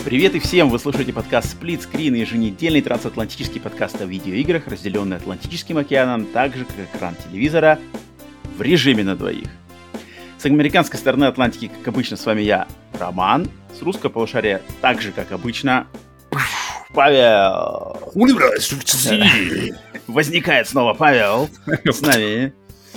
Привет и всем! Вы слушаете подкаст Split Screen, еженедельный трансатлантический подкаст о видеоиграх, разделенный Атлантическим океаном, так же, как экран телевизора, в режиме на двоих. С американской стороны Атлантики, как обычно, с вами я, Роман. С русского полушария, так же, как обычно, Павел. Возникает снова Павел с нами.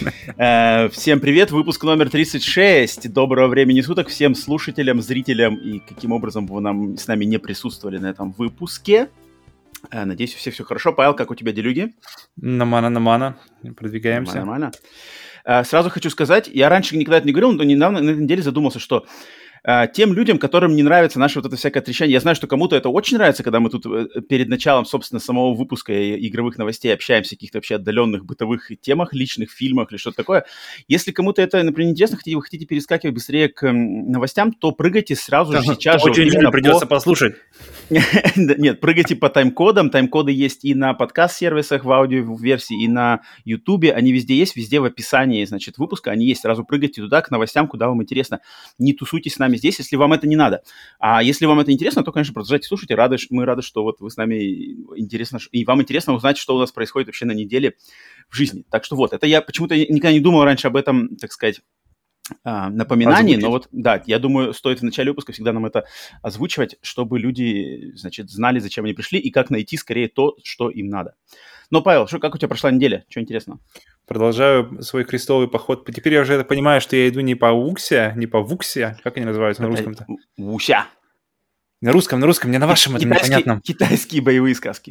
Всем привет, выпуск номер 36. Доброго времени суток всем слушателям, зрителям и каким образом вы с нами не присутствовали на этом выпуске. Надеюсь, у всех все хорошо. Павел, как у тебя делюги? Намана. Продвигаемся. Нормально. Сразу хочу сказать, я раньше никогда это не говорил, но недавно на этой неделе задумался, что тем людям, которым не нравится наше вот это всякое трещание, я знаю, что кому-то это очень нравится, когда мы тут перед началом, собственно, самого выпуска игровых новостей общаемся о каких-то вообще отдаленных бытовых темах, личных фильмах или что-то такое. Если кому-то это, например, интересно, вы хотите перескакивать быстрее к новостям, то прыгайте сразу же сейчас же. Очень вот придется послушать. Нет, прыгайте по тайм-кодам. Тайм-коды есть и на подкаст-сервисах в аудиоверсии, и на Ютубе. Они везде есть, везде в описании, значит, выпуска они есть. Сразу прыгайте туда, к новостям, куда вам интересно. Не тусуйтесь с нами здесь, если вам это не надо. А если вам это интересно, то, конечно, продолжайте слушать. Мы рады, что вот вы с нами интересно, и вам интересно узнать, что у нас происходит вообще на неделе в жизни. Так что вот, это я почему-то никогда не думал раньше об этом, так сказать, напоминании, но вот, да, я думаю, стоит в начале выпуска всегда нам это озвучивать, чтобы люди, значит, знали, зачем они пришли и как найти скорее то, что им надо. Но, Павел, как у тебя прошла неделя? Что интересно? Продолжаю свой крестовый поход. Теперь я уже понимаю, что я иду не по Вуксе, как они называются на русском-то? Вуся. На русском, не на вашем, это непонятном. Китайские боевые сказки.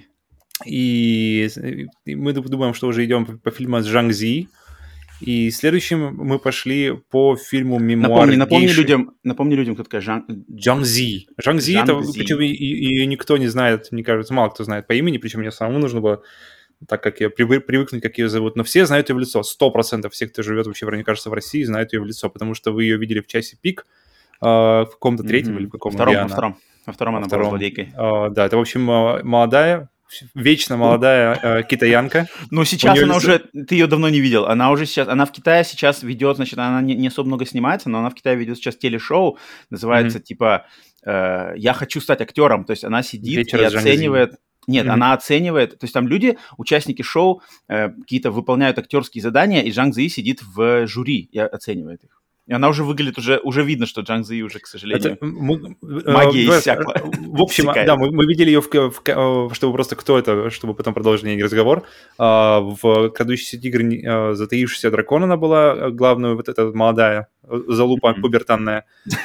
И мы думаем, что уже идем по фильму с Жанг Зи. И следующим мы пошли по фильму «Мемуар гейши». Напомни людям, кто такая Жанг Зи. Жанг Зи, это причем ее никто не знает, мне кажется, мало кто знает по имени, причем мне самому нужно было, так как я привыкнуть, как ее зовут. Но все знают ее в лицо. 100% всех, кто живет вообще, мне кажется, в России, знают ее в лицо, потому что вы ее видели в «Часе пик», в каком-то третьем или в каком-то. Во втором она была злодейкой. Да, это, в общем, молодая, вечно молодая китаянка. Но сейчас она уже, ты ее давно не видел, она в Китае сейчас ведет, значит, она не особо много снимается, но она в Китае ведет сейчас телешоу, называется типа «Я хочу стать актером», то есть она сидит и оценивает. Нет, она оценивает, то есть там люди, участники шоу, какие-то выполняют актерские задания, и Жанг Зи сидит в жюри и оценивает их. И она уже выглядит, уже видно, что Жанг Зи уже, к сожалению, магия иссякла. В общем, да, мы видели ее, чтобы просто кто это, чтобы потом продолжить разговор. В «Крадущийся тигр», «Затаившийся дракон» она была главную, вот эта молодая залупа пубертанная.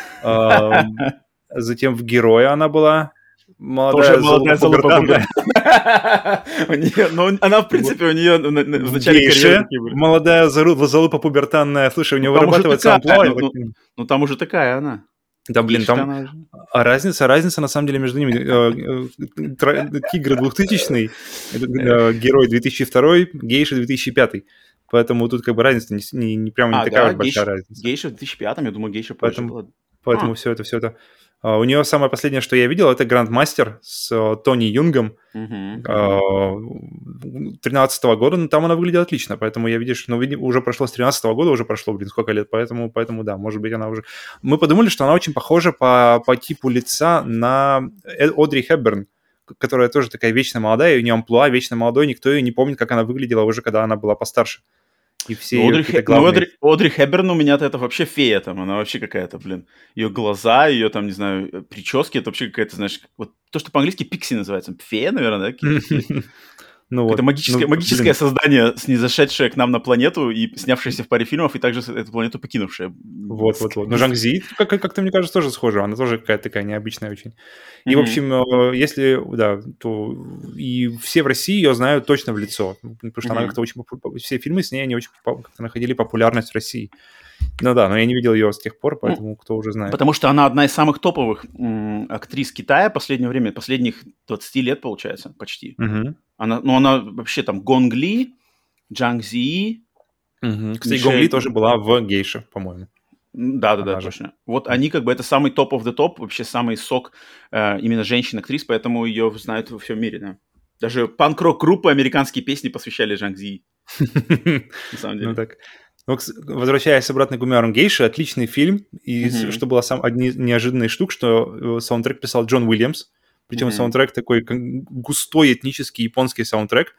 Затем в «Герое» она была. Молодая залупа. Ну, она, в принципе, у нее в начале карьеры такие были. Молодая залупа пубертанная. Слушай, у нее вырабатывается амплуа. Ну, там уже такая она. Да, блин, там разница на самом деле между ними. Тигр 2000-й, Герой 2002-й, Гейша 2005-й. Поэтому тут как бы разница не прямо не такая большая разница. Гейша в 2005-м, я думаю, Гейша позже была. Поэтому все это. У нее самое последнее, что я видел, это «Грандмастер» с Тони Юнгом 13-го года, но там она выглядела отлично, поэтому я, видишь, уже прошло с 13-го года, уже прошло, сколько лет, поэтому да, может быть, она уже... Мы подумали, что она очень похожа по типу лица на Одри Хепберн, которая тоже такая вечно молодая, у нее амплуа вечно молодой, никто ее не помнит, как она выглядела уже, когда она была постарше. И все Одри Хепберн у меня-то это вообще фея там, она вообще какая-то, блин. Ее глаза, ее там, не знаю, прически, это вообще какая-то, знаешь, вот то, что по-английски пикси называется. Фея, наверное, да? Это магическое создание, снизошедшее к нам на планету и снявшееся в паре фильмов, и также эту планету покинувшее. Вот. Но Жанг Зи, как-то, мне кажется, тоже схожа. Она тоже какая-то такая необычная очень. И, в общем, если, да, то и все в России ее знают точно в лицо. Потому что она как-то очень... Все фильмы с ней, они очень как-то находили популярность в России. Ну да, но я не видел ее с тех пор, поэтому кто уже знает. Потому что она одна из самых топовых актрис Китая последнее время, последних 20 лет, получается, почти. Она вообще там Гонг Ли, Жанг Зи. Кстати, Гонг Ли тоже была в «Гейше», по-моему. Да, точно. Вот они как бы это самый топ of the top, вообще самый сок именно женщин-актрис, поэтому ее знают во всем мире, да. Даже панк-рок группы американские песни посвящали Жанг Зи. На самом деле. Ну так. Ну, возвращаясь обратно к «Умярам Гейши», отличный фильм, и что было одни неожиданные штук, что саундтрек писал Джон Уильямс, причем саундтрек такой густой этнический японский саундтрек,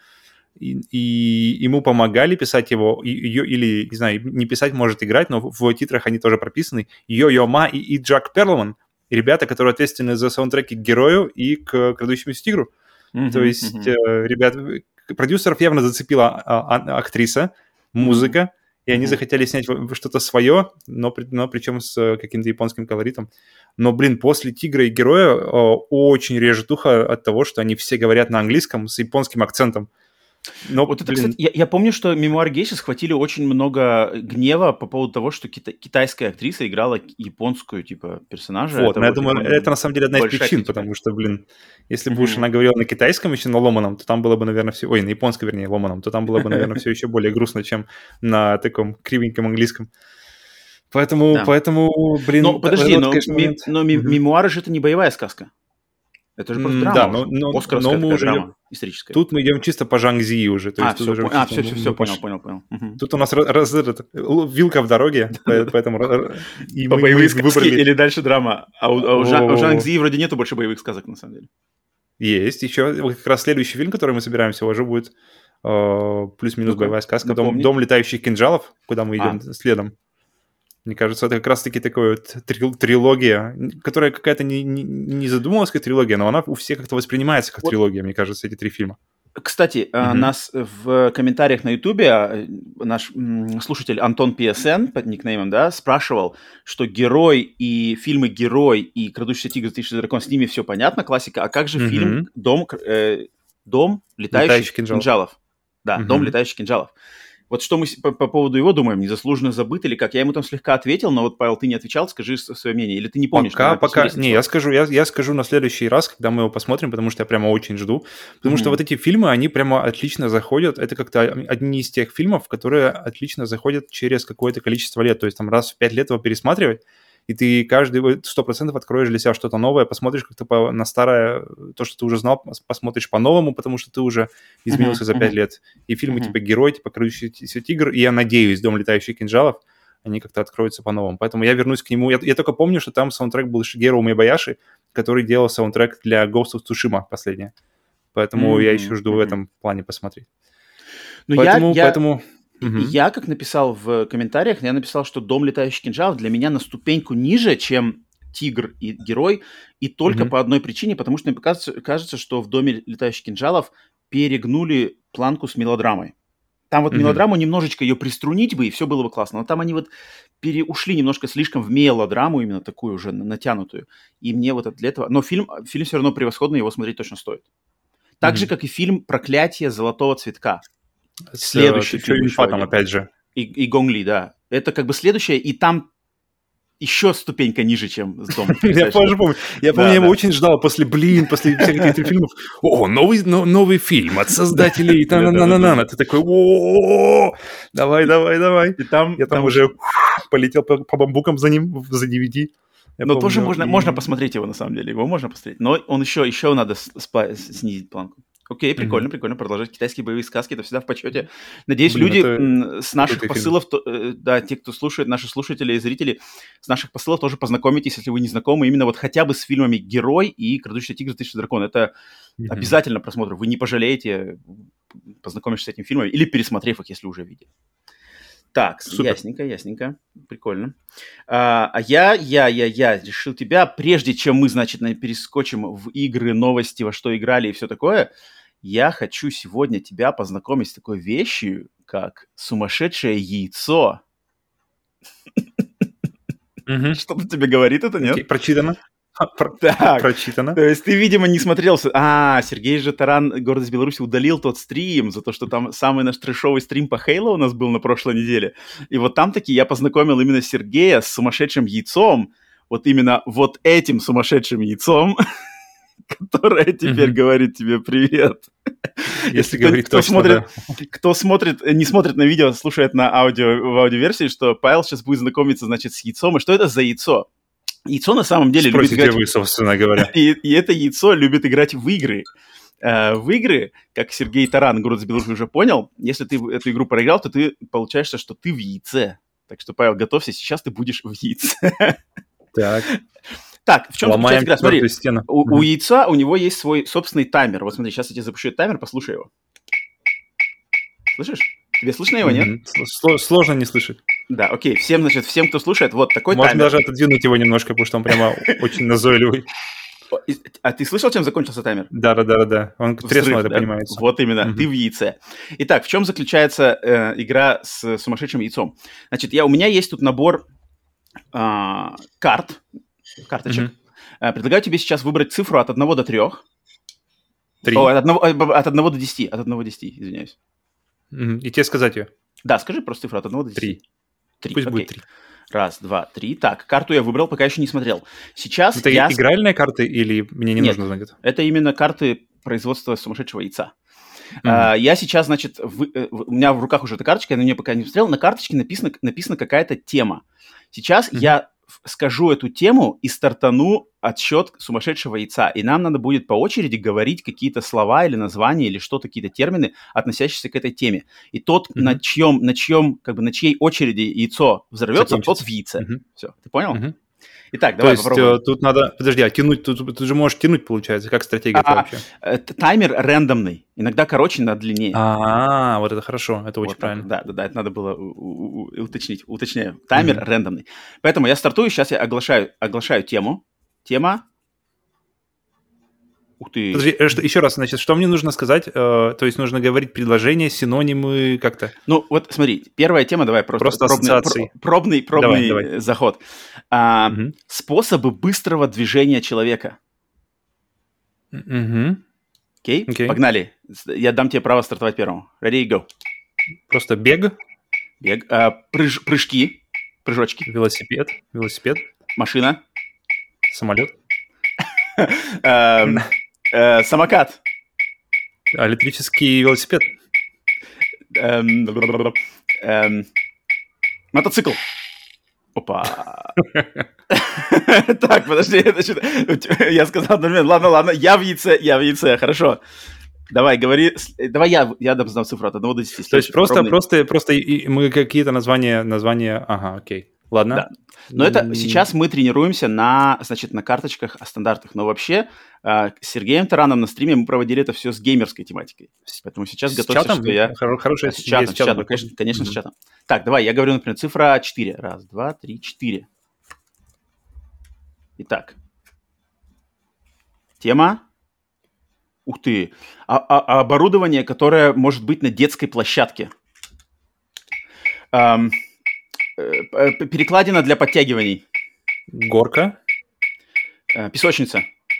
и ему помогали писать его, или, не знаю, не писать, может играть, но в титрах они тоже прописаны, Йо-Йо Ма и Джак Перлман, ребята, которые ответственны за саундтреки к «Герою» и к «Крадущемуся тигру». То есть, ребят, продюсеров явно зацепила актриса, музыка, и они захотели снять что-то свое, но причем с каким-то японским колоритом. Но, блин, после «Тигра» и «Героя» очень режет ухо от того, что они все говорят на английском с японским акцентом. Но, вот это, кстати, я помню, что «Мемуары гейши» схватили очень много гнева по поводу того, что китайская актриса играла японскую, типа, персонажа. Вот, но я думаю, это на самом деле одна из причин, потому что, блин, если бы уж она говорила на китайском еще, на ломаном, то там было бы, наверное, все... Ой, на японском, вернее, ломаном, то там было бы, наверное, все еще более грустно, чем на таком кривеньком английском. Поэтому, блин... Но подожди, но «Мемуары» же это не боевая сказка. Это же просто драма. Да, но Оскаровская мы уже драма историческая. Тут мы идем чисто по Жан-Гзи уже. То есть все, понял. Тут у нас вилка в дороге, поэтому... По боевые сказки или дальше драма. А у Жан-Гзи вроде нету больше боевых сказок, на самом деле. Есть. Еще как раз следующий фильм, который мы собираемся, уже будет плюс-минус боевая сказка. «Дом летающих кинжалов», куда мы идем следом. Мне кажется, это как раз-таки такая вот трилогия, которая какая-то не задумалась как трилогия, но она у всех как-то воспринимается как трилогия, мне кажется, эти три фильма. Кстати, нас в комментариях на Ютубе наш слушатель Антон PSN под никнеймом, да, спрашивал, что «Герой» и фильмы «Герой» и «Крадущийся тигр, Тысяча дракон», с ними все понятно, классика, а как же фильм «Дом летающих кинжалов»? Да, «Дом летающих кинжалов». Вот что мы по поводу его думаем, незаслуженно забыт или как? Я ему там слегка ответил, но вот, Павел, ты не отвечал, скажи свое мнение. Или ты не помнишь? Пока. Не, я скажу на следующий раз, когда мы его посмотрим, потому что я прямо очень жду. Потому что вот эти фильмы, они прямо отлично заходят. Это как-то одни из тех фильмов, которые отлично заходят через какое-то количество лет. То есть там раз в 5 лет его пересматривать, и ты каждый 100% откроешь для себя что-то новое, посмотришь как-то на старое, то, что ты уже знал, посмотришь по-новому, потому что ты уже изменился за 5 лет. И фильмы типа «Герой», типа «Крадущийся тигр», и я надеюсь, «Дом летающих кинжалов», они как-то откроются по-новому. Поэтому я вернусь к нему. Я только помню, что там саундтрек был Шигеро Умебаяши, который делал саундтрек для Ghost of Tsushima последнее. Поэтому я еще жду в этом плане посмотреть. Поэтому... Я, как написал в комментариях, я написал, что «Дом летающих кинжалов» для меня на ступеньку ниже, чем «Тигр» и «Герой», и только по одной причине, потому что мне кажется, что в «Доме летающих кинжалов» перегнули планку с мелодрамой. Там вот мелодраму немножечко ее приструнить бы, и все было бы классно. Но там они вот ушли немножко слишком в мелодраму, именно такую уже натянутую. И мне вот для этого... Но фильм все равно превосходный, его смотреть точно стоит. Так же, как и фильм «Проклятие золотого цветка». Следующий фильм Фатом, опять же. И Гонг Ли, да. Это как бы следующее, и там еще ступенька ниже, чем с «Домом». Я тоже помню. Я его очень ждал после всех этих фильмов. О, новый фильм от создателей. Ты такой, о, давай. И там я там уже полетел по бамбукам за ним, за DVD. Но тоже можно посмотреть его, на самом деле. Его можно посмотреть. Но он еще надо снизить планку. Окей, прикольно, продолжать китайские боевые сказки, это всегда в почете. Надеюсь, люди с наших посылов, да, те, кто слушает, наши слушатели и зрители, с наших посылов тоже познакомитесь, если вы не знакомы, именно вот хотя бы с фильмами «Герой» и «Крадущийся тигр, Тысяча дракон». Это обязательно просмотр, вы не пожалеете, познакомившись с этим фильмом или пересмотрев их, если уже видели. Так, супер. Ясненько, прикольно. Я решил тебя, прежде чем мы, значит, перескочим в игры, новости, во что играли и все такое, я хочу сегодня тебя познакомить с такой вещью, как сумасшедшее яйцо. Что-то тебе говорит это, нет? Прочитано. Так, прочитано. То есть ты, видимо, не смотрел... Сергей же Таран, «Гордость Беларуси», удалил тот стрим за то, что там самый наш трэшовый стрим по Halo у нас был на прошлой неделе. И вот там таки я познакомил именно Сергея с сумасшедшим яйцом, вот именно вот этим сумасшедшим яйцом, которое теперь говорит тебе привет. Если говорить точно, кто не смотрит на видео, слушает в аудиоверсии, что Павел сейчас будет знакомиться, значит, с яйцом. И что это за яйцо? Яйцо на самом деле любит играть... вы, собственно говоря. И это яйцо любит играть в игры. В игры, как Сергей Таран, город за Белухой, уже понял, если ты эту игру проиграл, то ты получаешься, что ты в яйце. Так что, Павел, готовься, сейчас ты будешь в яйце. Так, в чем заключается игра? Смотри, у яйца у него есть свой собственный таймер. Вот смотри, сейчас я тебе запущу этот таймер, послушай его. Слышишь? Тебе слышно его, нет? Сложно не слышать. Да, окей. Всем, кто слушает, вот такой таймер. Можно даже отодвинуть его немножко, потому что он прямо очень назойливый. А ты слышал, чем закончился таймер? Да. Он треснул, это понимается. Вот именно, ты в яйце. Итак, в чем заключается игра с сумасшедшим яйцом? Значит, у меня есть тут набор карточек. Предлагаю тебе сейчас выбрать цифру от 1 до 3. 3. От 1 до 10. От 1 до 10, извиняюсь. И тебе сказать ее? Да, скажи просто цифру от 1 до 10. 3. Пусть будет 3. 1, 2, 3. Так, карту я выбрал, пока еще не смотрел. Сейчас это игральные карты или мне не нужно знать это? Это именно карты производства сумасшедшего яйца. Я сейчас, значит, у меня в руках уже эта карточка, я на нее пока не смотрел. На карточке написана какая-то тема. Сейчас я скажу эту тему и стартану отсчет сумасшедшего яйца. И нам надо будет по очереди говорить какие-то слова или названия, или что-то, какие-то термины, относящиеся к этой теме. И тот, на чьей очереди яйцо взорвется, тот в яйце. Все, ты понял? Итак, давай попробуем. То есть тут надо... Подожди, а тянуть... Тут же можешь тянуть, получается. Как стратегия вообще? Таймер рандомный. Иногда короче, иногда длиннее. Вот это хорошо. Это очень правильно. Да, это надо было уточнить. Уточняю. Таймер рандомный. Поэтому я стартую. Сейчас я оглашаю тему. Тема... Ух ты. Подожди, еще раз, значит, что мне нужно сказать? То есть нужно говорить предложения, синонимы как-то? Ну, вот смотри, первая тема, давай просто пробный давай. Заход. Способы быстрого движения человека. Окей? Погнали. Я дам тебе право стартовать первым. Ready, go. Просто бег. Прыжки. Прыжочки. Велосипед. Машина. Самолет. Самокат. Электрический велосипед. Мотоцикл. Опа. Так, подожди. Я сказал одновременно. Ладно, я в яйце, хорошо. Давай, говори. Давай я дам цифру от 1 до 10. То есть просто мы какие-то названия... Ага, окей. Ладно. Да. Но это сейчас мы тренируемся на карточках стандартных. Но вообще с Сергеем Тараном на стриме мы проводили это все с геймерской тематикой. Поэтому сейчас готовься, что я... Хорошая с чатом, конечно, с чатом. Так, давай, я говорю, например, цифра 4. 1, 2, 3, 4. Итак. Тема. Ух ты. Оборудование, которое может быть на детской площадке. Перекладина для подтягиваний. Горка. Песочница.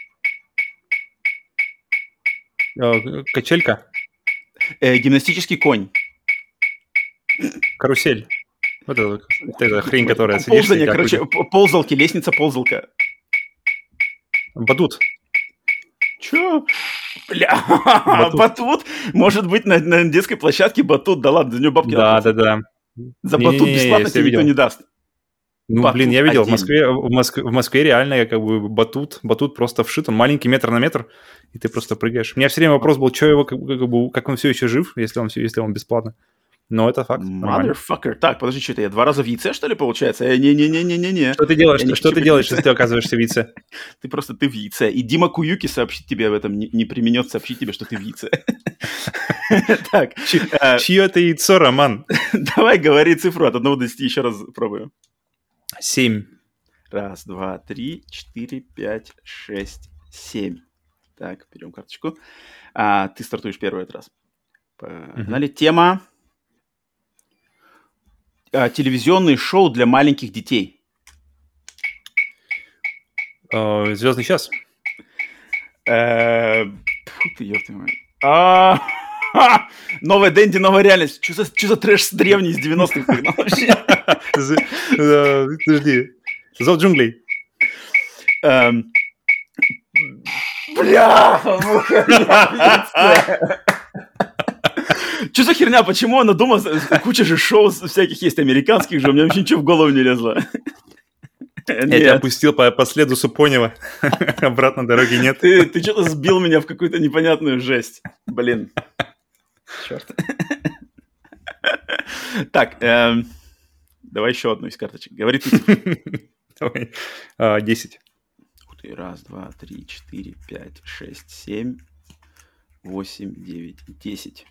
Качелька. Гимнастический конь. Карусель. Вот эта хрень, которая сидишь. Ползание, ползалки, лестница-ползалка. Батут. Чё? Бля, батут? Может быть, на детской площадке батут? Да ладно, за него бабки надо. Да. За батут бесплатно тебе никто не даст. Ну, батут я видел, в Москве реально как бы батут просто вшит, он маленький, метр на метр, и ты просто прыгаешь. У меня все время вопрос был, что его, как он все еще жив, если он бесплатно. Но это факт. Motherfucker. Так, подожди, что это я 2 раза в яйце, что ли, получается? Не-не-не-не-не-не. Что ты делаешь, если ты оказываешься в яйце? Ты в яйце. И Дима Куюки сообщит тебе об этом, не применет сообщить тебе, что ты в яйце. Так. Чье это яйцо, Роман? Давай говори цифру от 1 до 10, еще раз пробуем. 7. 1, 2, 3, 4, 5, 6, 7. Так, берем карточку. Ты стартуешь первый этот раз. Погнали. Тема. Телевизионные шоу для маленьких детей. «Звездный час». Новая Дэнди, новая реальность. Что за трэш древний из 90-х вообще? Подожди. «Зов джунглей». Бля! Что за херня? Почему она дома? Куча же шоу всяких есть, американских же. У меня вообще ничего в голову не лезло. Я тебя опустил по следу Супонева. Обратно дороги нет. Ты что-то сбил меня в какую-то непонятную жесть. Блин. Черт. Так, давай еще одну из карточек. Говори ты. Давай. 10. Раз, два, три, 4, 5, 6, 7, 8, 9, 10.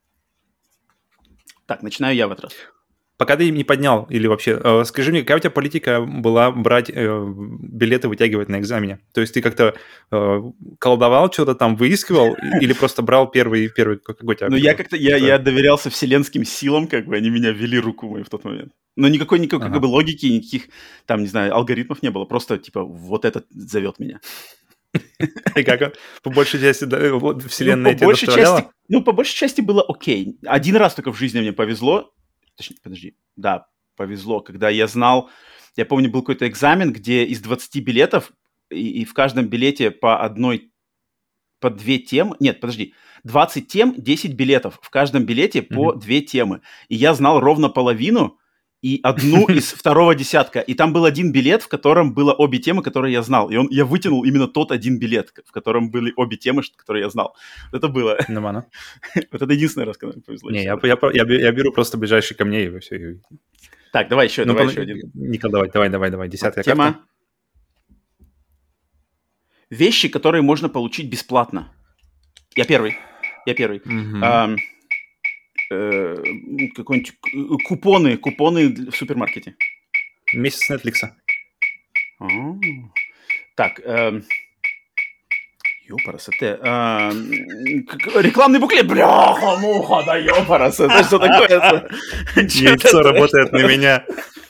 Так, начинаю я в этот раз. Пока ты не поднял, или вообще, скажи мне, какая у тебя политика была брать билеты, вытягивать на экзамене? То есть ты как-то колдовал, что-то там выискивал, или просто брал первый какой тебя? Ну, я доверялся вселенским силам, как бы они меня вели руку мою в тот момент. Но никакой как бы логики, никаких, там, не знаю, алгоритмов не было. Просто, типа, вот этот зовет меня. И как? По большей части вселенная тебе доставляла? По большей части было окей. Один раз только в жизни мне повезло. Точнее, подожди. Да, повезло, когда я знал... Я помню, был какой-то экзамен, где из 20 билетов, и в каждом билете по 2 темы... Нет, подожди. 20 тем, 10 билетов. В каждом билете по 2 темы. И я знал ровно половину и одну из второго десятка. И там был один билет, в котором было обе темы, которые я знал. И я вытянул именно тот один билет, в котором были обе темы, которые я знал. Это было. Нормально. Вот это единственный раз, когда мне повезло. Не, я беру просто ближайший ко мне и все. Так, давай еще один. Никол, давай. 10-я тема. карта. Вещи, которые можно получить бесплатно. Я первый. Какой-нибудь купоны в супермаркете. Месяц Netflix. Так, ёпарасоте. Рекламный буклет. Бляха-муха, да ёпарасоте. Это что такое? Яйцо работает на меня.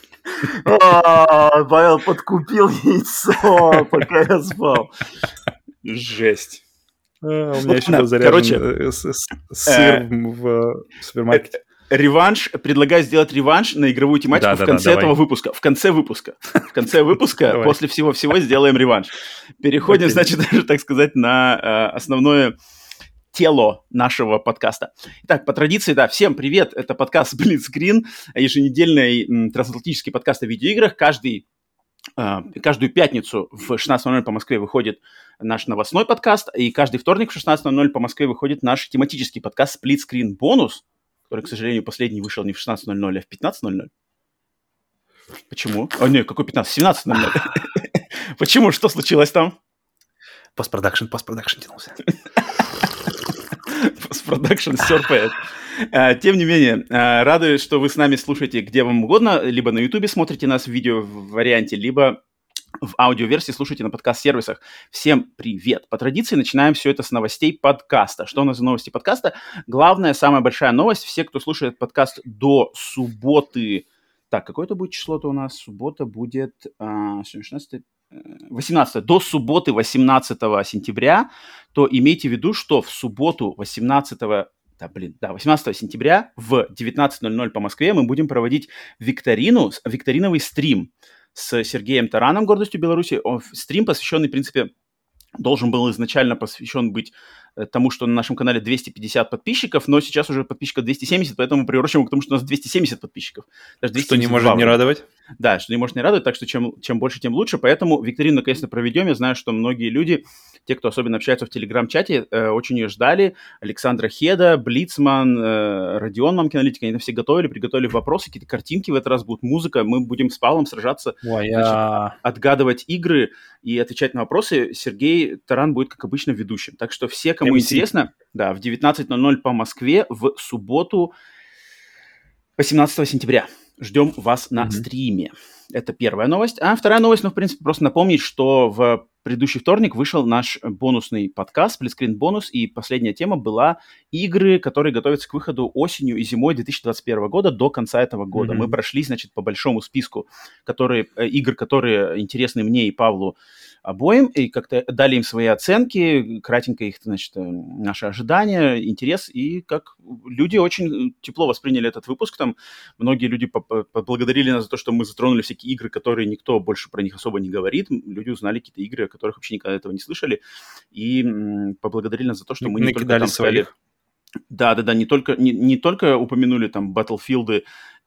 Павел подкупил яйцо, пока я спал. Жесть. У меня еще был заряжен сыр в супермаркете. Реванш. Предлагаю сделать реванш на игровую тематику в конце этого выпуска. В конце выпуска, после всего сделаем реванш. Переходим, значит, даже, так сказать, на основное тело нашего подкаста. Итак, по традиции, да, всем привет. Это подкаст Blitzscreen, еженедельный трансатлантический подкаст о видеоиграх. Каждую пятницу в 16:00 по Москве выходит наш новостной подкаст, и каждый вторник в 16:00 по Москве выходит наш тематический подкаст Split Screen Bonus, который, к сожалению, последний вышел не в 16:00, а в 15:00. Почему? Нет, какой 15? 17:00. Почему? Что случилось там? Постпродакшн тянулся. Постпродакшн серпает. Тем не менее, рады, что вы с нами слушаете где вам угодно, либо на YouTube смотрите нас в видео-варианте, либо в аудиоверсии слушайте на подкаст-сервисах. Всем привет! По традиции начинаем все это с новостей подкаста. Что у нас за новости подкаста? Главная, самая большая новость. Все, кто слушает подкаст до субботы... Так, какое-то будет число-то у нас? Суббота будет... 18, до субботы 18 сентября, то имейте в виду, что в субботу 18 сентября в 19:00 по Москве мы будем проводить викториновый стрим с Сергеем Тараном, гордостью Беларуси. Стрим, посвященный, в принципе, должен был изначально посвящен быть тому, что на нашем канале 250 подписчиков, но сейчас уже подписчиков 270, поэтому приурочим его к тому, что у нас 270 подписчиков. Даже 272. Что не может не радовать? Да, что не может не радовать, так что чем больше, тем лучше. Поэтому викторину, наконец-то, проведем. Я знаю, что многие люди, те, кто особенно общаются в Телеграм-чате, очень ее ждали. Александра Хеда, Блицман, Родион Мамкин-аналитик, они там все приготовили вопросы, какие-то картинки в этот раз будут, музыка. Мы будем с Павлом сражаться, отгадывать игры и отвечать на вопросы. Сергей Таран будет, как обычно, ведущим. Так что все, кому интересно, да, в 19:00 по Москве в субботу 18 сентября. Ждем вас на стриме. Это первая новость. А вторая новость, в принципе, просто напомнить, что в предыдущий вторник вышел наш бонусный подкаст, Splitscreen Bonus, и последняя тема была игры, которые готовятся к выходу осенью и зимой 2021 года до конца этого года. Мы прошли, значит, по большому списку игр, которые интересны мне и Павлу обоим, и как-то дали им свои оценки, кратенько их, значит, наши ожидания, интерес, и как люди очень тепло восприняли этот выпуск, там многие люди поблагодарили нас за то, что мы затронули всякие игры, которые никто больше про них особо не говорит, люди узнали какие-то игры, о которых вообще никогда этого не слышали, и поблагодарили нас за то, что мы не только там сказали... Да, не только упомянули там Battlefield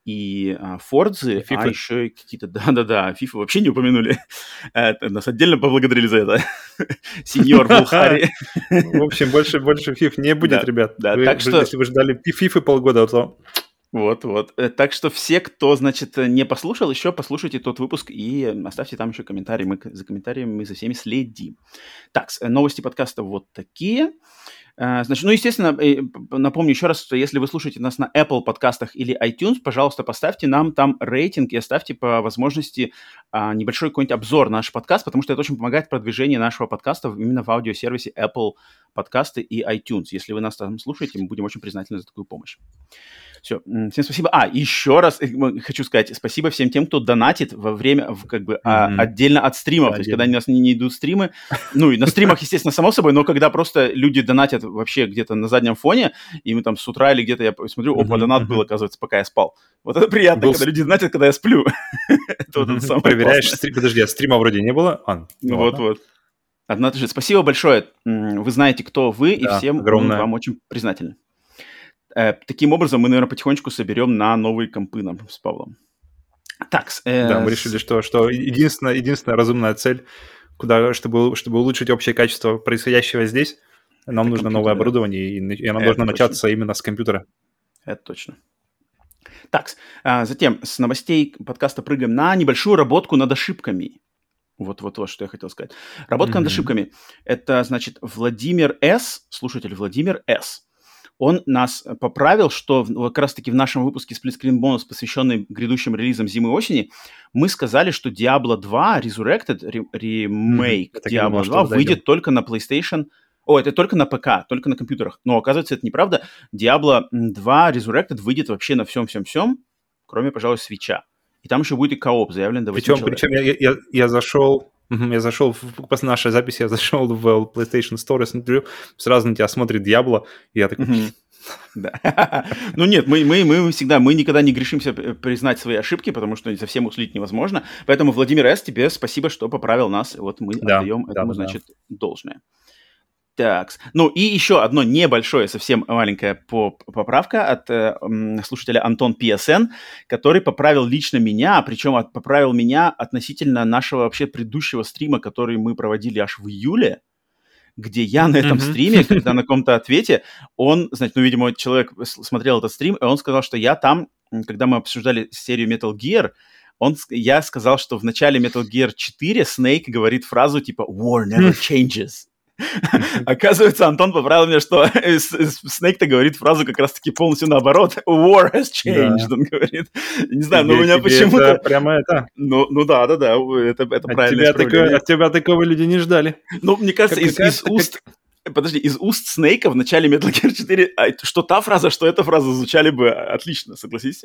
и Фордзы, а еще и какие-то... Да-да-да, FIFA вообще не упомянули. Нас отдельно поблагодарили за это. Сеньор Булхари. В общем, больше FIFA не будет, ребят. Если вы ждали FIFA полгода, то... Вот. Так что все, кто, значит, не послушал еще, послушайте тот выпуск и оставьте там еще комментарий. За комментариями мы за всеми следим. Так, новости подкаста вот такие. Значит, естественно, напомню еще раз, что если вы слушаете нас на Apple подкастах или iTunes, пожалуйста, поставьте нам там рейтинг и оставьте по возможности небольшой какой-нибудь обзор на наш подкаст, потому что это очень помогает в продвижении нашего подкаста именно в аудиосервисе Apple подкасты и iTunes. Если вы нас там слушаете, мы будем очень признательны за такую помощь. Все, всем спасибо. Еще раз хочу сказать спасибо всем тем, кто донатит во время, отдельно от стримов. То есть, когда у нас не идут стримы, и на стримах, естественно, само собой, но когда просто люди донатят вообще где-то на заднем фоне, и мы там с утра или где-то, я смотрю, донат был, оказывается, пока я спал. Вот это приятно, когда люди донатят, когда я сплю. Проверяешь стрим. Подожди, а стрима вроде не было? Вот. Однажды. Спасибо большое. Вы знаете, кто вы, и всем вам очень признательны. Таким образом, мы, наверное, потихонечку соберем на новые компы нам с Павлом. Так, да, мы решили, что единственная разумная цель, чтобы улучшить общее качество происходящего здесь, нам нужно новое оборудование, и оно должно начаться именно с компьютера. Это точно. Так, затем с новостей подкаста прыгаем на небольшую работку над ошибками. Вот, что я хотел сказать. Работка над ошибками. Это, значит, Владимир С., слушатель Владимир С., он нас поправил, что как раз-таки в нашем выпуске Split Screen Bonus, посвященный грядущим релизам зимы и осени, мы сказали, что Diablo 2 Resurrected, ремейк Diablo 2 выйдет только на PlayStation... это только на ПК, только на компьютерах. Но, оказывается, это неправда. Diablo 2 Resurrected выйдет вообще на всем-всем-всем, кроме, пожалуй, Switch'а. И там еще будет и кооп, заявлен до 8 человек. Причем я зашел... после нашей записи я зашел в PlayStation Store и смотрю, сразу на тебя смотрит Diablo, и я такой... Да. Нет, мы всегда, мы никогда не грешимся признать свои ошибки, потому что совсем услить невозможно. Поэтому, Владимир С., тебе спасибо, что поправил нас. Вот мы отдаем этому, значит, должное. Так, и еще одно небольшое, совсем маленькая поправка от слушателя Антон ПСН, который поправил лично меня, причем поправил меня относительно нашего вообще предыдущего стрима, который мы проводили аж в июле, где я на этом стриме, когда на каком-то ответе, он, значит, видимо, человек смотрел этот стрим, и он сказал, что я там, когда мы обсуждали серию Metal Gear, я сказал, что в начале Metal Gear 4 Snake говорит фразу типа «War never changes». Оказывается, Антон поправил меня, что Снейк-то говорит фразу как раз-таки полностью наоборот. War has changed, он говорит. Не знаю, но у меня почему-то... Это прямо это... Да, это правильно. От тебя такого люди не ждали. Мне кажется, из уст Снейка в начале Metal Gear 4 что та фраза, что эта фраза звучали бы отлично, согласись?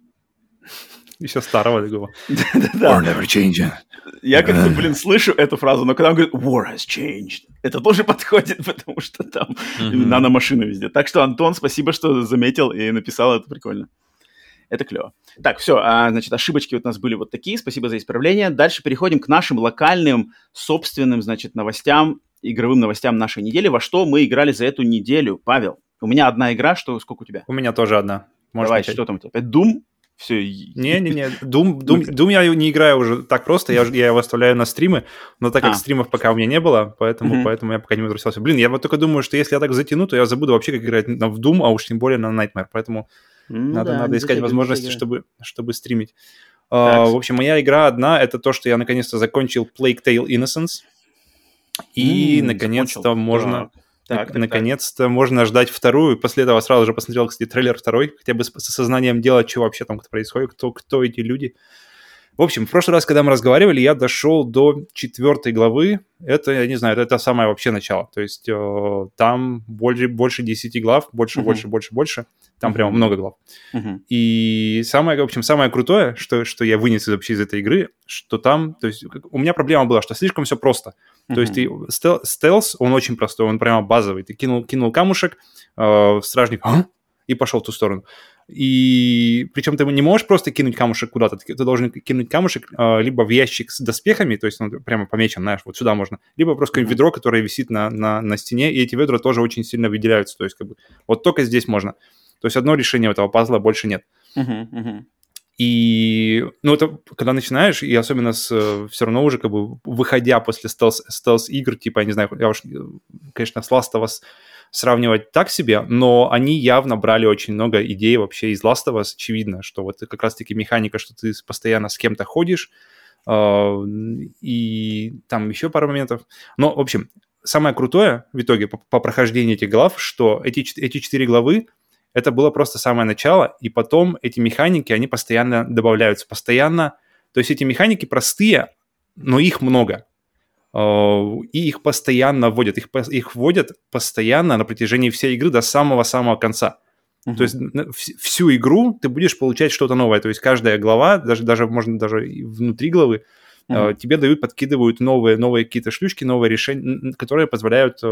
Еще старого такого. Да. War never changed. Я как-то, слышу эту фразу, но когда он говорит «War has changed», это тоже подходит, потому что там наномашины везде. Так что, Антон, спасибо, что заметил и написал, это прикольно. Это клево. Так, все, значит, ошибочки у нас были вот такие, спасибо за исправление. Дальше переходим к нашим локальным, собственным, значит, новостям, игровым новостям нашей недели, во что мы играли за эту неделю. Павел, у меня одна игра, сколько у тебя? У меня тоже одна. Давай, что там у тебя? Опять Doom? Все. Не-не-не, Doom я не играю уже так просто, я его оставляю на стримы, но так как стримов пока у меня не было, поэтому я пока не возвращался. Я вот только думаю, что если я так затяну, то я забуду вообще, как играть в Doom, а уж тем более на Nightmare, поэтому надо искать возможности, чтобы стримить. В общем, моя игра одна, это то, что я наконец-то закончил Plague Tale Innocence, и наконец-то можно... Наконец-то можно ждать вторую. После этого сразу же посмотрел, кстати, трейлер второй, хотя бы с осознанием дела, что вообще там происходит, кто эти люди. В общем, в прошлый раз, когда мы разговаривали, я дошел до 4 главы. Это, я не знаю, это самое вообще начало. То есть там больше 10 глав, больше. Там прямо много глав. И самое крутое, что я вынес вообще из этой игры, что там, то есть у меня проблема была, что слишком все просто. То есть стелс, он очень простой, он прямо базовый. Ты кинул камушек, стражник и пошел в ту сторону. И причем ты не можешь просто кинуть камушек куда-то, ты должен кинуть камушек либо в ящик с доспехами, то есть он прямо помечен, знаешь, вот сюда можно, либо просто какое-нибудь ведро, которое висит на стене, и эти ведра тоже очень сильно выделяются, то есть как бы вот только здесь можно. То есть одно решение этого пазла, больше нет. И, ну, это когда начинаешь, и особенно все равно уже как бы выходя после стелс-игр, типа, я не знаю, я уж, конечно, с Last of Us сравнивать так себе, но они явно брали очень много идей вообще из Last of Us, очевидно, что вот как раз-таки механика, что ты постоянно с кем-то ходишь, и там еще пару моментов. Но, в общем, самое крутое в итоге по прохождению этих глав, что эти 4 главы, это было просто самое начало, и потом эти механики, они постоянно добавляются, постоянно. То есть эти механики простые, но их много. И их постоянно вводят. Их вводят постоянно на протяжении всей игры до самого-самого конца. Uh-huh. То есть всю игру ты будешь получать что-то новое. То есть каждая глава, даже можно даже внутри главы, тебе дают, подкидывают новые какие-то шлюшки, новые решения, которые позволяют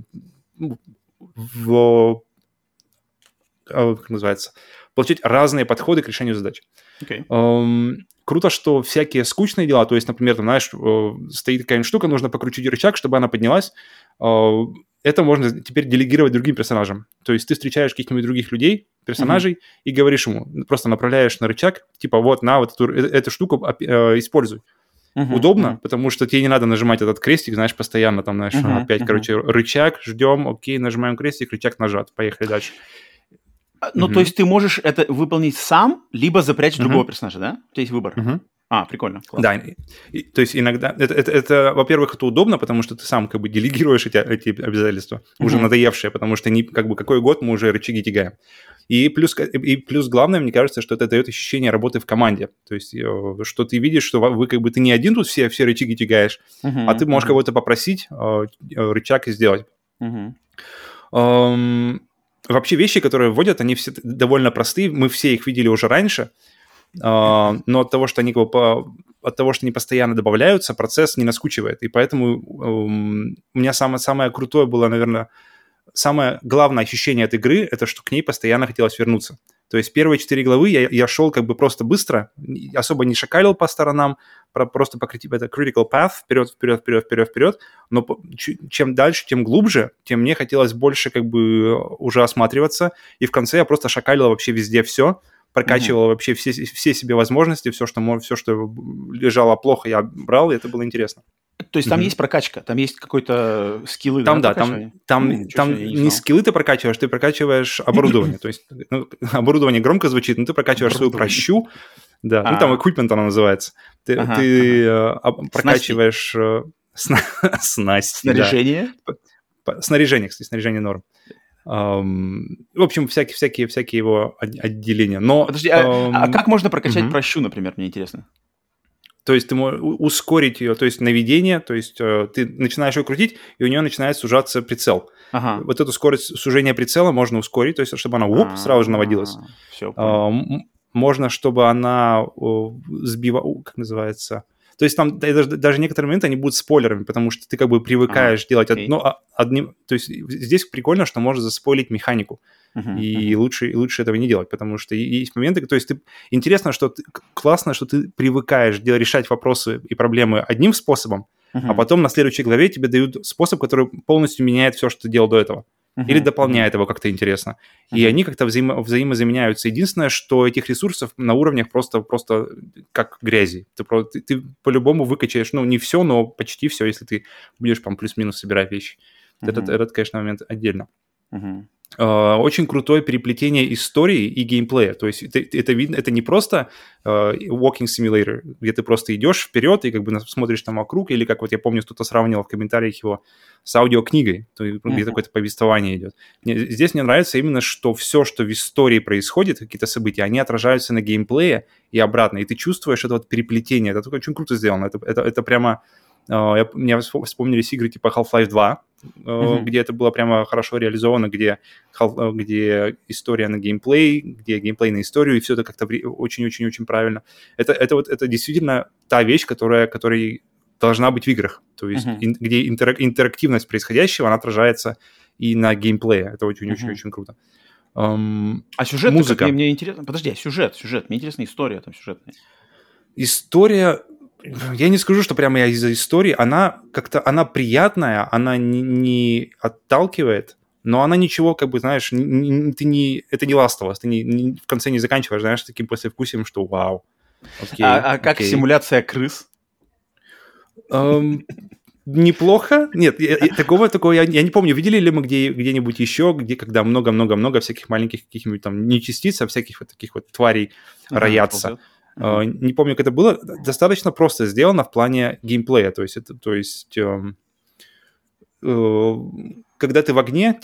как называется, получать разные подходы к решению задач. Okay. Круто, что всякие скучные дела, то есть, например, там, знаешь, стоит какая-нибудь штука, нужно покрутить рычаг, чтобы она поднялась, это можно теперь делегировать другим персонажам. То есть ты встречаешь каких-нибудь других людей, персонажей, и говоришь ему, просто направляешь на рычаг, типа, вот, на вот эту штуку используй. Удобно, потому что тебе не надо нажимать этот крестик, знаешь, постоянно, там, знаешь, опять, короче, рычаг, ждем, окей, нажимаем крестик, рычаг нажат, поехали дальше. Ну, то есть ты можешь это выполнить сам, либо запрячь другого персонажа, да? У тебя есть выбор. Прикольно. Классно. Да, то есть иногда, это, во-первых, это удобно, потому что ты сам как бы делегируешь эти обязательства, уже надоевшие, потому что как бы какой год мы уже рычаги тягаем. И плюс главное, мне кажется, что это дает ощущение работы в команде. То есть, что ты видишь, что вы как бы ты не один тут все рычаги тягаешь, а ты можешь кого-то попросить рычаг сделать. Вообще вещи, которые вводят, они все довольно простые. Мы все их видели уже раньше, но от того, что они постоянно добавляются, процесс не наскучивает. И поэтому у меня самое крутое было, наверное, самое главное ощущение от игры, это что к ней постоянно хотелось вернуться. То есть первые 4 главы я шел как бы просто быстро, особо не шакалил по сторонам, просто по это critical path, вперед, но чем дальше, тем глубже, тем мне хотелось больше как бы уже осматриваться, и в конце я просто шакалил вообще везде все, прокачивал вообще все себе возможности, все, что лежало плохо, я брал, и это было интересно. То есть там есть прокачка, там есть какой-то скиллы, там не скиллы ты прокачиваешь оборудование. То есть оборудование громко звучит, но ты прокачиваешь свою прощу. Да, там equipment оно называется. Ты прокачиваешь снасть. Снаряжение? Снаряжение, кстати, снаряжение норм. В общем, всякие его отделения. Но, подожди, а как можно прокачать прощу, например, мне интересно? То есть ты можешь ускорить ее, то есть наведение, то есть ты начинаешь ее крутить, и у нее начинает сужаться прицел. Вот эту скорость сужения прицела можно ускорить, то есть чтобы она сразу же наводилась. Можно, чтобы она сбивала, как называется... То есть там даже некоторые моменты, они будут спойлерами, потому что ты как бы привыкаешь делать одним... То есть здесь прикольно, что можно заспойлить механику. И лучше этого не делать, потому что есть моменты... То есть интересно, что классно, что ты привыкаешь решать вопросы и проблемы одним способом, а потом на следующей главе тебе дают способ, который полностью меняет все, что ты делал до этого. Или дополняет его как-то интересно. И они как-то взаимозаменяются. Единственное, что этих ресурсов на уровнях просто как грязи. Ты по-любому выкачаешь, не все, но почти все, если ты будешь плюс-минус собирать вещи. Этот, конечно, момент отдельно. Очень крутое переплетение истории и геймплея. То есть это видно, это не просто walking simulator, где ты просто идешь вперед и как бы смотришь там вокруг, или как вот я помню, кто-то сравнивал в комментариях его с аудиокнигой, где какое-то повествование идет. Здесь мне нравится именно, что все, что в истории происходит, какие-то события, они отражаются на геймплее и обратно, и ты чувствуешь это вот переплетение. Это очень круто сделано. Это прямо... Мне вспомнились игры типа Half-Life 2, где это было прямо хорошо реализовано, где история на геймплей, где геймплей на историю, и все это как-то очень-очень-очень правильно. Это действительно та вещь, которая должна быть в играх. То есть где интерактивность происходящего, она отражается и на геймплее. Это очень-очень-очень круто. А сюжет, музыка. Мне интересно. Подожди, сюжет. Мне интересна история там сюжетная. История... Я не скажу, что прямо я из-за истории. Она приятная, она не отталкивает, но она ничего, как бы, знаешь, это не Last of Us, ты в конце не заканчиваешь, знаешь, таким послевкусием, что вау, окей, А как симуляция крыс? Неплохо. Нет, такого я не помню. Видели ли мы где-нибудь еще, когда много-много-много всяких маленьких каких-нибудь там не частиц, а всяких вот таких вот тварей роятся. Не помню, как это было. Достаточно просто сделано в плане геймплея. То есть, когда ты в огне,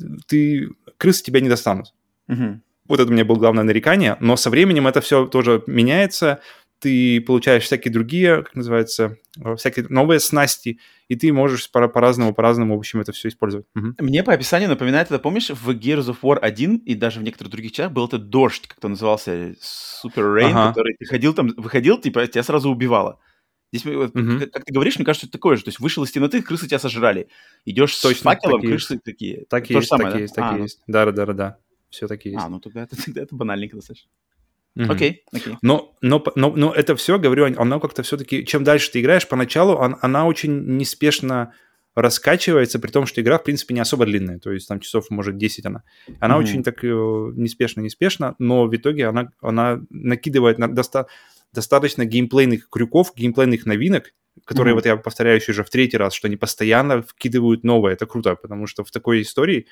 крысы тебя не достанут. Вот это у меня было главное нарекание. Но со временем это все тоже меняется. Ты получаешь всякие другие, как называется, всякие новые снасти, и ты можешь по-разному, в общем, это все использовать. Мне по описанию напоминает это, помнишь, в Gears of War 1 и даже в некоторых других частях был этот дождь, как-то назывался, Super Rain, который ты выходил, типа, тебя сразу убивало. Здесь, как ты говоришь, мне кажется, это такое же. То есть вышел из темноты, крысы тебя сожрали. Идешь с факелом, крысы такие. Так и есть. Да. Все такие есть. Ну тогда это банальненько достаточно. Окей. Но это все, говорю, оно как-то все-таки, чем дальше ты играешь, поначалу она очень неспешно раскачивается, при том, что игра, в принципе, не особо длинная, то есть там часов, может, 10 она. Она очень так неспешно, но в итоге она накидывает достаточно геймплейных крюков, геймплейных новинок, которые, вот я повторяюсь уже в третий раз, что они постоянно вкидывают новое. Это круто, потому что в такой истории,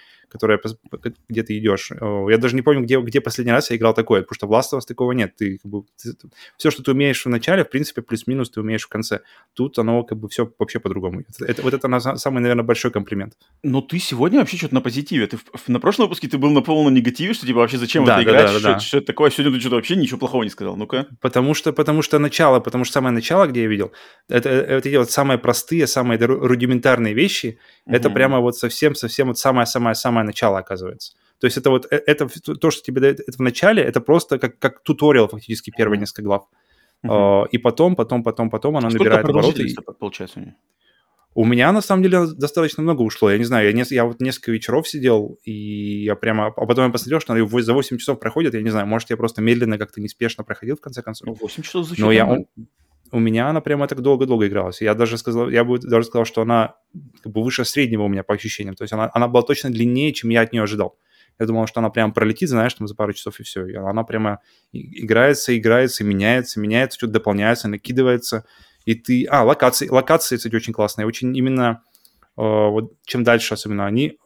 где ты идешь, я даже не помню, где последний раз я играл такое, потому что в Last of Us такого нет. Все, что ты умеешь в начале, в принципе, плюс-минус ты умеешь в конце. Тут оно как бы все вообще по-другому. Это самый, наверное, большой комплимент. Но ты сегодня вообще что-то на позитиве. На прошлом выпуске ты был на полном негативе, что типа вообще зачем это играть, что это такое, сегодня ты что-то вообще ничего плохого не сказал. Ну-ка. Потому что самое начало, где я видел, это вот самые простые, самые рудиментарные вещи, это прямо вот совсем вот самое-самое-самое начало, оказывается. То есть это то, что тебе дает это в начале, это просто как туториал фактически первые несколько глав. И потом оно набирает обороты. Сколько получается у нее? У меня, на самом деле, достаточно много ушло. Я не знаю, я вот несколько вечеров сидел, и я прямо... А потом я посмотрел, что она за 8 часов проходит. Я не знаю, может, я просто медленно, как-то неспешно проходил, в конце концов. 8 часов звучит. У меня она прямо так долго-долго игралась. Я бы даже сказал, что она как бы выше среднего у меня по ощущениям. То есть она была точно длиннее, чем я от нее ожидал. Я думал, что она прямо пролетит, знаешь, там за пару часов и все. И она прямо играется, меняется, что-то дополняется, накидывается. И ты... локации, кстати, очень классные. Очень именно... вот чем дальше особенно они...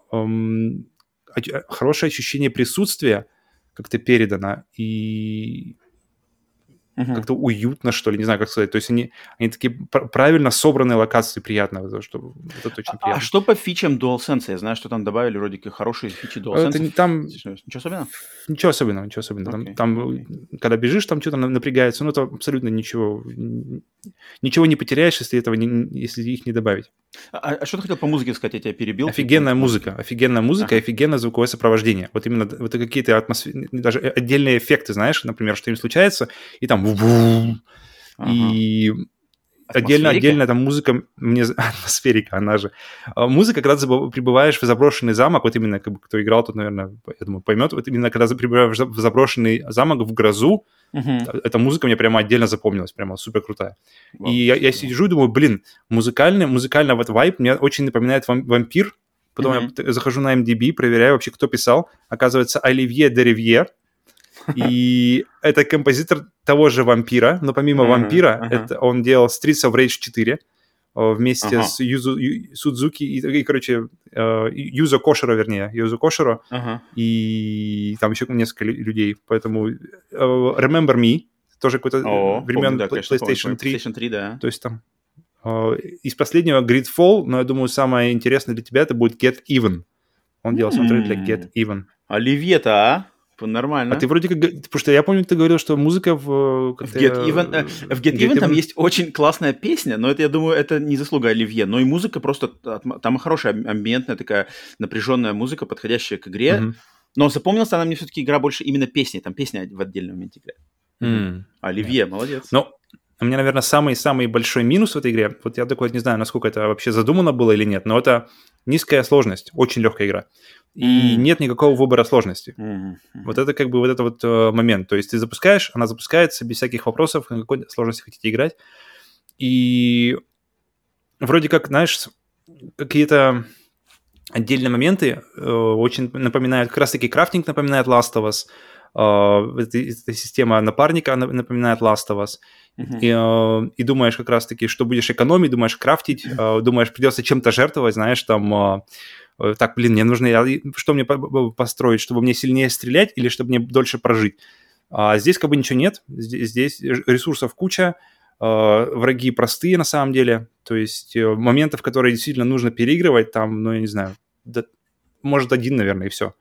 хорошее ощущение присутствия как-то передано. И... как-то уютно, что ли, не знаю, как сказать. То есть они такие правильно собранные локации, приятно. Это очень приятно. А что по фичам DualSense? Я знаю, что там добавили вроде как хорошие фичи DualSense. Ничего особенного? Ничего особенного. Okay. Там, когда бежишь, там что-то напрягается, но это абсолютно ничего не потеряешь, если их не добавить. А что ты хотел по музыке сказать? Я тебя перебил. Офигенная музыка, офигенное звуковое сопровождение. Вот именно вот какие-то даже отдельные эффекты, знаешь, например, что им случается, и там и отдельно там музыка, атмосферика, она же. Музыка, когда ты прибываешь в заброшенный замок, вот именно, как бы, кто играл, тут, наверное, я думаю, поймет, вот именно, когда ты прибываешь в заброшенный замок в грозу, эта музыка мне прямо отдельно запомнилась, прямо супер крутая. И я сижу и думаю, музыкально вот вайб мне очень напоминает «Вампир». Потом я захожу на MDB, проверяю вообще, кто писал. Оказывается, Оливье Деривье. И это композитор того же «Вампира», но помимо «Вампира», он делал Streets of Rage 4 вместе с Судзуки и, короче, Юзо Коширо, и там еще несколько людей. Поэтому Remember Me, тоже какой-то времен PlayStation 3. PlayStation 3, да. То есть там из последнего Gridfall, но я думаю, самое интересное для тебя это будет Get Even. Он делал саундтрек для Get Even. Оливье-то, а? Нормально. А ты вроде как... Потому что я помню, ты говорил, что музыка в Get Even там есть очень классная песня, но это, я думаю, это не заслуга Оливье, но и музыка просто... Там хорошая амбиентная такая напряженная музыка, подходящая к игре. Но запомнилась она мне все-таки игра больше именно песней. Там песня в отдельном моменте играет. Оливье, молодец. Но у меня, наверное, самый большой минус в этой игре, вот я такой не знаю, насколько это вообще задумано было или нет, но это низкая сложность, очень легкая игра. И нет никакого выбора сложности. Вот это как бы вот этот вот момент. То есть ты запускаешь, она запускается без всяких вопросов, на какой сложности хотите играть. И вроде как, знаешь, какие-то отдельные моменты очень напоминают, как раз-таки крафтинг напоминает Last of Us, эта система напарника напоминает Last of Us. И думаешь как раз-таки, что будешь экономить, думаешь крафтить, думаешь, придется чем-то жертвовать, знаешь, там... Так, блин, мне нужно... Что мне построить, чтобы мне сильнее стрелять или чтобы мне дольше прожить? А здесь как бы ничего нет. Здесь ресурсов куча, враги простые на самом деле. То есть моментов, которые действительно нужно переигрывать, там, ну, я не знаю, может, один, наверное, и все.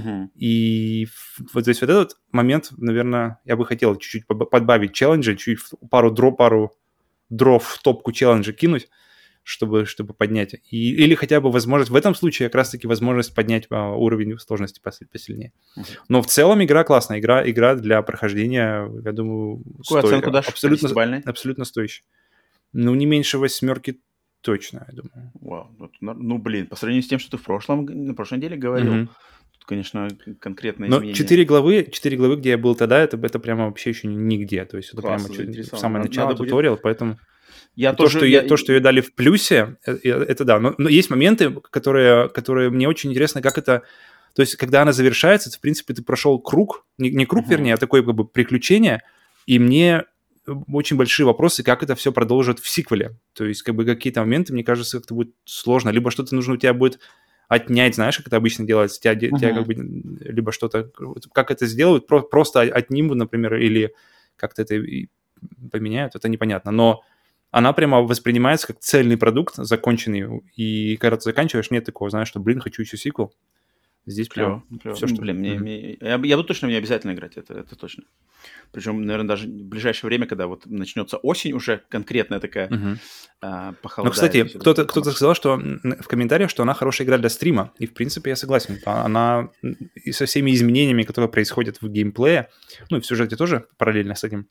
И вот здесь вот этот момент, наверное, я бы хотел чуть-чуть подбавить челленджи, чуть пару дров в топку челленджа кинуть, чтобы поднять. Или хотя бы возможность, в этом случае как раз-таки возможность поднять уровень сложности посильнее. Но в целом игра классная, игра для прохождения, я думаю, какую оценку дашь? Абсолютно стоящая. Ну, не меньше 8 точно, я думаю. Вау. Ну, блин, по сравнению с тем, что ты на прошлой неделе говорил, тут, конечно, конкретное изменение. Но 4 главы, где я был тогда, это прямо вообще еще нигде. То есть это классно, прямо самое начало туториала, поэтому... То, что ее дали в плюсе, это да. Но есть моменты, которые мне очень интересно, как это... То есть, когда она завершается, в принципе, ты прошел круг, не круг, вернее, а такое как бы приключение, и мне очень большие вопросы, как это все продолжит в сиквеле. То есть, как бы какие-то моменты, мне кажется, это будет сложно. Либо что-то нужно у тебя будет отнять, знаешь, как это обычно делается, тебя как бы... Либо что-то... Как это сделают, просто отнимут, например, или как-то это поменяют, это непонятно. Но она прямо воспринимается как цельный продукт, законченный, и когда ты заканчиваешь, нет такого, знаешь, что, блин, хочу еще сиквел. Здесь клево. Все, что... Блин, я буду точно мне обязательно играть, это точно. Причем, наверное, даже в ближайшее время, когда вот начнется осень уже конкретная такая, похолодает. Ну, кстати, кто-то сказал, что в комментариях, что она хорошая игра для стрима, и, в принципе, я согласен. Она и со всеми изменениями, которые происходят в геймплее, ну, и в сюжете тоже параллельно с этим,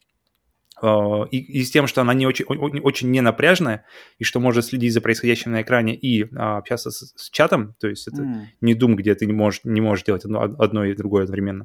и с тем, что она не очень не напряжная, и что может следить за происходящим на экране и общаться с чатом, то есть это не Doom, где ты не можешь делать одно и другое одновременно.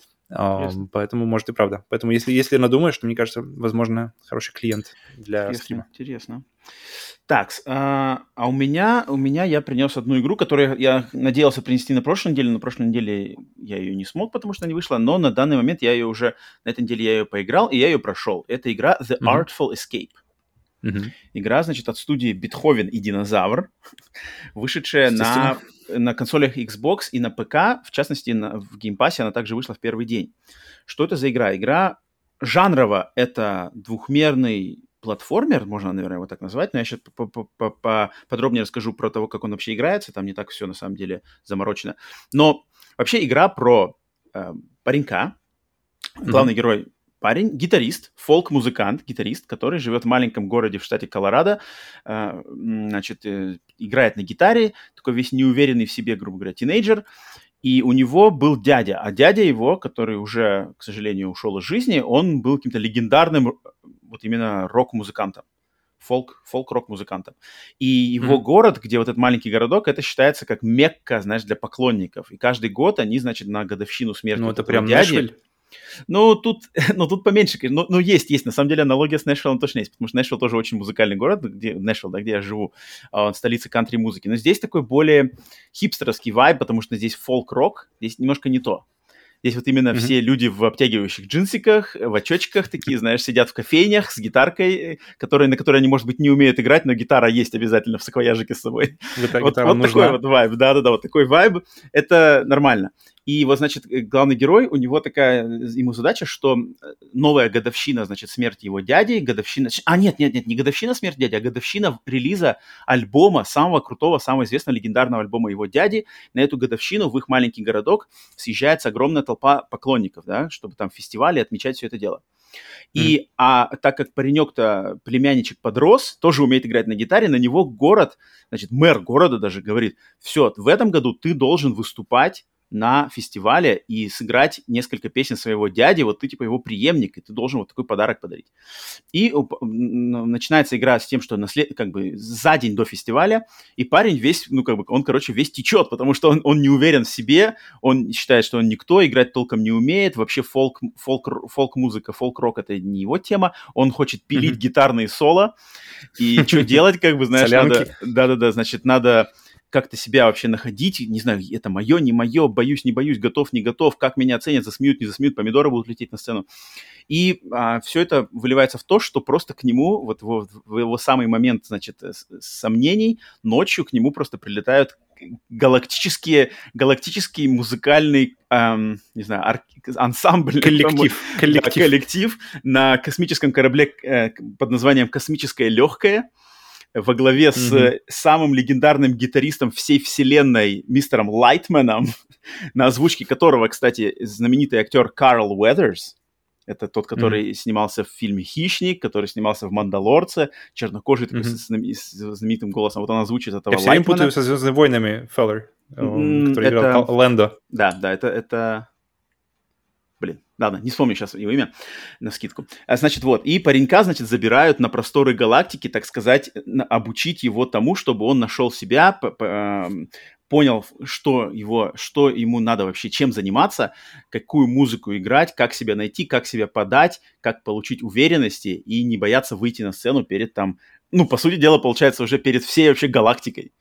Поэтому, может, и правда. Поэтому, если надумаешь, то, мне кажется, возможно, хороший клиент для стрима. Интересно. Так, у меня я принес одну игру, которую я надеялся принести на прошлой неделе. На прошлой неделе я ее не смог, потому что она не вышла, но на данный момент я ее уже, на этой неделе я ее поиграл, и я ее прошел. Это игра The Artful Escape. Игра, значит, от студии Бетховен и Динозавр, вышедшая на консолях Xbox и на ПК, в частности, в геймпассе она также вышла в первый день. Что это за игра? Игра жанрово это двухмерный платформер, можно, наверное, его так назвать, но я сейчас подробнее расскажу про то, как он вообще играется, там не так все, на самом деле, заморочено. Но вообще игра про паренька, главный герой парень, гитарист, фолк-музыкант, гитарист, который живет в маленьком городе в штате Колорадо, значит, играет на гитаре, такой весь неуверенный в себе, грубо говоря, тинейджер, и у него был дядя, а дядя его, который уже, к сожалению, ушел из жизни, он был каким-то легендарным вот именно рок-музыкантом, фолк-рок-музыкантом. И его город, где вот этот маленький городок, это считается как Мекка, знаешь, для поклонников. И каждый год они, значит, на годовщину смерти это прям дяди... Нэшвилл? Ну, тут поменьше. Ну, есть. На самом деле аналогия с Нэшвиллом точно есть, потому что Нэшвилл тоже очень музыкальный город, Нэшвилл, да, где я живу, он столица кантри-музыки. Но здесь такой более хипстерский вайб, потому что здесь фолк-рок, здесь немножко не то. Здесь вот именно все люди в обтягивающих джинсиках, в очочках такие, знаешь, сидят в кофейнях с гитаркой, на которой они, может быть, не умеют играть, но гитара есть обязательно в саквояжике с собой. Вот такой вот вайб, да-да-да, вот такой вайб, это нормально. И вот, значит, главный герой, у него такая ему задача, что новая годовщина, значит, смерти его дяди, годовщина... Нет, не годовщина смерти дяди, а годовщина релиза альбома, самого крутого, самого известного легендарного альбома его дяди. На эту годовщину в их маленький городок съезжается огромная толпа поклонников, да, чтобы там в фестивале отмечать все это дело. И, так как паренек-то, племянничек подрос, тоже умеет играть на гитаре, на него город, значит, мэр города даже говорит, все, в этом году ты должен выступать на фестивале и сыграть несколько песен своего дяди, вот ты типа его преемник, и ты должен вот такой подарок подарить. И начинается игра с тем, что как бы за день до фестиваля, и парень весь, он, весь течет, потому что он не уверен в себе, он считает, что он никто, играть толком не умеет, вообще фолк-музыка, фолк-рок — это не его тема, он хочет пилить гитарные соло, и что делать, как бы, знаешь, надо, значит, надо как-то себя вообще находить, не знаю, это мое, не мое, боюсь, не боюсь, готов, не готов, как меня оценят, засмеют, не засмеют, помидоры будут лететь на сцену. И все это выливается в то, что просто к нему, вот в его самый момент, значит, сомнений, ночью к нему просто прилетают галактический музыкальный, не знаю, ансамбль. Коллектив на космическом корабле под названием «Космическое легкое», во главе с самым легендарным гитаристом всей вселенной мистером Лайтманом, на озвучке которого, кстати, знаменитый актер Карл Уэзерс. Это тот, который снимался в фильме «Хищник», который снимался в «Мандалорце», чернокожий такой с знаменитым голосом. Вот он озвучит этого Лайтмана. Я все время путаю со «Звездными войнами» Феллер, который играл Лэндо. Да, это... Блин, ладно, не вспомню сейчас его имя навскидку. Значит, вот, и паренька, значит, забирают на просторы галактики, так сказать, обучить его тому, чтобы он нашел себя, понял, что ему надо вообще, чем заниматься, какую музыку играть, как себя найти, как себя подать, как получить уверенности и не бояться выйти на сцену перед там, ну, по сути дела, получается, уже перед всей вообще галактикой.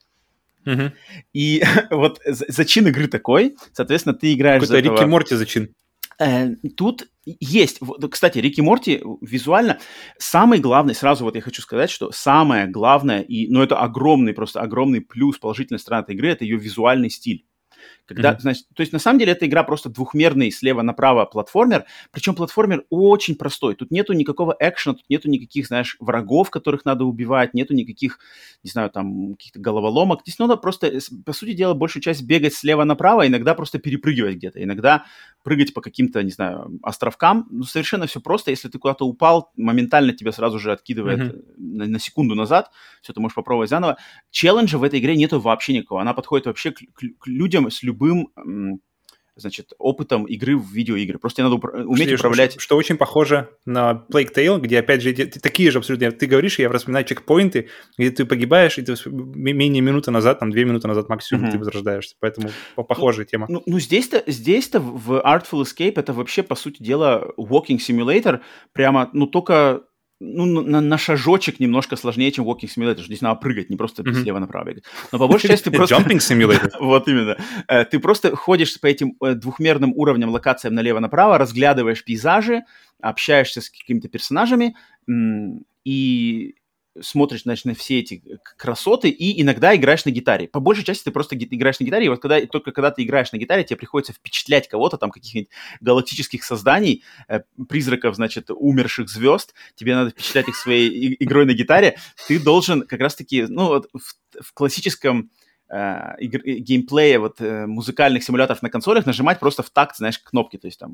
И вот зачин игры такой, соответственно, ты играешь за этого... Рик и Морти зачин. Тут есть, кстати, Рик и Морти визуально самый главный, сразу вот я хочу сказать, что самое главное, это огромный, просто огромный плюс, положительная сторона этой игры, это ее визуальный стиль. Когда, значит, то есть на самом деле эта игра просто двухмерный слева направо платформер, причем платформер очень простой. Тут нету никакого экшена, тут нету никаких, знаешь, врагов, которых надо убивать, нету никаких, не знаю, там, каких-то головоломок. Здесь надо просто, по сути дела, большую часть бегать слева направо, иногда просто перепрыгивать где-то, иногда прыгать по каким-то, не знаю, островкам. Ну, совершенно все просто. Если ты куда-то упал, моментально тебя сразу же откидывает на секунду назад. Все, ты можешь попробовать заново. Челленджа в этой игре нету вообще никакого. Она подходит вообще к людям с любым, значит, опытом игры в видеоигры. Просто надо уметь управлять. Что очень похоже на Plague Tale, где, опять же, такие же абсолютно... Ты говоришь, я вспоминаю чекпоинты, где ты погибаешь, и ты менее минуты назад, там, 2 минуты назад максимум ты возрождаешься. Поэтому похожая тема. Ну здесь-то в Artful Escape это вообще, по сути дела, walking simulator. Прямо, только... на шажочек немножко сложнее, чем Walking Simulator. Здесь надо прыгать, не просто слева направо бегать. Но по большей части ты просто... Jumping Simulator. Вот именно. Ты просто ходишь по этим двухмерным уровням, локациям налево-направо, разглядываешь пейзажи, общаешься с какими-то персонажами и смотришь, значит, на все эти красоты и иногда играешь на гитаре. По большей части ты просто играешь на гитаре, и вот только когда ты играешь на гитаре, тебе приходится впечатлять кого-то, там, каких-нибудь галактических созданий, призраков, значит, умерших звезд, тебе надо впечатлять их своей игрой на гитаре, ты должен как раз-таки, вот в классическом геймплее музыкальных симуляторов на консолях нажимать просто в такт, знаешь, кнопки, то есть там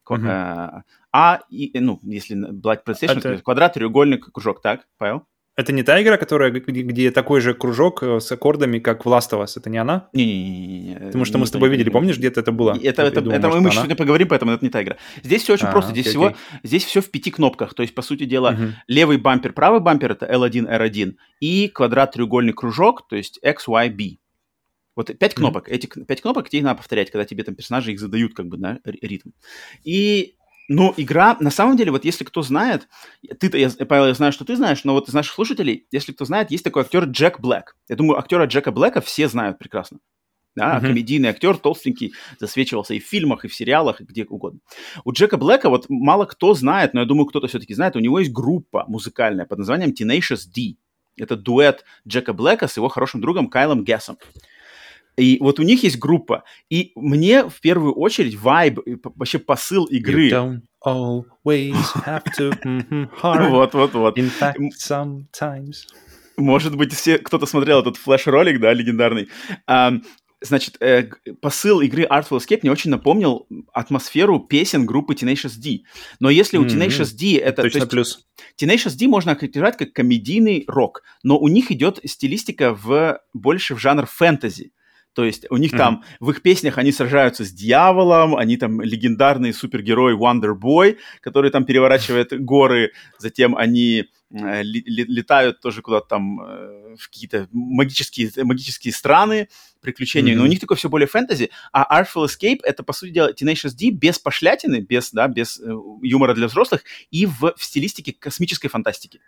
если брать PlayStation, квадрат, треугольник, кружок, так, Павел? Это не та игра, где такой же кружок с аккордами, как в Last of Us? Это не она? Не-не-не. Потому что мы с тобой видели, помнишь, где-то это было? Это мы сегодня поговорим, поэтому это не та игра. Здесь все очень просто. Здесь все в 5 кнопках. То есть, по сути дела, левый бампер, правый бампер — это L1, R1, и квадрат, треугольник, кружок, то есть X, Y, B. Вот 5 кнопок. Эти 5 кнопок тебе надо повторять, когда тебе там персонажи их задают, как бы, на ритм. Но игра, на самом деле, вот если кто знает, Павел, я знаю, что ты знаешь, но вот из наших слушателей, если кто знает, есть такой актер Джек Блэк. Я думаю, актера Джека Блэка все знают прекрасно. Да, комедийный актер, толстенький, засвечивался и в фильмах, и в сериалах, и где угодно. У Джека Блэка вот мало кто знает, но я думаю, кто-то все-таки знает, у него есть группа музыкальная под названием Tenacious D. Это дуэт Джека Блэка с его хорошим другом Кайлом Гессом. И вот у них есть группа, и мне в первую очередь вайб, вообще посыл игры... You don't always have to hard. Вот. In fact, sometimes. Может быть, кто-то смотрел этот флеш-ролик, да, легендарный. Значит, посыл игры Artful Escape мне очень напомнил атмосферу песен группы Tenacious D. Но если у Tenacious D это... Точно плюс. Tenacious D можно охарактеризовать как комедийный рок, но у них идет стилистика больше в жанр фэнтези. То есть у них там, в их песнях они сражаются с дьяволом, они там легендарный супергерой Wonder Boy, который там переворачивает горы, затем они летают тоже куда-то там в какие-то магические страны, приключения. Но у них такое все более фэнтези, а Artful Escape — это, по сути дела, Tenacious D без пошлятины, без юмора для взрослых и в стилистике космической фантастики.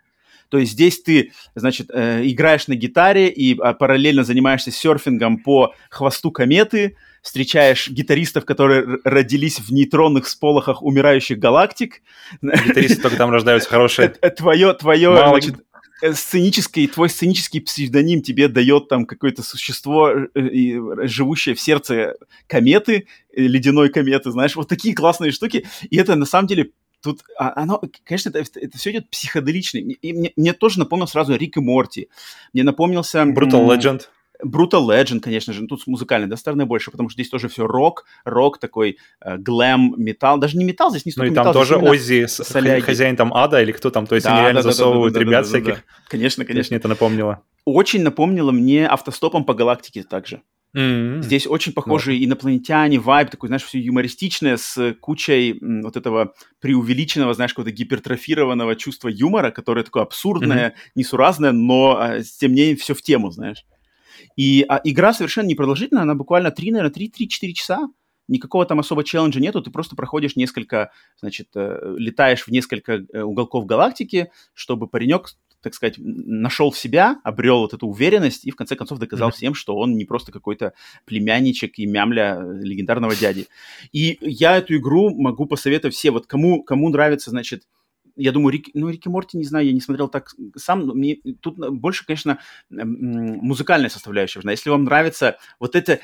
То есть здесь ты, значит, играешь на гитаре и параллельно занимаешься серфингом по хвосту кометы, встречаешь гитаристов, которые родились в нейтронных сполохах умирающих галактик. Гитаристы только там рождаются хорошие. Твое, Мало значит, твой сценический псевдоним тебе дает там какое-то существо, живущее в сердце кометы, ледяной кометы, знаешь, вот такие классные штуки. И это на самом деле тут, оно, конечно, это все идет психоделично. И мне тоже напомнил сразу Рик и Морти. Мне напомнился... Brutal Legend. Brutal Legend, конечно же, тут с музыкальной, да, стороны больше, потому что здесь тоже все рок такой, глэм, металл, даже не металл, здесь не столько металл. Ну и там тоже Оззи, хозяин там ада или кто там, то есть они реально засовывают ребят всяких. Конечно. Мне это напомнило. Очень напомнило мне «Автостопом по галактике» также. Здесь очень похожие инопланетяне, вайб такой, знаешь, все юмористичное, с кучей вот этого преувеличенного, знаешь, какого-то гипертрофированного чувства юмора, которое такое абсурдное, несуразное, но тем не менее все в тему, знаешь. И игра совершенно непродолжительная, она буквально 3-4 часа. Никакого там особо челленджа нету, ты просто проходишь несколько, значит, летаешь в несколько уголков галактики, чтобы паренек, так сказать, нашел в себя, обрел вот эту уверенность и в конце концов доказал всем, что он не просто какой-то племянничек и мямля легендарного дяди. И я эту игру могу посоветовать все, вот кому нравится, значит, я думаю, Рик и Морти, не знаю, я не смотрел так сам, но мне тут больше, конечно, музыкальная составляющая важна. Если вам нравится вот это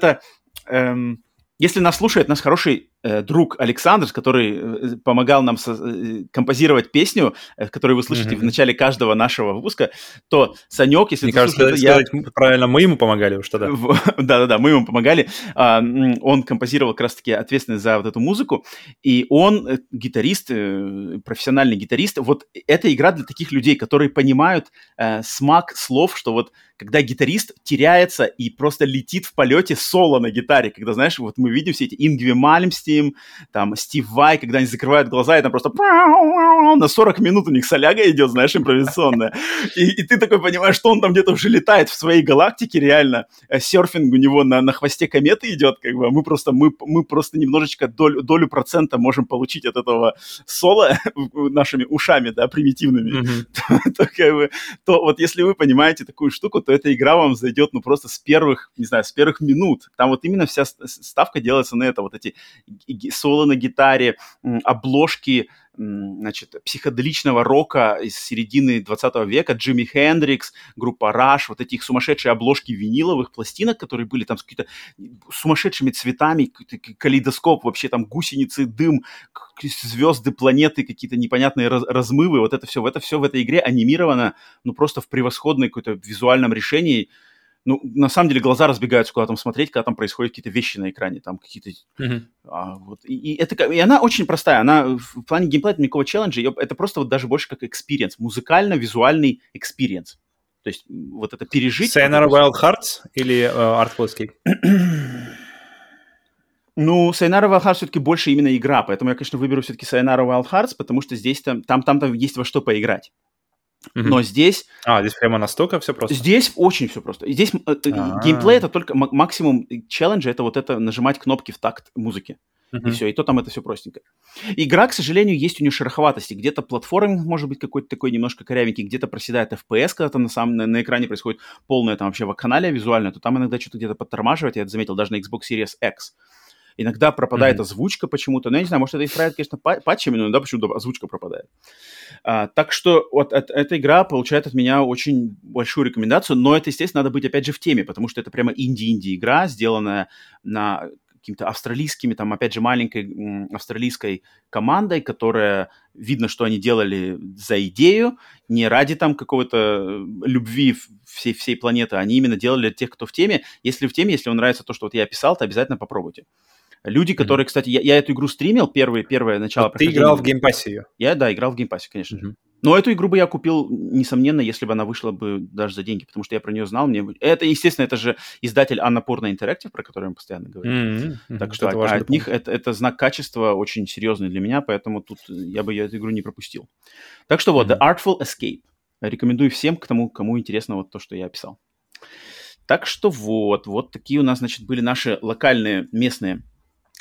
если нас слушает наш хороший друг Александр, который помогал нам композировать песню, которую вы слышите в начале каждого нашего выпуска, то Санек, если мне кажется, сказать правильно, мы ему помогали уж тогда. Да, мы ему помогали. Он композировал как раз-таки ответственность за вот эту музыку, и он гитарист, профессиональный гитарист. Вот эта игра для таких людей, которые понимают смак слов, что вот когда гитарист теряется и просто летит в полете соло на гитаре, когда, знаешь, вот мы видим все эти Ингви Мальмстим, там, Стив Vai, когда они закрывают глаза, и там просто на 40 минут у них соляга идет, знаешь, импровизационная. И ты такой понимаешь, что он там где-то уже летает в своей галактике, реально. Серфинг у него на хвосте кометы идет, как бы. Мы просто немножечко долю процента можем получить от этого соло нашими ушами, да, примитивными. То вот если вы понимаете такую штуку, то эта игра вам зайдет, ну, просто с первых минут. Там вот именно вся ставка делается на это. Вот эти соло на гитаре, обложки, значит, психоделичного рока из середины 20 века, Джимми Хендрикс, группа Rush, вот эти их сумасшедшие обложки виниловых пластинок, которые были там с какими-то сумасшедшими цветами, калейдоскоп, вообще там гусеницы, дым, звезды, планеты, какие-то непонятные размывы, вот это все в этой игре анимировано, ну, просто в превосходной какой-то визуальном решении. Ну, на самом деле, глаза разбегаются, куда там смотреть, когда там происходят какие-то вещи на экране, там какие-то... вот. И она очень простая, она в плане геймплея, никакого челленджа, это просто вот даже больше как экспириенс, музыкально-визуальный экспириенс. То есть вот это пережить... Sayonara Wild Hearts или Artful Escape? Ну, Sayonara Wild Hearts все-таки больше именно игра, поэтому я, конечно, выберу все-таки Sayonara Wild Hearts, потому что здесь там есть во что поиграть. Но здесь... здесь прямо настолько все просто? Здесь очень все просто. Здесь геймплей — это только максимум челленджа, это вот это нажимать кнопки в такт музыки. И все, и то там это все простенько. Игра, к сожалению, есть у нее шероховатости. Где-то платформинг может быть какой-то такой немножко корявенький, где-то проседает FPS, когда там на экране происходит полное там вообще вакханалия визуальная, то там иногда что-то где-то подтормаживает. Я это заметил даже на Xbox Series X. Иногда пропадает озвучка почему-то. Ну, я не знаю, может, это исправят, конечно, патчами, но иногда почему-то озвучка пропадает. Так что вот эта игра получает от меня очень большую рекомендацию, но это, естественно, надо быть, опять же, в теме, потому что это прямо инди-игра, сделанная на какими-то австралийскими, там, опять же, маленькой австралийской командой, которая, видно, что они делали за идею, не ради там какого-то любви всей планеты, они именно делали для тех, кто в теме. Если в теме, если вам нравится то, что вот я описал, то обязательно попробуйте. Люди, которые, кстати, я эту игру стримил, первое начало прохождения. Ты играл в геймпассе ее? Я, да, играл в геймпассе, конечно же. Но эту игру бы я купил, несомненно, если бы она вышла бы даже за деньги, потому что я про нее знал. Это, естественно, это же издатель Annapurna Interactive, про который мы постоянно говорим. Так что от них это знак качества очень серьезный для меня, поэтому тут я бы эту игру не пропустил. Так что вот, The Artful Escape. Рекомендую всем, кому интересно вот то, что я описал. Так что вот такие у нас, значит, были наши локальные, местные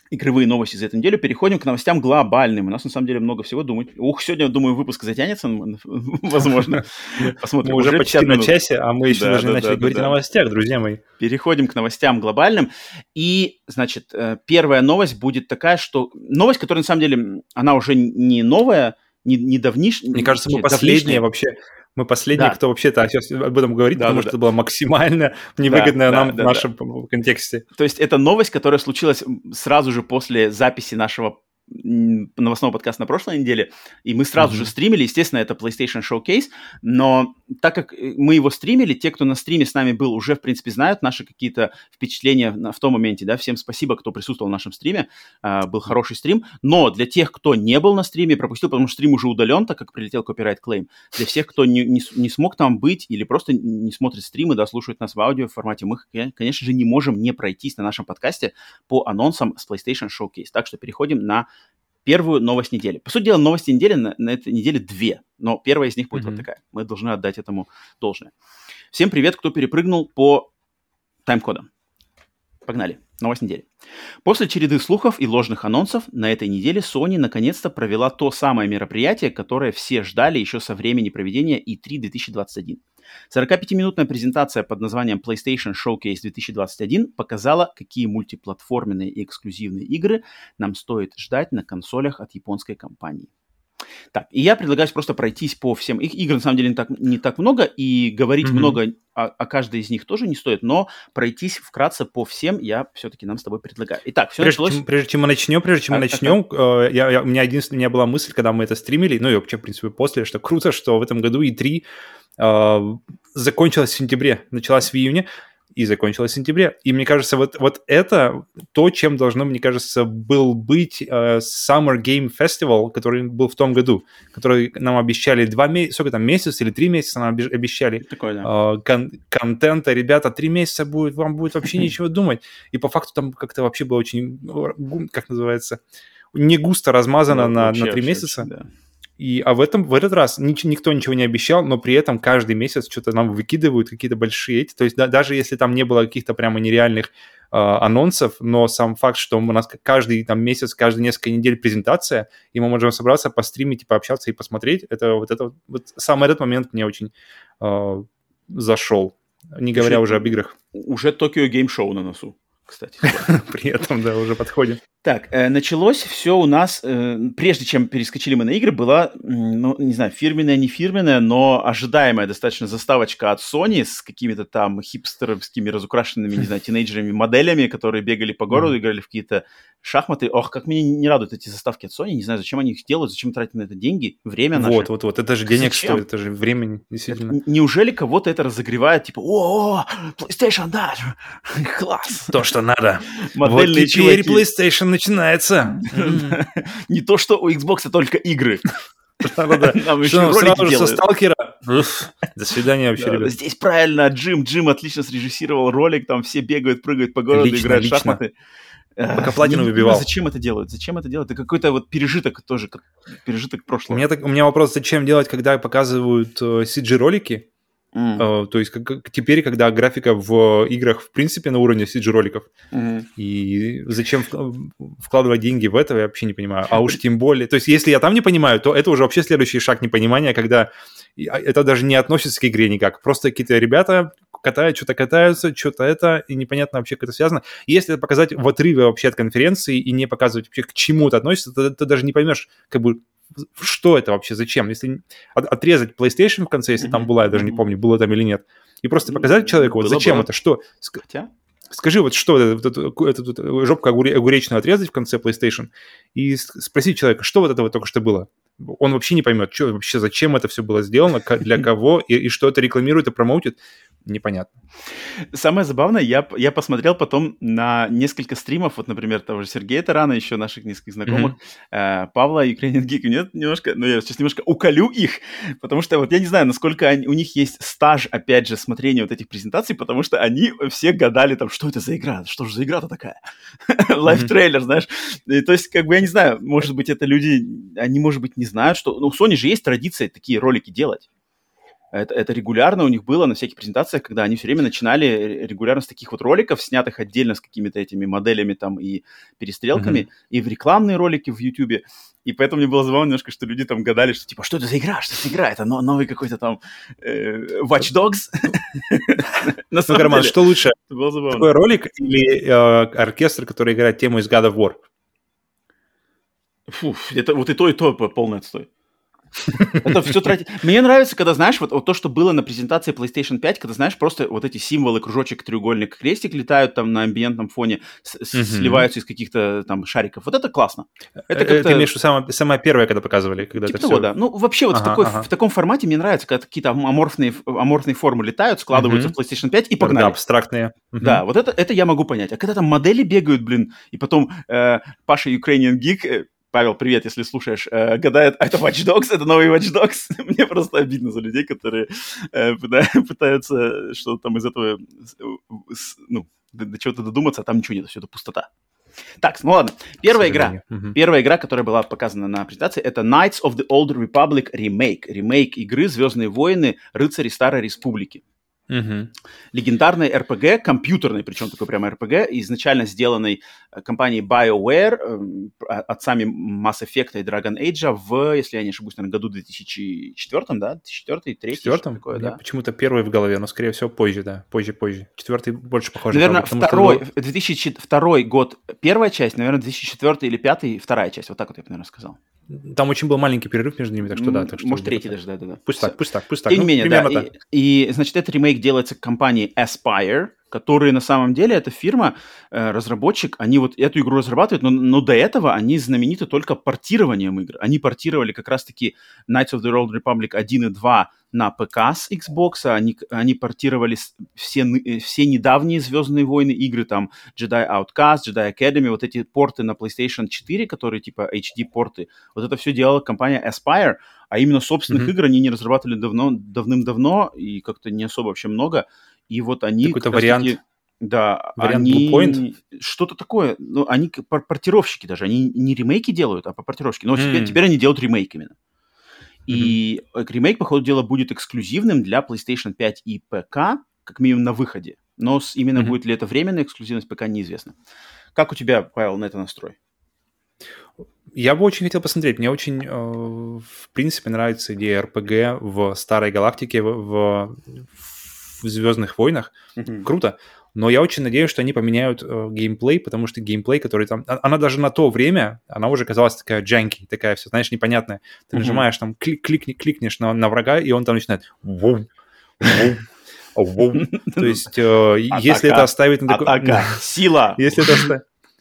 игровые новости за эту неделю. Переходим к новостям глобальным. У нас, на самом деле, много всего думать. Сегодня, думаю, выпуск затянется, возможно. Посмотрим. Мы уже почти на часе, а мы еще даже не начали говорить о новостях, друзья мои. Переходим к новостям глобальным. И, значит, первая новость будет такая, что... Новость, которая, на самом деле, она уже не новая, не давнишняя. Мне кажется, мы последние вообще... Мы последние, кто вообще-то сейчас об этом говорит, потому что это было максимально невыгодно нам в нашем контексте. То есть это новость, которая случилась сразу же после записи нашего новостного подкаста на прошлой неделе, и мы сразу же стримили, естественно, это PlayStation Showcase, но так как мы его стримили, те, кто на стриме с нами был, уже, в принципе, знают наши какие-то впечатления в том моменте, да, всем спасибо, кто присутствовал в нашем стриме, был хороший стрим, но для тех, кто не был на стриме, пропустил, потому что стрим уже удален, так как прилетел copyright claim, для всех, кто не смог там быть или просто не смотрит стримы, да, слушает нас в аудио формате, мы, конечно же, не можем не пройтись на нашем подкасте по анонсам с PlayStation Showcase, так что переходим на первую новость недели. По сути дела, новости недели на этой неделе две, но первая из них будет вот такая. Мы должны отдать этому должное. Всем привет, кто перепрыгнул по тайм-кодам. Погнали. Новость недели. После череды слухов и ложных анонсов на этой неделе Sony наконец-то провела то самое мероприятие, которое все ждали еще со времени проведения E3 2021. 45-минутная презентация под названием PlayStation Showcase 2021 показала, какие мультиплатформенные и эксклюзивные игры нам стоит ждать на консолях от японской компании. Так, и я предлагаю просто пройтись по всем. Их игр, на самом деле, не так много, и говорить много о каждой из них тоже не стоит, но пройтись вкратце по всем я все-таки нам с тобой предлагаю. Итак, все началось... Прежде чем мы начнем, у меня единственная была мысль, когда мы это стримили, ну и вообще, в принципе, после, что круто, что в этом году E3 закончилась в сентябре, началась в июне, и закончилась в сентябре. И мне кажется, вот это то, чем должно, мне кажется, был быть Summer Game Festival, который был в том году, который нам обещали месяц или 3 месяца нам обещали такое, да. Контента. Ребята, 3 месяца будет, вам будет вообще нечего думать. И по факту там как-то вообще было очень, как называется, не густо размазано на 3 месяца. Да. А в этот раз никто ничего не обещал, но при этом каждый месяц что-то нам выкидывают, какие-то большие то есть даже если там не было каких-то прямо нереальных анонсов, но сам факт, что у нас каждый там месяц, каждые несколько недель презентация, и мы можем собраться, постримить, пообщаться и посмотреть, сам этот момент мне очень зашел, не говоря уже об играх. Уже Tokyo Game Show на носу, кстати. При этом, да, уже подходим. Так, началось все у нас, прежде чем перескочили мы на игры, была, ну, не знаю, фирменная, не фирменная, но ожидаемая достаточно заставочка от Sony с какими-то там хипстеровскими разукрашенными, не знаю, тинейджерами моделями, которые бегали по городу, играли в какие-то шахматы. Ох, как меня не радуют эти заставки от Sony, не знаю, зачем они их делают, зачем тратят на это деньги, время наше. Вот, это же денег стоит, это же времени, действительно. Неужели кого-то это разогревает, типа, о, PlayStation, да, класс. То, что надо. Модельные вот теперь PlayStation начинается. Не то, что у Xbox только игры. Нам еще ролики делают. Со Сталкера. До свидания вообще, ребят. Здесь правильно, Джим отлично срежиссировал ролик, там все бегают, прыгают по городу, играют в шахматы. Пока платину выбивал. Зачем это делают? Это какой-то вот пережиток тоже, пережиток прошлого. У меня вопрос, зачем делать, когда показывают CG-ролики? То есть теперь, когда графика в играх в принципе на уровне CG-роликов, и зачем вкладывать деньги в это, я вообще не понимаю. А уж тем более... То есть если я там не понимаю, то это уже вообще следующий шаг непонимания, когда это даже не относится к игре никак. Просто какие-то ребята катаются, что-то это, и непонятно вообще, как это связано. И если это показать в отрыве вообще от конференции и не показывать вообще, к чему это относится, то ты даже не поймешь, как бы, что это вообще, зачем. Если отрезать PlayStation в конце, если там была, я даже не помню, было там или нет, и просто показать человеку, вот зачем это, что... Скажи, вот что эту жопку огуречную отрезать в конце PlayStation и спросить человека, что вот это вот только что было. Он вообще не поймет, что вообще, зачем это все было сделано, для кого, и что это рекламирует и промоутит. Непонятно. Самое забавное, я посмотрел потом на несколько стримов, вот, например, того же Сергея Тарана, еще наших нескольких знакомых, Павла, Ukrainian Geek, нет, немножко, ну, я сейчас немножко уколю их, потому что вот я не знаю, насколько у них есть стаж, опять же, смотрения вот этих презентаций, потому что они все гадали там, что это за игра, что же за игра-то такая? Лайв-трейлер, знаешь. И, то есть, как бы, я не знаю, может быть, это люди, они, может быть, не знают, что... Ну, у Sony же есть традиция такие ролики делать. Это регулярно у них было на всяких презентациях, когда они все время начинали регулярно с таких вот роликов, снятых отдельно с какими-то этими моделями там и перестрелками, и в рекламные ролики в YouTube. И поэтому мне было забавно немножко, что люди там гадали, что типа, что это за игра, Это новый какой-то там Watch Dogs? Ну, Роман, что лучше? Такой ролик или оркестр, который играет тему из God of War? Фу, это вот и то полный отстой. Это все тратить. Мне нравится, когда, знаешь, вот то, что было на презентации PlayStation 5, когда, знаешь, просто вот эти символы, кружочек, треугольник, крестик летают там на амбиентном фоне, сливаются из каких-то там шариков. Вот это классно. Это ты имеешь в виду самое первое, когда показывали? Когда типа того, да. Ну, вообще вот в таком формате мне нравится, когда какие-то аморфные формы летают, складываются в PlayStation 5 и погнали. Да, абстрактные. Да, вот это я могу понять. А когда там модели бегают, блин, и потом Паша Ukrainian Geek... Павел, привет, если слушаешь, гадает, это Watch Dogs, это новый Watch Dogs. Мне просто обидно за людей, которые пытаются что-то там из этого, ну, до чего-то додуматься, а там ничего нет, все это пустота. Так, ну ладно. Первая игра, которая была показана на презентации, это Knights of the Old Republic Remake. Ремейк игры «Звездные войны. Рыцари Старой Республики». Легендарный RPG, компьютерный, причем такой прямо RPG, изначально сделанный компанией BioWare, отцами Mass Effect и Dragon Age в, если я не ошибусь, наверное, году 2004, да? 2004, 2003, что такое, да? Почему-то первый в голове, но, скорее всего, позже, да. Позже. Четвертый больше похож. Наверное, второй, 2002 год первая часть, наверное, 2004 или 2005 вторая часть. Вот так вот я бы, наверное, сказал. Там очень был маленький перерыв между ними, так что да. Может, третий даже, да. Пусть так. Тем не менее, да. И, значит, этот ремейк делается компанией Aspyr, которые на самом деле, эта фирма, разработчик, они вот эту игру разрабатывают, но до этого они знамениты только портированием игр. Они портировали как раз-таки Knights of the Old Republic 1 и 2 на ПК с Xbox, они портировали все недавние «Звездные войны» игры, там Jedi Outcast, Jedi Academy, вот эти порты на PlayStation 4, которые типа HD-порты, вот это все делала компания Aspyr, а именно собственных игр они не разрабатывали давным-давно и как-то не особо вообще много. И вот они... Какой-то вариант. Да, вариант они... Bluepoint? Что-то такое. Ну, они портировщики даже. Они не ремейки делают, а по портировщике. Но теперь они делают ремейк именно. И ремейк, по ходу дела, будет эксклюзивным для PlayStation 5 и ПК, как минимум на выходе. Но именно будет ли это временная эксклюзивность, пока неизвестно. Как у тебя, Павел, на это настрой? Я бы очень хотел посмотреть. Мне очень, в принципе, нравится идея RPG в старой галактике, в «Звездных войнах». Круто. Но я очень надеюсь, что они поменяют геймплей, потому что геймплей, который там... Она даже на то время, она уже казалась такая джанки, такая вся, знаешь, непонятная. Ты нажимаешь там, кликнешь на врага, и он там начинает... То есть, если это оставить... Атака, сила! Если это оставить...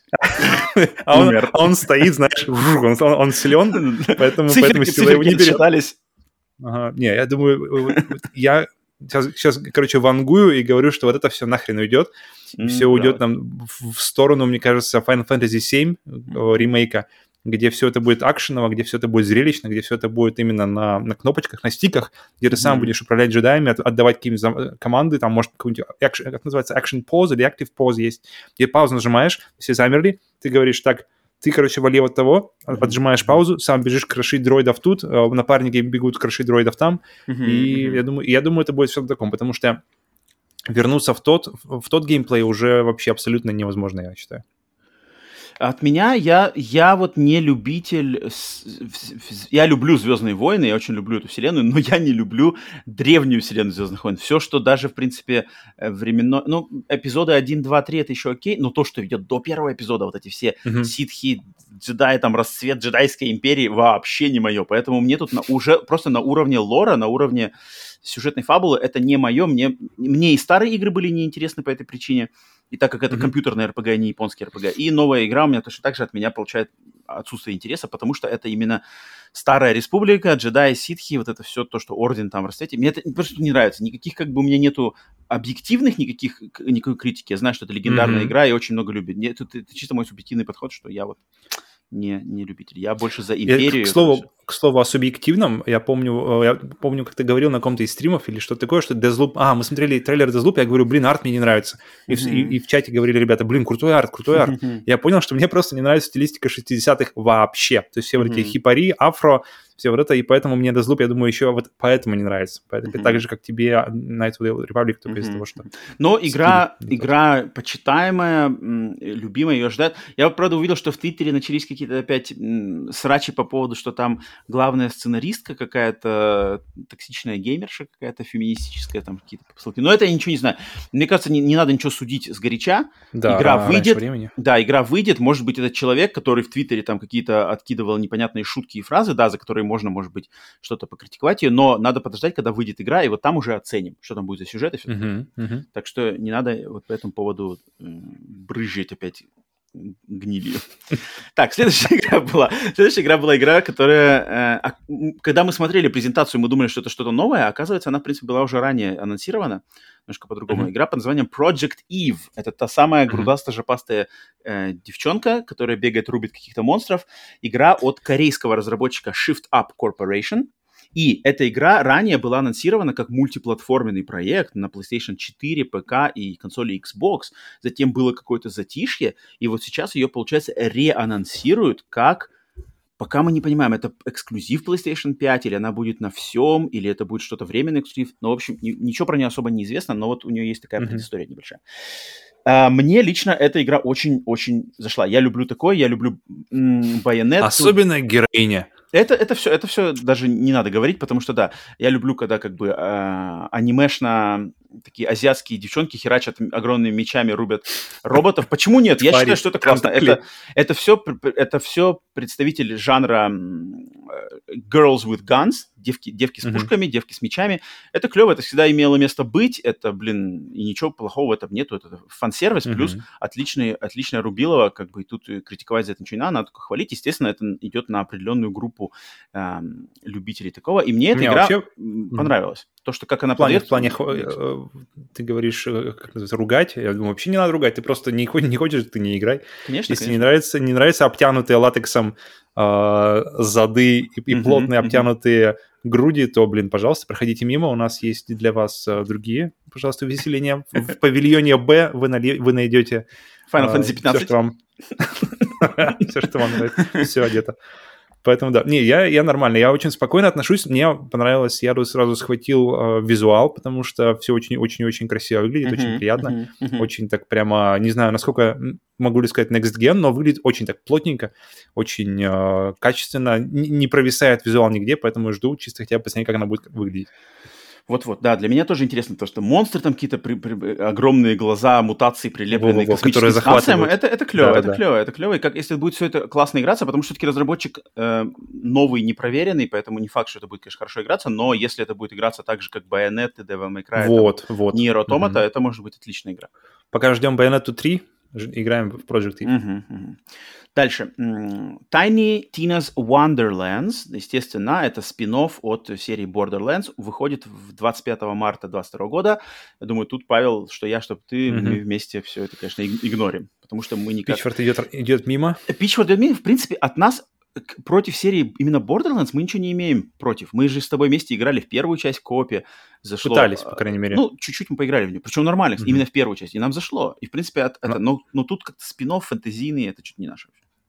А он стоит, знаешь, он силен, поэтому сила его не берет. Не, я думаю, я сейчас, короче, вангую и говорю, что вот это все нахрен уйдет. Все уйдет нам в сторону, мне кажется, Final Fantasy VII ремейка, где все это будет акшеново, где все это будет зрелищно, где все это будет именно на кнопочках, на стиках, где ты сам будешь управлять джедаями, отдавать какие-нибудь команды, там, может, какой-нибудь, как называется, action pause или active pause есть, где паузу нажимаешь, все замерли, ты говоришь так, ты, короче, вали вот того, отжимаешь паузу, сам бежишь крошить дроидов тут, напарники бегут крошить дроидов там, и я думаю, это будет все в таком, потому что вернуться в тот геймплей уже вообще абсолютно невозможно, я считаю. От меня, я вот не любитель... Я люблю «Звездные войны», я очень люблю эту вселенную, но я не люблю древнюю вселенную «Звездных войн». Все, что даже, в принципе, временно... Ну, эпизоды 1, 2, 3 это еще окей, но то, что идет до первого эпизода, вот эти все ситхи, джедаи, там, расцвет джедайской империи, вообще не мое. Поэтому мне тут уже просто на уровне лора, на уровне сюжетной фабулы это не мое. Мне и старые игры были неинтересны по этой причине. И так как это компьютерный RPG, а не японский RPG. И новая игра у меня точно так же от меня получает отсутствие интереса, потому что это именно Старая Республика, джедаи, ситхи, вот это все то, что Орден там расцветит. Мне это просто не нравится. Никаких, как бы, у меня нету объективных никакой критики. Я знаю, что это легендарная игра, и очень много любят. Это чисто мой субъективный подход, что я вот не любитель. Я больше за империю. К слову, к слову о субъективном, я помню, как ты говорил на каком-то из стримов или что-то такое, что Deathloop... мы смотрели трейлер Deathloop, я говорю, блин, арт мне не нравится. И в чате говорили ребята, блин, крутой арт. Я понял, что мне просто не нравится стилистика 60-х вообще. То есть все вот эти хипари, афро, все вот это, и поэтому мне Deathloop, я думаю, еще вот поэтому не нравится. Так же, как тебе Knights of the Republic, только из-за того, что... Но игра почитаемая, любимая, ее ждать. Я, правда, увидел, что в Твиттере начались какие-то опять срачи по поводу, что там главная сценаристка какая-то, токсичная геймерша какая-то, феминистическая, там какие-то посылки. Но это я ничего не знаю. Мне кажется, не надо ничего судить сгоряча. Да, игра выйдет. Да, игра выйдет. Может быть, этот человек, который в Твиттере там какие-то откидывал непонятные шутки и фразы, да, за которые можно, может быть, что-то покритиковать ее, но надо подождать, когда выйдет игра, и вот там уже оценим, что там будет за сюжет и все такое. Так что не надо вот по этому поводу брызжить опять гнилью. Так, следующая игра была игра, которая... Когда мы смотрели презентацию, мы думали, что это что-то новое, а оказывается, она, в принципе, была уже ранее анонсирована, немножко по-другому. Игра под названием Project Eve. Это та самая грудасто-жопастая девчонка, которая бегает, рубит каких-то монстров. Игра от корейского разработчика Shift Up Corporation. И эта игра ранее была анонсирована как мультиплатформенный проект на PlayStation 4, ПК и консоли Xbox. Затем было какое-то затишье, и вот сейчас ее, получается, реанонсируют как... Пока мы не понимаем, это эксклюзив PlayStation 5, или она будет на всем, или это будет что-то временный эксклюзив. Но, в общем, ничего про нее особо не известно, но вот у нее есть такая предыстория небольшая. Мне лично эта игра очень-очень зашла. Я люблю такое, я люблю Bayonetta. Особенно героиня. Это все даже не надо говорить, потому что, да, я люблю, когда как бы анимешно такие азиатские девчонки херачат огромными мечами, рубят роботов. Почему нет? Я считаю, что это классно. Это все представители жанра girls with guns, девки с пушками, девки с мечами. Это клево, это всегда имело место быть. Это, и ничего плохого в этом нету. Это фан-сервис, плюс отличная рубилова, как бы и тут критиковать за это ничего не надо только хвалить. Естественно, это идет на определенную группу любителей такого. И мне эта игра понравилась. То, что как она в плане ты говоришь, как называется, ругать. Я думаю, вообще не надо ругать. Ты просто не хочешь, ты не играй. Конечно, Если не нравятся обтянутые латексом зады и плотные обтянутые груди, то, пожалуйста, проходите мимо. У нас есть для вас другие, пожалуйста, увеселения. В павильоне Б вы найдете Final Fantasy 15. Все, что вам нравится. Все одето. Поэтому, да. Не, я нормально. Я очень спокойно отношусь. Мне понравилось. Я сразу схватил визуал, потому что все очень-очень-очень красиво выглядит, очень приятно. Очень так прямо, не знаю, насколько могу ли сказать next gen, но выглядит очень так плотненько, очень качественно. Не провисает визуал нигде, поэтому жду чисто хотя бы посмотреть, как она будет выглядеть. Вот, да, для меня тоже интересно, то, что монстры там какие-то огромные глаза, мутации, прилепленные космическими станциями. Это клево, это клево. И как, если будет все это классно играться, потому что все-таки разработчик новый, непроверенный, поэтому не факт, что это будет, конечно, хорошо играться, но если это будет играться так же, как Bayonetta, Devil May Cry, Nier Automata, это может быть отличная игра. Пока ждем Bayonetta 3, играем в Project Eve. Дальше. Tiny Tina's Wonderlands, естественно, это спин-офф от серии Borderlands, выходит 25 марта 2022 года. Я думаю, тут, Павел, чтобы ты, мы вместе все это, конечно, игнорим, потому что мы никак... Pitchfork идет мимо? Pitchfork идет мимо, в принципе, от нас против серии именно Borderlands мы ничего не имеем против. Мы же с тобой вместе играли в первую часть в коопе. Зашло. Пытались, по крайней мере. Чуть-чуть мы поиграли в нее. Причем нормально, именно в первую часть. И нам зашло. И, в принципе, но тут как-то спин-офф фэнтезийный, это чуть не наше.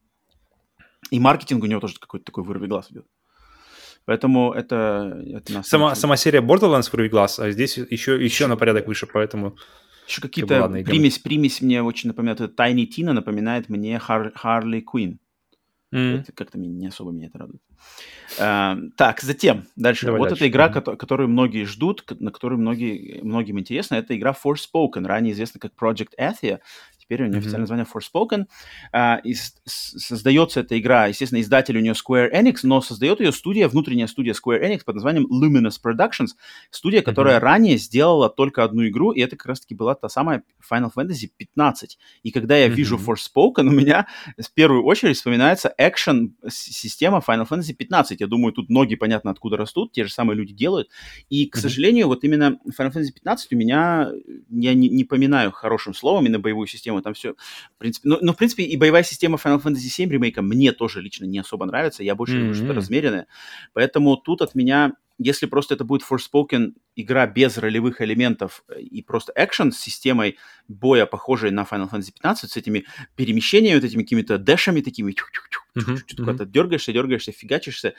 И маркетинг у него тоже какой-то такой вырви глаз идет. Поэтому это нас... Сама серия Borderlands вырви глаз, а здесь еще на порядок выше, поэтому... Еще какие-то примесь мне очень напоминает. Tiny Tina напоминает мне Harley Quinn. Это как-то не особо меня это радует. Так, затем, дальше. Эта игра, которую многие ждут, на которую многим интересно, это игра Forspoken, ранее известна как Project Athia. Теперь у нее официальное название Forspoken. И создается эта игра, естественно, издатель у нее Square Enix, но создает ее внутренняя студия Square Enix под названием Luminous Productions. Студия, которая ранее сделала только одну игру, и это как раз-таки была та самая Final Fantasy 15. И когда я вижу Forspoken, у меня в первую очередь вспоминается экшен-система Final Fantasy 15. Я думаю, тут ноги, понятно, откуда растут, те же самые люди делают. И, к сожалению, вот именно Final Fantasy 15 у меня, я не поминаю хорошим словом именно боевую систему систему, там все, в принципе... Ну, в принципе, и боевая система Final Fantasy VII ремейка мне тоже лично не особо нравится, я больше люблю что-то размеренное, поэтому тут от меня... Если просто это будет Forspoken игра без ролевых элементов и просто экшен с системой боя, похожей на Final Fantasy 15, с этими перемещениями, вот этими какими-то дэшами такими, куда-то дергаешься, фигачишься.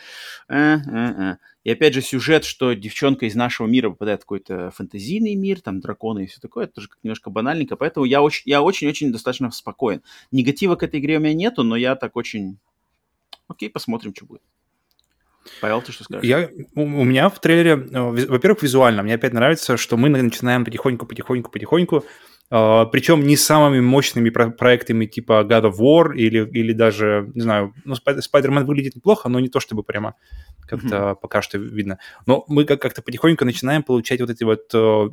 И опять же сюжет, что девчонка из нашего мира попадает в какой-то фэнтезийный мир, там драконы и все такое, это тоже немножко банальненько, поэтому я очень-очень достаточно спокоен. Негатива к этой игре у меня нету, но я так очень... Окей, посмотрим, что будет. Павел, ты что скажешь? У меня в трейлере, во-первых, визуально, мне опять нравится, что мы начинаем потихоньку, причем не самыми мощными проектами типа God of War или даже, не знаю, ну, Spider-Man выглядит неплохо, но не то чтобы прямо как-то пока что видно. Но мы как-то потихоньку начинаем получать вот эти вот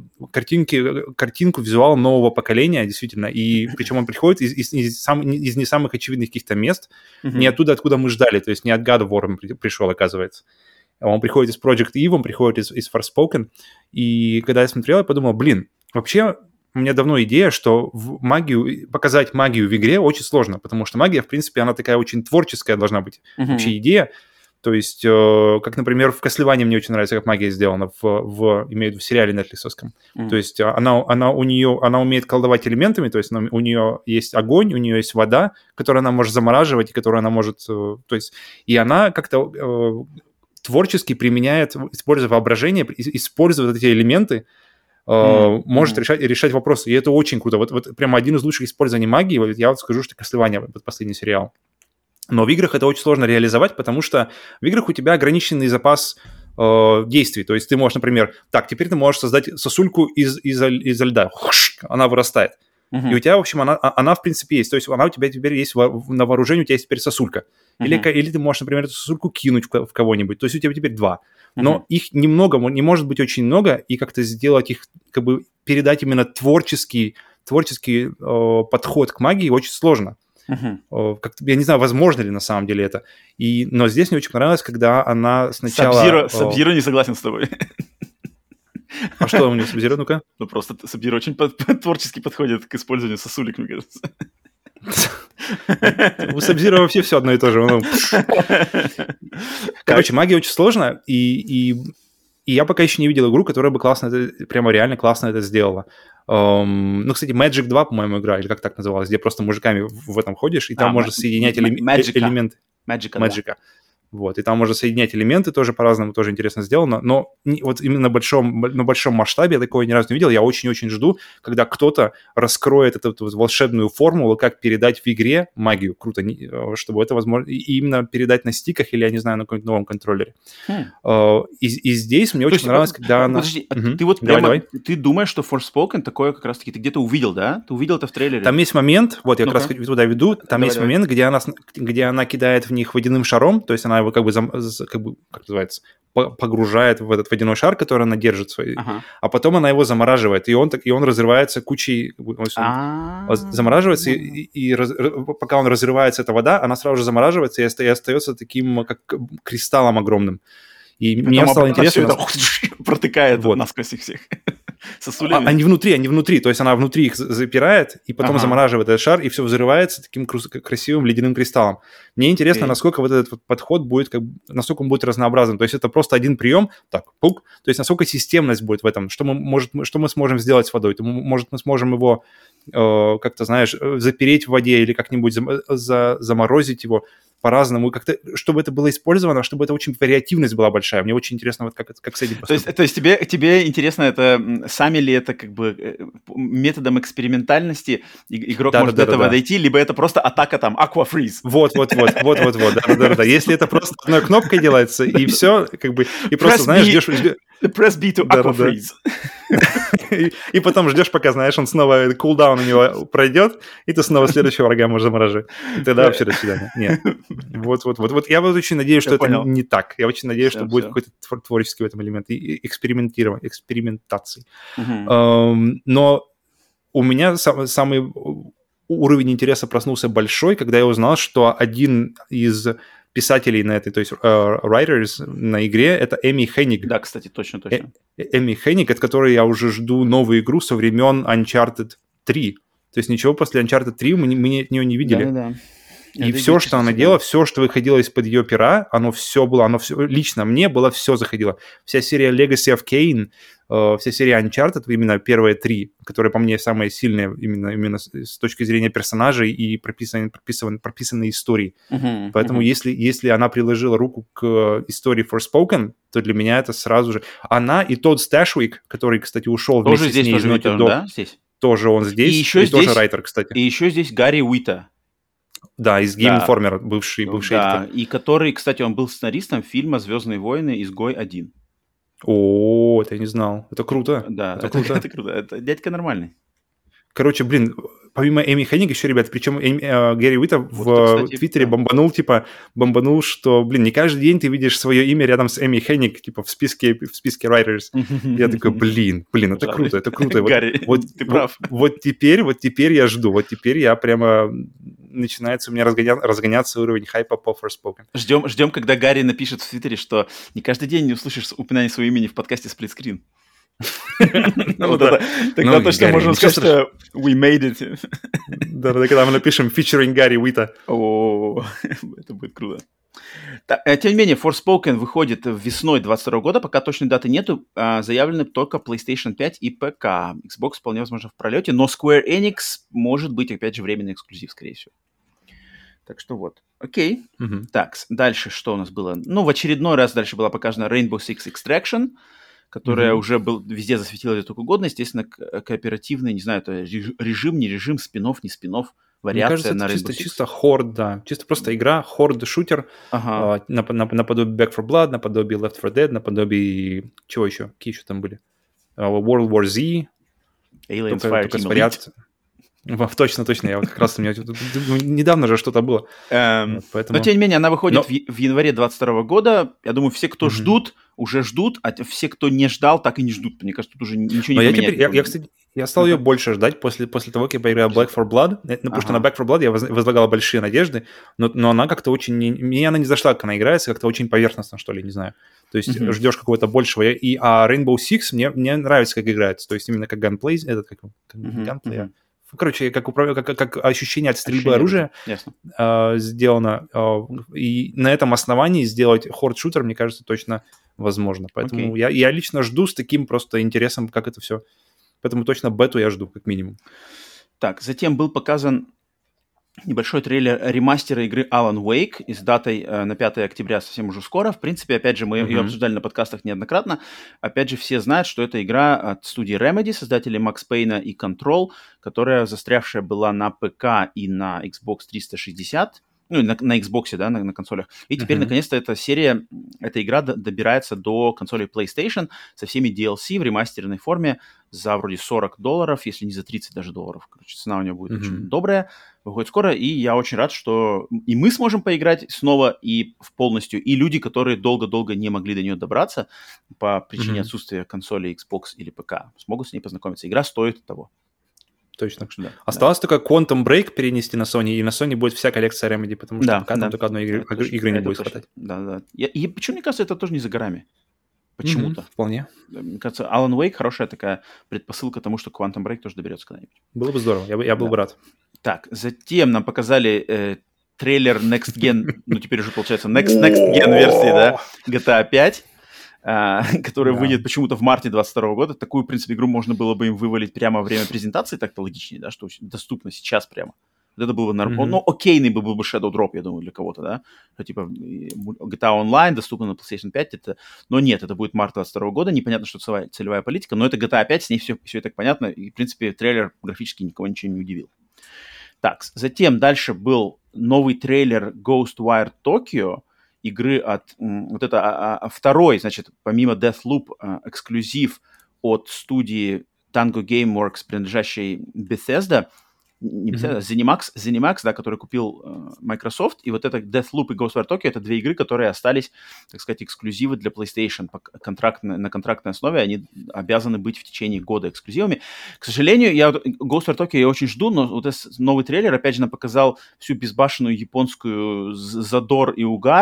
картинку визуала нового поколения, действительно, и причем он приходит из не самых очевидных каких-то мест, не оттуда, откуда мы ждали, то есть не от God of War он пришел, оказывается. Он приходит из Project Eve, он приходит из Forspoken, и когда я смотрел, я подумал, вообще... У меня давно идея, что показать магию в игре очень сложно, потому что магия, в принципе, она такая очень творческая должна быть. Вообще идея. То есть, как, например, в Castlevania мне очень нравится, как магия сделана имею в виду в сериале нетфликсовском. То есть она умеет колдовать элементами, то есть у нее есть огонь, у нее есть вода, которую она может замораживать, и которую она может... То есть, и она как-то творчески применяет, используя воображение, используя вот эти элементы, может решать вопросы. И это очень круто. Вот прямо один из лучших использований магии. Вот я вот скажу, что Castlevania, последний сериал. Но в играх это очень сложно реализовать, потому что в играх у тебя ограниченный запас действий. То есть ты можешь, например, теперь ты можешь создать сосульку из льда. Она вырастает. И у тебя, в общем, она в принципе есть. То есть она у тебя теперь есть на вооружении, у тебя есть теперь сосулька. Или ты можешь, например, эту сосульку кинуть в кого-нибудь. То есть у тебя теперь 2. Но их немного, не может быть очень много, и как-то сделать их, как бы передать именно творческий подход к магии очень сложно. Как-то, я не знаю, возможно ли на самом деле это. Но здесь мне очень понравилось, когда она сначала... Сабзиро не согласен с тобой. А что у него Сабзиро, ну-ка? Ну просто Сабзиро очень творчески подходит к использованию сосулек, мне кажется. У Сабзиро вообще все одно и то же. Короче, магия очень сложная, и я пока еще не видел игру, которая бы прямо реально классно это сделала. Ну, кстати, Magic 2, по-моему, игра, или как так называлась, где просто мужиками в этом ходишь, и там можно соединять элементы. Magic. Вот, и там можно соединять элементы тоже по-разному, тоже интересно сделано, но вот именно на большом масштабе я такого ни разу не видел. Я очень-очень жду, когда кто-то раскроет эту вот волшебную формулу, как передать в игре магию. Круто, чтобы это возможно, и именно передать на стиках или, я не знаю, на каком-нибудь новом контроллере. И здесь мне очень понравилось, когда она... Подожди, ты вот прямо, ты думаешь, что Forspoken такое как раз-таки, ты где-то увидел, да? Ты увидел это в трейлере? Там есть момент, вот я как раз туда веду, там есть момент, где она кидает в них водяным шаром, то есть она его как бы как называется, погружает в этот водяной шар, который она держит свой, а потом она его замораживает, и он разрывается кучей, замораживается, и пока он разрывается, эта вода, она сразу же замораживается и остается таким, как кристаллом огромным. И мне стало интересно... Это протыкает насквозь их всех. Они внутри, то есть она внутри их запирает и потом замораживает этот шар, и все взрывается таким красивым ледяным кристаллом. Мне интересно, насколько вот этот подход будет, насколько он будет разнообразным. То есть это просто один прием, пук, то есть насколько системность будет в этом, что мы сможем сделать с водой. Может, мы сможем его как-то, знаешь, запереть в воде или как-нибудь заморозить его по-разному, как-то, чтобы это было использовано, чтобы это очень вариативность была большая. Мне очень интересно, вот как с этим поступить. То есть тебе интересно, это сами ли это как бы методом экспериментальности игрок может до этого дойти, либо это просто атака там Aqua Freeze. Вот, да. Если это просто одной кнопкой делается, и все, как бы, и просто, знаешь, ждешь... Press B to Aqua Freeze. И потом ждешь, пока, знаешь, он снова, кулдаун у него пройдет, и ты снова следующего врага можешь замораживать. И тогда вообще до свидания. Нет. Вот. Я вот очень надеюсь, что это не так. Я очень надеюсь, что будет какой-то творческий в этом элемент и экспериментации. Но у меня самый уровень интереса проснулся большой, когда я узнал, что один из писателей на этой, то есть writers на игре, это Эми Хенниг. Да, кстати, точно. Эми Хенниг, от которой я уже жду новую игру со времен Uncharted 3. То есть ничего после Uncharted 3 мы от нее не видели. Да-да-да. И все, что она делала, все, что выходило из-под ее пера, оно все лично мне было все заходило. Вся серия Legacy of Kain, вся серия Uncharted, именно первые 3, которые по мне самые сильные именно с точки зрения персонажей и прописанной истории. Поэтому если она приложила руку к истории Forspoken, то для меня это сразу же... Она и тот Сташвик, который, кстати, ушел тоже вместе здесь, с ней из Naughty Dog, да? Здесь? тоже он здесь, и еще здесь, тоже райтер, кстати. И еще здесь Гарри Уита. Да, из Game Informer, бывший да, эдитор. И который, кстати, он был сценаристом фильма «Звездные войны. Изгой 1». О, это я не знал. Это круто. Да, это круто. Это дядька нормальный. Короче, блин, помимо Эми Хенниг еще, ребят, причем Гэри Уита в Твиттере бомбанул, что, блин, не каждый день ты видишь свое имя рядом с Эми Хенниг, типа в списке writers. Я такой, блин, это круто. Гарри, ты прав. Вот теперь я жду, вот теперь я прямо... начинается у меня разгоняться уровень хайпа по Forspoken. Ждем, когда Гарри напишет в Твиттере, что не каждый день не услышишь упоминание своего имени в подкасте «Сплитскрин». Тогда точно можем сказать, что we made it. Да, когда мы напишем featuring Гарри Уита. О, это будет круто. Тем не менее, Forspoken выходит весной 2022 года, пока точной даты нету, заявлены только PlayStation 5 и ПК. Xbox вполне возможно в пролете, но Square Enix может быть, опять же, временный эксклюзив, скорее всего. Так что вот. Окей. Так, дальше что у нас было? Ну, в очередной раз дальше была показана Rainbow Six Extraction, которая уже везде засветила эту году. Естественно, кооперативный, не знаю, это режим, не режим, спин-офф, не спин-офф, вариация на Rainbow Six. Мне кажется, чисто хорд, да. Чисто просто игра, хорд-шутер, наподобие Back 4 Blood, наподобие Left 4 Dead, наподобие... Чего еще? Какие еще там были? World War Z. Aliens Fireteam Elite. Точно. Я вот как раз у меня недавно же что-то было. Но, тем не менее, она выходит в январе 2022 года. Я думаю, все, кто ждут, уже ждут, а все, кто не ждал, так и не ждут. Мне кажется, тут уже ничего не поменяется. Кстати, я стал ее больше ждать после того, как я поиграл Black 4 Blood. Потому что на Black 4 Blood я возлагал большие надежды, но она как-то очень... Мне она не зашла, как она играется, как-то очень поверхностно, что ли, не знаю. То есть ждешь какого-то большего. А Rainbow Six мне нравится, как играется. То есть именно как gunplay, gunplay. Короче, как ощущение от стрельбы оружия сделано. И на этом основании сделать хорд-шутер, мне кажется, точно возможно. Поэтому я лично жду с таким просто интересом, как это все. Поэтому точно бету я жду, как минимум. Так, затем был показан небольшой трейлер ремастера игры Alan Wake с датой на 5 октября совсем уже скоро. В принципе, опять же, мы ее обсуждали на подкастах неоднократно. Опять же, все знают, что это игра от студии Remedy, создателей Max Payne и Control, которая застрявшая была на ПК и на Xbox 360, ну, на Xbox, да, на консолях. И теперь, наконец-то, эта игра добирается до консолей PlayStation со всеми DLC в ремастеренной форме за вроде $40, если не за $30 даже. Короче, цена у нее будет очень добрая. Выходит скоро, и я очень рад, что и мы сможем поиграть снова и полностью, и люди, которые долго-долго не могли до нее добраться по причине отсутствия консолей Xbox или ПК, смогут с ней познакомиться. Игра стоит того. Точно. Что, да, осталось только Quantum Break перенести на Sony, и на Sony будет вся коллекция Remedy, потому что пока там только одной игры не будет хватать. Да. И почему, мне кажется, это тоже не за горами? Почему-то. Вполне. Мне кажется, Alan Wake хорошая такая предпосылка тому, что Quantum Break тоже доберется когда-нибудь. Было бы здорово, я был бы рад. Так, затем нам показали трейлер Next Gen, ну теперь уже получается Next Gen версии, да, GTA 5, которая выйдет почему-то в марте 2022 года. Такую, в принципе, игру можно было бы им вывалить прямо во время презентации, так-то логичнее, да, что доступно сейчас прямо. Вот это было бы нормально. Ну, окейный был бы Shadow Drop, я думаю, для кого-то, да. Что, типа, GTA Online доступно на PlayStation 5, но нет, это будет март 2022 года, непонятно, что целевая политика, но это GTA 5, с ней все и так понятно, и, в принципе, трейлер графически никого ничего не удивил. Так, затем дальше был новый трейлер Ghostwire Tokyo, игры от вот это второй, значит, помимо Deathloop, эксклюзив от студии Tango Gameworks, принадлежащей Bethesda, не Bethesda, ZeniMax, да, который купил Microsoft, и вот это Deathloop и Ghostwire Tokyo — это две игры, которые остались, так сказать, эксклюзивы для PlayStation на контрактной основе, они обязаны быть в течение года эксклюзивами. К сожалению, Ghostwire Tokyo я очень жду, но вот этот новый трейлер, опять же, нам показал всю безбашенную японскую задор и угар,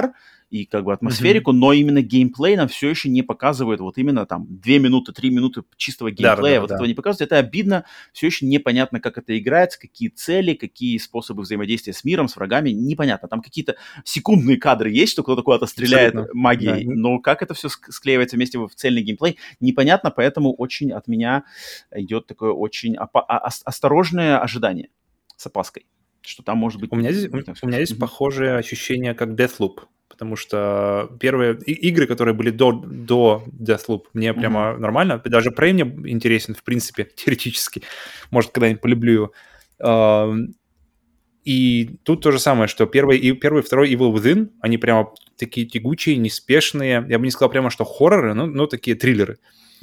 и как бы атмосферику, но именно геймплей нам все еще не показывает вот именно там 2 минуты, 3 минуты чистого геймплея, этого не показывает. Это обидно, все еще непонятно, как это играется, какие цели, какие способы взаимодействия с миром, с врагами, непонятно. Там какие-то секундные кадры есть, что кто-то куда-то стреляет магией, но как это все склеивается вместе в цельный геймплей, непонятно, поэтому очень от меня идет такое очень осторожное ожидание с опаской, что там может быть... У меня здесь похожее ощущение, как Deathloop, потому что первые игры, которые были до Deathloop, мне прямо нормально, даже Prey мне интересен, в принципе, теоретически, может, когда-нибудь полюблю его. И тут то же самое, что первый и второй Evil Within, они прямо такие тягучие, неспешные, я бы не сказал прямо, что хорроры, но такие триллеры.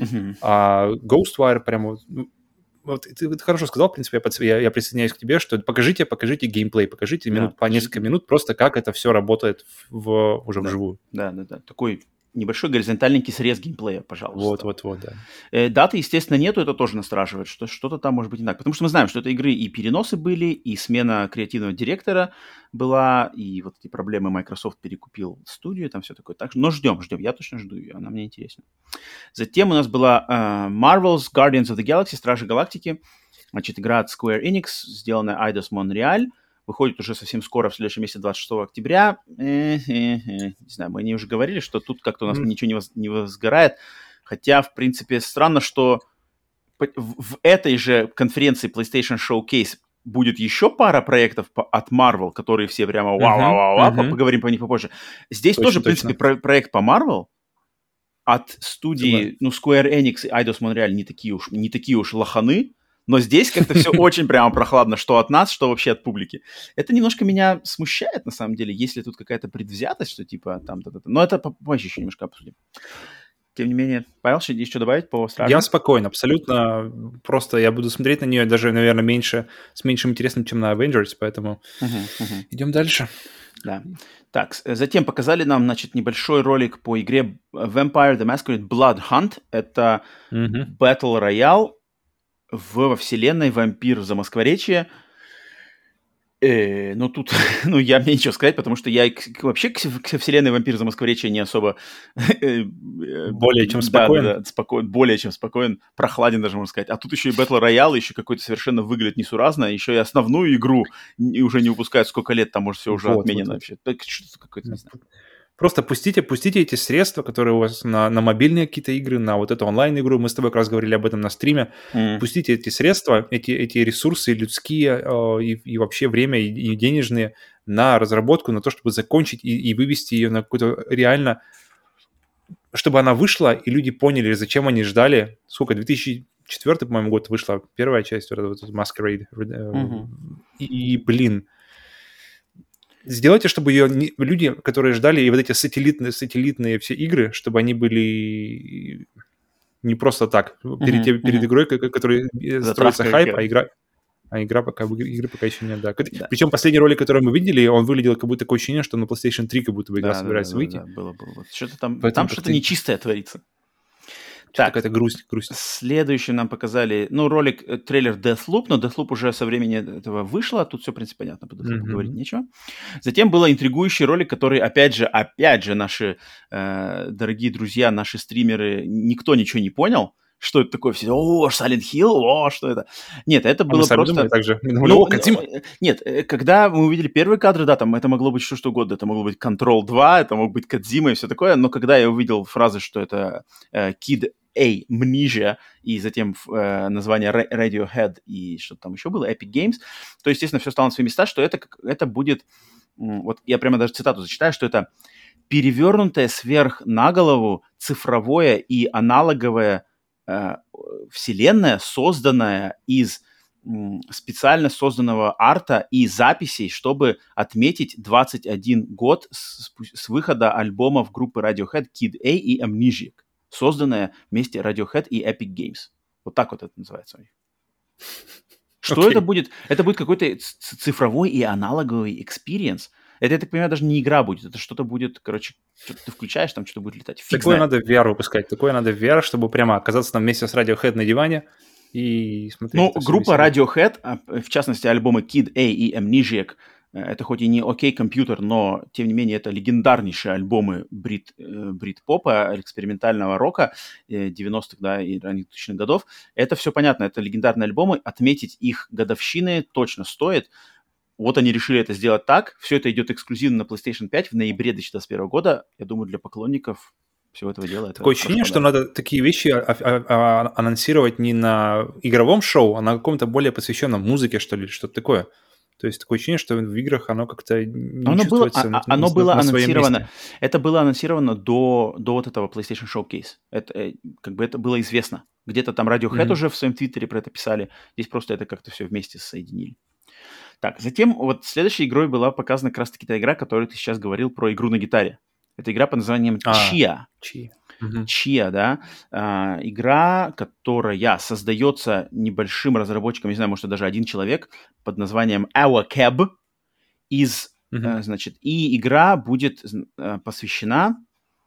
А Ghostwire прямо... Вот ты хорошо сказал, в принципе, я присоединяюсь к тебе, что покажите геймплей, покажите несколько минут просто, как это все работает уже вживую. Да. Такой небольшой горизонтальненький срез геймплея, пожалуйста. Вот, да. Даты, естественно, нету, это тоже настораживает, что что-то там может быть не так. Потому что мы знаем, что это игры и переносы были, и смена креативного директора была, и вот эти проблемы Microsoft перекупил студию, там все такое. Так, но ждем, я точно жду ее, она мне интересна. Затем у нас была Marvel's Guardians of the Galaxy, Стражи Галактики, значит, игра от Square Enix, сделанная Eidos Montreal. Выходит уже совсем скоро, в следующем месяце, 26 октября. Не знаю, мы не уже говорили, что тут как-то у нас ничего не возгорает. Хотя, в принципе, странно, что в этой же конференции PlayStation Showcase будет еще пара проектов от Marvel, которые все прямо вау-вау-вау, поговорим по них попозже. Здесь тоже, в принципе, проект по Marvel от студии, Square Enix и Eidos Montreal не такие уж лоханы. Но здесь как-то все очень прямо прохладно, что от нас, что вообще от публики. Это немножко меня смущает, на самом деле, если тут какая-то предвзятость, что типа там... Но это позже еще немножко обсудим. Тем не менее, Павел, есть что добавить по Стражам? Я спокоен, абсолютно. Просто я буду смотреть на нее даже, наверное, с меньшим интересом, чем на Avengers, поэтому идем дальше. Да. Так, затем показали нам, значит, небольшой ролик по игре Vampire the Masquerade Blood Hunt. Это Battle Royale во вселенной «Вампир Замоскворечье». Тут, мне нечего сказать, потому что я вообще к вселенной «Вампир Замоскворечье» не особо... более чем спокоен. Более чем спокоен, прохладен даже, можно сказать. А тут еще и Battle Royale, еще какой-то совершенно выглядит несуразно, еще и основную игру уже не выпускают сколько лет, там, может, все уже отменено вообще. Так что-то какое-то, не знаю. Просто пустите эти средства, которые у вас на мобильные какие-то игры, на вот эту онлайн-игру, мы с тобой как раз говорили об этом на стриме, пустите эти средства, эти ресурсы людские и вообще время и денежные на разработку, на то, чтобы закончить и вывести ее на какую-то реально, чтобы она вышла, и люди поняли, зачем они ждали. Сколько, 2004, по-моему, год вышла первая часть, вот Masquerade. И, блин... Сделайте, чтобы люди, которые ждали, и вот эти сателлитные все игры, чтобы они были не просто так, перед игрой, которая строится хайп, игры пока еще нет. Да. Причем последний ролик, который мы видели, он выглядел как будто такое ощущение, что на PlayStation 3 как будто бы игра собирается выйти. Да, было. Что-то там что-то нечистое творится. Так, какая-то грусть. Следующий нам показали, трейлер Deathloop, но Deathloop уже со времени этого вышло, тут все, в принципе, понятно, по Deathloop говорить нечего. Затем был интригующий ролик, который, опять же, наши дорогие друзья, наши стримеры, никто ничего не понял, что это такое, все, Silent Hill, что это? Нет, это было просто... Нет, когда мы увидели первые кадры, да, там это могло быть что угодно, это могло быть Control 2, это мог быть Кодзима и все такое, но когда я увидел фразы, что это Kid Amnesia, и затем название Radiohead и что там еще было, Epic Games, то, естественно, все стало на свои места, что это будет, вот я прямо даже цитату зачитаю, что это перевернутое сверх на голову цифровое и аналоговое вселенная, созданная из специально созданного арта и записей, чтобы отметить 21 год с выхода альбомов группы Radiohead Kid A и Amnesiac, созданная вместе Radiohead и Epic Games. Вот так вот это называется у них. Что это будет? Это будет какой-то цифровой и аналоговый экспириенс. Это, я так понимаю, даже не игра будет. Это что-то будет, короче, что-то ты включаешь, там что-то будет летать. Такое надо в VR выпускать. Такое надо в VR, чтобы прямо оказаться там вместе с Radiohead на диване и смотреть. Группа Radiohead, в частности, альбомы Kid A и Amnesiac, Это хоть и не окей компьютер, но, тем не менее, это легендарнейшие альбомы брит-попа, экспериментального рока 90-х, да, и ранних 2000-х годов. Это все понятно, это легендарные альбомы. Отметить их годовщины точно стоит. Вот они решили это сделать так. Все это идет эксклюзивно на PlayStation 5 в ноябре 2021 года. Я думаю, для поклонников всего этого дела это Такое ощущение, что надо такие вещи анонсировать не на игровом шоу, а на каком-то более посвященном музыке, что ли, что-то такое. То есть такое ощущение, что в играх оно как-то не чувствуется оно было на своем анонсировано. месте. Это было анонсировано до вот этого PlayStation Showcase. Это как бы это было известно. Где-то там Radiohead уже в своем твиттере про это писали. Здесь просто это как-то все вместе соединили. Так, затем вот следующей игрой была показана как раз-таки та игра, которую ты сейчас говорил про игру на гитаре. Это игра под названием Chia. Chia, да. Игра, которая создается небольшим разработчиком, не знаю, может, даже один человек, под названием Awacab. Значит, и игра будет посвящена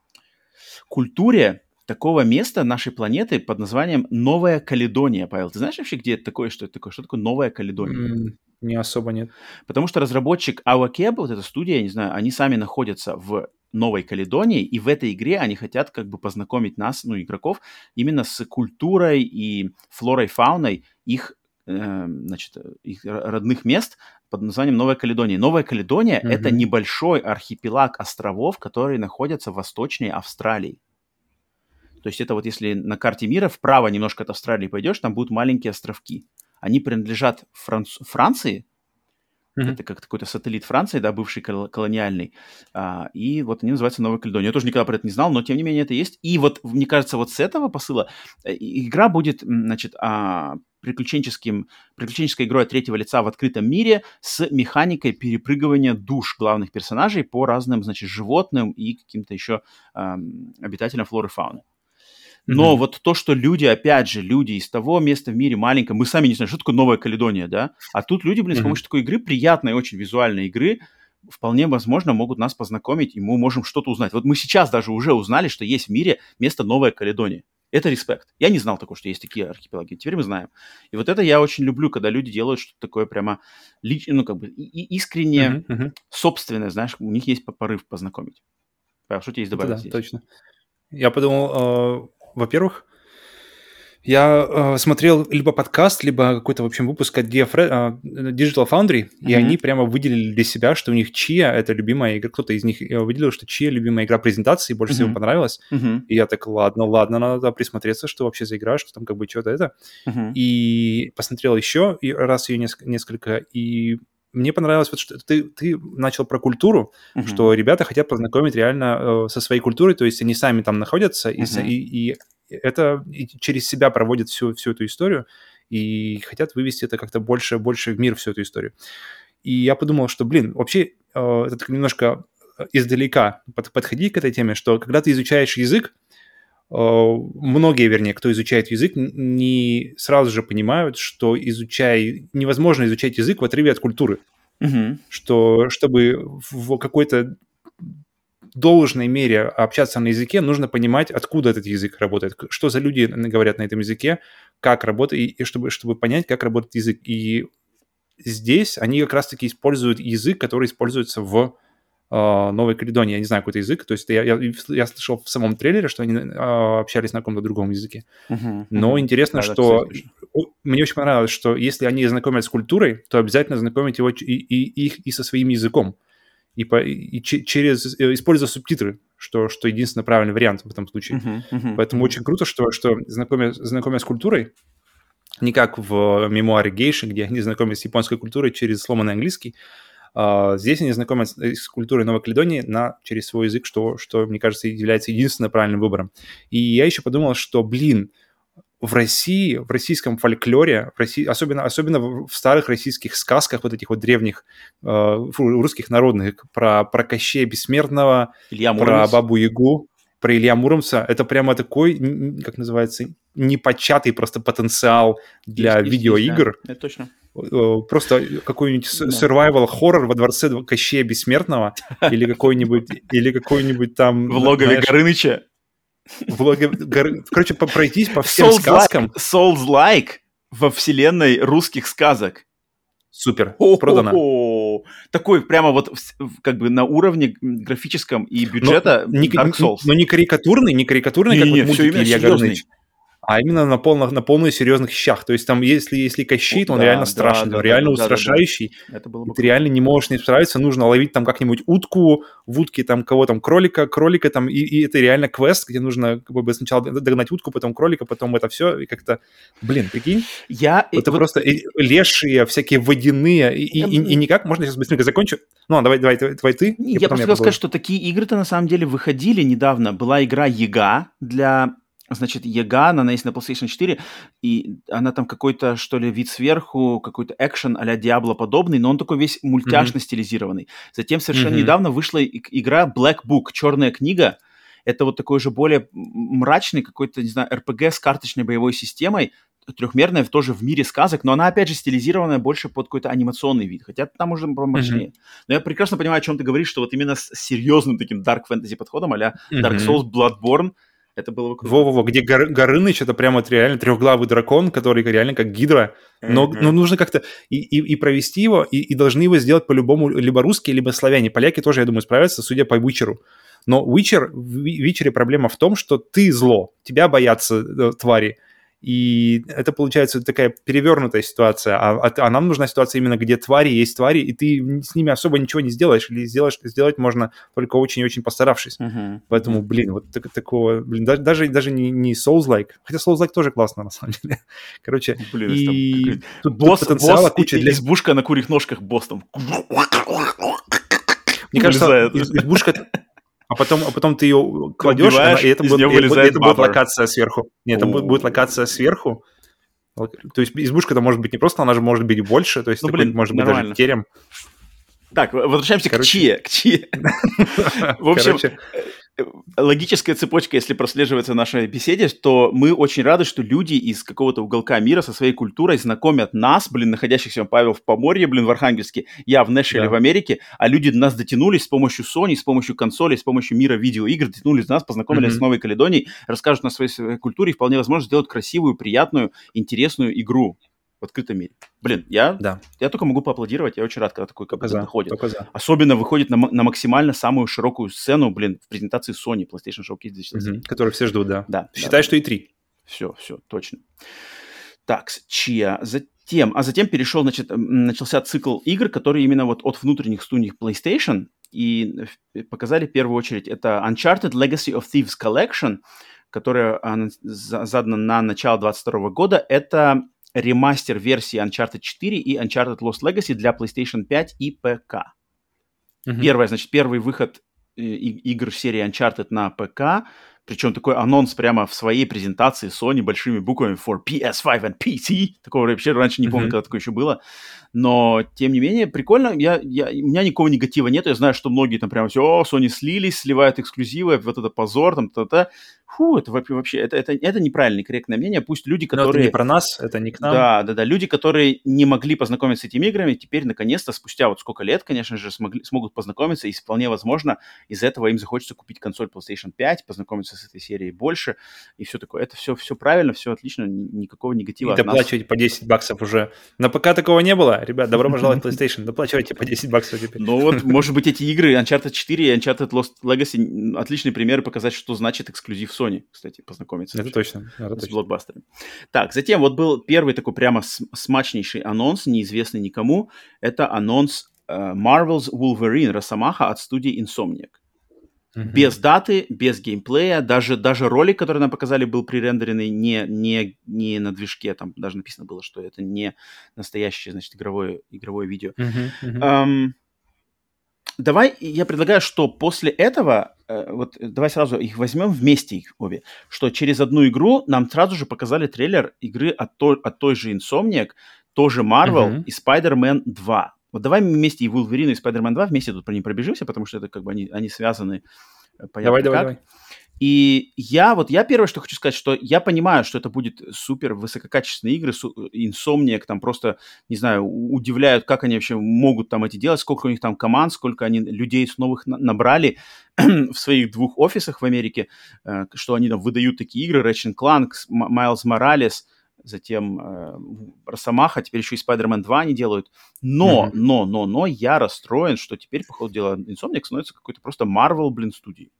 культуре такого места нашей планеты под названием Новая Каледония. Павел, ты знаешь вообще, где это такое, что это такое? Что такое Новая Каледония? Не особо нет. Потому что разработчик Awacab, вот эта студия, я не знаю, они сами находятся в Новой Каледонии, и в этой игре они хотят как бы познакомить нас, ну, игроков, именно с культурой и флорой, фауной их, значит, их родных мест под названием Новая Каледония. Новая Каледония — это небольшой архипелаг островов, которые находятся в восточной Австралии. То есть это вот если на карте мира вправо немножко от Австралии пойдешь, там будут маленькие островки. Они принадлежат Франции. Это как какой-то сателлит Франции, да, бывший колониальный. И вот они называются Новая Каледония. Я тоже никогда про это не знал, но тем не менее это есть. И вот, мне кажется, вот с этого посыла игра будет, значит, приключенческой игрой от третьего лица в открытом мире с механикой перепрыгивания душ главных персонажей по разным, значит, животным и каким-то еще обитателям флоры и фауны. Но вот то, что люди, опять же, люди из того места в мире маленького, мы сами не знаем, что такое Новая Каледония, да? А тут люди, с помощью такой игры, приятной, очень визуальной игры, вполне возможно, могут нас познакомить, и мы можем что-то узнать. Вот мы сейчас даже уже узнали, что есть в мире место Новая Каледония. Это респект. Я не знал такого, что есть такие архипелаги. Теперь мы знаем. И вот это я очень люблю, когда люди делают что-то такое прямо, ну, как бы искренне собственное, знаешь, у них есть порыв познакомить. Что тебе есть добавить здесь? Да, точно. Я подумал, во-первых, я смотрел либо подкаст, либо какой-то, в общем, выпуск от Digital Foundry, и они прямо выделили для себя, что у них Chia — это любимая игра. Кто-то из них выделил, что Chia — любимая игра презентации, больше всего понравилась. И я так, ладно, надо присмотреться, что вообще за игра, что там как бы что-то это. И посмотрел еще раз ее несколько, и мне понравилось, вот, что ты начал про культуру, что ребята хотят познакомить реально со своей культурой, то есть они сами там находятся, и это через себя проводят всю эту историю и хотят вывести это как-то больше в мир, всю эту историю. И я подумал, что, вообще это немножко издалека подходить к этой теме, что когда ты изучаешь язык, многие, вернее, кто изучает язык, не сразу же понимают, что невозможно изучать язык в отрыве от культуры. Что чтобы в какой-то должной мере общаться на языке, нужно понимать, откуда этот язык работает, что за люди говорят на этом языке, как работает, и чтобы понять, как работает язык. И здесь они как раз-таки используют язык, который используется в Новой Каледонии. Я не знаю, какой это язык. То есть я слышал в самом трейлере, что они общались на каком-то другом языке. Но интересно, что... Мне очень понравилось, что если они знакомят с культурой, то обязательно знакомить его и со своим языком. И используя субтитры, что единственный правильный вариант в этом случае. Поэтому очень круто, что знакомя с культурой, не как в мемуаре Гейши, где они знакомятся с японской культурой через сломанный английский, здесь они знакомятся с культурой Новой Каледонии через свой язык, что, мне кажется, является единственным правильным выбором. И я еще подумал, что, в России, в российском фольклоре, особенно в старых российских сказках, вот этих вот древних русских народных, про Кощея Бессмертного, про Бабу-Ягу, про Илья Муромца, это прямо такой, как называется, непочатый просто потенциал для видеоигр. Да, это точно. Просто какой-нибудь survival horrор во дворце Кощея Бессмертного или какой-нибудь там... В логове Горыныча. Короче, пройтись по всем сказкам. Souls-like во вселенной русских сказок. Супер, продано. Такой прямо вот как бы на уровне графическом и бюджета Dark Souls. Но не карикатурный, как вот мультики Илья Горыныч, а именно на полных серьезных щах. То есть там, если Кощей, то он реально страшный, он реально устрашающий. Это было бы ты реально не можешь с ним справиться, нужно ловить там как-нибудь утку, в утке там кого там, кролика там, и это реально квест, где нужно как бы сначала догнать утку, потом кролика, потом это все, и как-то, прикинь, это просто лешие, всякие водяные, и никак, можно сейчас быстренько закончу? Ну, давай ты. Я просто хотел сказать, что такие игры-то на самом деле выходили недавно. Была игра Яга для... Значит, Яга, она есть на PlayStation 4, и она там какой-то, что ли, вид сверху, какой-то экшен а-ля Диабло подобный, но он такой весь мультяшно стилизированный. Затем совершенно недавно вышла игра Black Book, «Черная книга». Это вот такой же более мрачный какой-то, не знаю, RPG с карточной боевой системой, трехмерная тоже в мире сказок, но она, опять же, стилизированная больше под какой-то анимационный вид, хотя там уже мрачнее. Но я прекрасно понимаю, о чем ты говоришь, что вот именно с серьезным таким dark fantasy подходом а-ля Dark Souls, Bloodborne, это было бы круто. Во-во-во, где Горыныч, это прямо вот реально трехглавый дракон, который реально как гидра, но нужно как-то и провести его, и должны его сделать по-любому либо русские, либо славяне. Поляки тоже, я думаю, справятся, судя по Witcher'у. Но в Witcher'е проблема в том, что ты зло, тебя боятся твари. И это, получается, такая перевернутая ситуация. А нам нужна ситуация именно, где есть твари, и ты с ними особо ничего не сделаешь, или сделать можно только очень-очень постаравшись. Поэтому, вот такого... даже не Souls-like. Хотя Souls-like тоже классно, на самом деле. Короче, тут потенциала куча для... Избушка на курьих ножках босс там. Мне кажется, избушка... А потом ты ее кладешь, и это будет локация сверху. Нет, это будет локация сверху. То есть избушка-то может быть не просто, она же может быть больше, то есть может быть даже терем. Так, возвращаемся к Чие. В общем, логическая цепочка, если прослеживается в нашей беседе, то мы очень рады, что люди из какого-то уголка мира со своей культурой знакомят нас, находящихся, Павел, в Поморье, в Архангельске, я в Нэшвилле, в Америке, а люди до нас дотянулись с помощью Sony, с помощью консолей, с помощью мира видеоигр, дотянулись до нас, познакомились с Новой Каледонией, расскажут на своей культуре и вполне возможно сделать красивую, приятную, интересную игру в открытом мире. Я только могу поаплодировать. Я очень рад, когда такой КПД находит. Особенно выходит на максимально самую широкую сцену, в презентации Sony PlayStation Showcase 2023. Которую все ждут, да. Считай, что и 3. Все, точно. Так, Чия. Затем перешел, начался цикл игр, которые именно вот от внутренних студий PlayStation, и показали в первую очередь это Uncharted Legacy of Thieves Collection, которая задана на начало 2022 года. Это ремастер версии Uncharted 4 и Uncharted Lost Legacy для PlayStation 5 и ПК. Первый выход игр серии Uncharted на ПК, причем такой анонс прямо в своей презентации Sony большими буквами for PS5 and PC. Такого вообще раньше не помню, когда такое еще было. Но, тем не менее, прикольно. У меня никакого негатива нет. Я знаю, что многие там прямо все, Sony слились, сливают эксклюзивы, вот это позор, там, та-та. Это вообще, это неправильное, корректное мнение. Пусть люди, которые... Но это не про нас, это не к нам. Да. Люди, которые не могли познакомиться с этими играми, теперь, наконец-то, спустя вот сколько лет, конечно же, смогут познакомиться, и вполне возможно, из этого им захочется купить консоль PlayStation 5, познакомиться с этой серией больше, и все такое. Это все правильно, все отлично, никакого негатива от нас. И доплачивайте по $10 уже. На ПК такого не было. Ребят, добро пожаловать в PlayStation. Доплачивайте по $10 теперь. Ну вот, может быть, эти игры Uncharted 4 и Uncharted Lost Legacy отличные примеры показать, что значит эксклюзив Sony, кстати, познакомиться. Это точно. С блокбастерами. Так, затем вот был первый такой прямо смачнейший анонс, неизвестный никому. Это анонс Marvel's Wolverine Росомаха от студии Insomniac. Без даты, без геймплея, даже ролик, который нам показали, был пререндеренный не на движке, там даже написано было, что это не настоящее, игровое видео. Давай, я предлагаю, что после этого, давай сразу их возьмем вместе, их обе, что через одну игру нам сразу же показали трейлер игры от той же Insomniac, тоже Marvel и Spider-Man 2. Вот давай вместе и Wolverine, и Spider-Man 2 вместе тут про них пробежимся, потому что это как бы они связаны. Давай. И я первое, что хочу сказать, что я понимаю, что это будет супер высококачественные игры, Insomniac там просто, не знаю, удивляют, как они вообще могут там эти делать, сколько у них там команд, сколько они людей новых набрали в своих 2 офисах в Америке, что они там выдают такие игры, Ratchet & Clank, Miles Morales, затем Росомаха, теперь еще и Spider-Man 2 они делают. Но я расстроен, что теперь, по ходу дела, Insomniac становится какой-то просто Marvel, студией.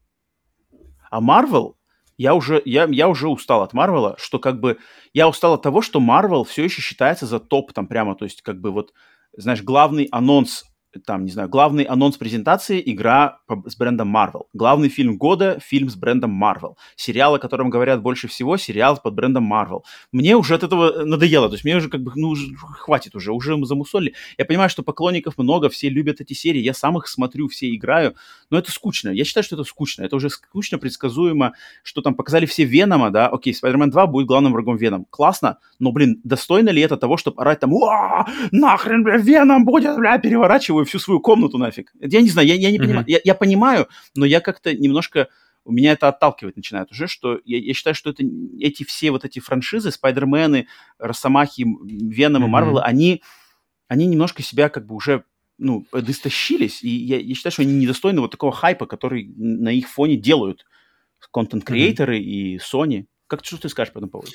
А Marvel, я уже устал от Marvel, что как бы я устал от того, что Marvel все еще считается за топ там прямо, то есть как бы вот, знаешь, главный анонс презентации — игра с брендом Marvel. Главный фильм года — фильм с брендом Marvel. Сериал, о котором говорят больше всего — сериал под брендом Marvel. Мне уже от этого надоело. То есть мне уже как бы, уже хватит уже мы замусолили. Я понимаю, что поклонников много, все любят эти серии, я сам их смотрю, все играю, но это скучно. Я считаю, что это скучно. Это уже скучно, предсказуемо, что там показали все Венома, да, окей, Spider-Man 2 будет главным врагом Веном. Классно, но, достойно ли это того, чтобы орать там: нахрен, бля, Веном будет, бля, переворачиваю всю свою комнату нафиг. Я не знаю, я не понимаю. Я понимаю, но я как-то немножко... У меня это отталкивать начинает уже, что я считаю, что эти все вот эти франшизы, Спайдермены, Росомахи, Веномы, Марвелы, они немножко себя как бы уже, подистощились, и я считаю, что они недостойны вот такого хайпа, который на их фоне делают контент-креаторы и Sony. Что ты скажешь по этому поводу?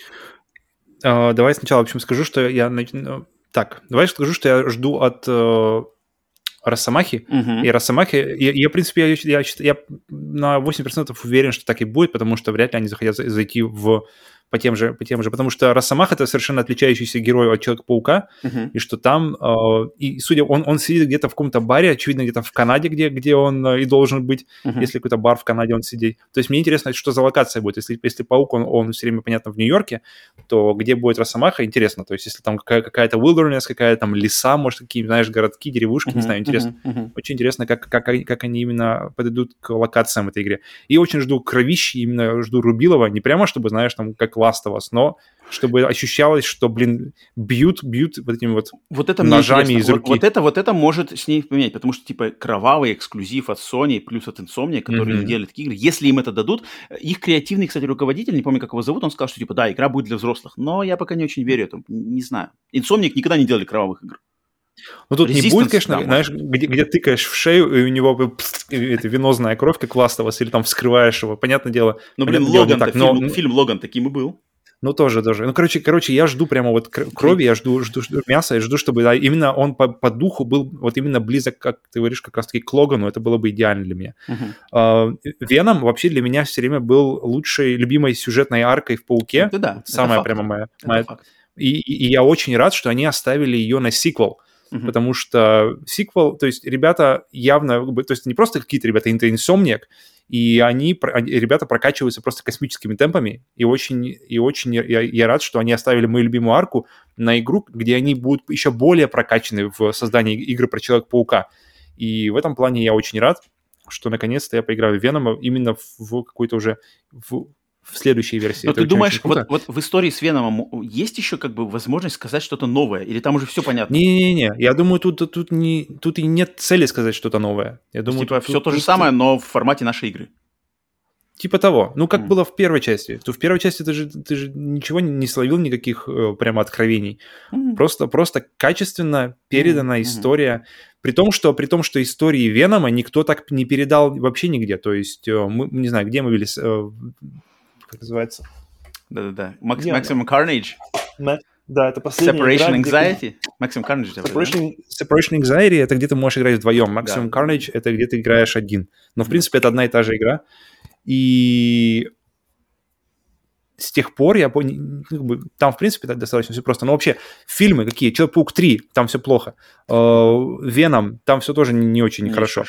Давай сначала, в общем, скажу, что давай скажу, что я жду от Росомахи. И Росомахи, в принципе, я на 80% уверен, что так и будет, потому что вряд ли они захотят зайти по тем же, потому что Росомаха — это совершенно отличающийся герой от Человека-паука, и что там, и судя, он сидит где-то в каком-то баре, очевидно, где-то в Канаде, где он и должен быть, если какой-то бар в Канаде он сидит. То есть мне интересно, что за локация будет. Если Паук, он все время, понятно, в Нью-Йорке, то где будет Росомаха, интересно. То есть если там какая-то wilderness, какая-то там леса, может, какие-то, знаешь, городки, деревушки, не знаю, интересно. Очень интересно, как они именно подойдут к локациям в этой игре. И очень жду кровищи, именно жду Рубилова, не прямо, чтобы, знаешь, там, как Last of Us, но чтобы ощущалось, что, бьют вот этими вот это ножами из руки. Вот это может с ней поменять, потому что, типа, кровавый эксклюзив от Sony плюс от Insomniac, которые не делают такие игры, если им это дадут, их креативный, кстати, руководитель, не помню, как его зовут, он сказал, что, типа, да, игра будет для взрослых, но я пока не очень верю этому, не знаю. Insomniac никогда не делали кровавых игр. Ну, тут Resistance, не будет, конечно, знаешь, где тыкаешь в шею, и у него это венозная кровь, как Last of Us, или там вскрываешь его, понятное дело. Ну, Логан, фильм Логан таким и был. Ну, тоже. Ну, короче, я жду прямо вот крови, я жду мяса, я жду, чтобы именно он по духу был вот именно близок, как ты говоришь, как раз-таки к Логану, это было бы идеально для меня. Веном вообще для меня все время был лучшей, любимой сюжетной аркой в «Пауке». Это да, самая это прямо моя. И я очень рад, что они оставили ее на сиквел. Потому что сиквел, то есть ребята явно, то есть не просто какие-то ребята, это Insomniac, и ребята прокачиваются просто космическими темпами, и очень я рад, что они оставили мою любимую арку на игру, где они будут еще более прокачаны в создании игры про Человека-паука. И в этом плане я очень рад, что наконец-то я поиграю в Венома именно в какой-то уже... в следующей версии. Но ты думаешь, вот в истории с Веномом есть еще как бы возможность сказать что-то новое? Или там уже все понятно? Не-не-не, я думаю, тут и нет цели сказать что-то новое. Я думаю, типа все то же самое, но в формате нашей игры. Типа того. Ну, как было в первой части. То в первой части ты же ничего не словил, никаких прямо откровений. Просто качественно передана история. При том, что истории Венома никто так не передал вообще нигде. То есть, мы не знаю, где мы видели... Как называется? Да-да-да. Maximum Carnage. Да, это последняя Separation игра, Anxiety. Maximum Carnage. Separation Anxiety — это где ты можешь играть вдвоем. Maximum Carnage — это где ты играешь один. Но, в принципе, это одна и та же игра. И с тех пор я понял... Там, в принципе, достаточно все просто. Но вообще, фильмы какие? Человек-паук 3, там все плохо. Веном, там все тоже не очень хорошо.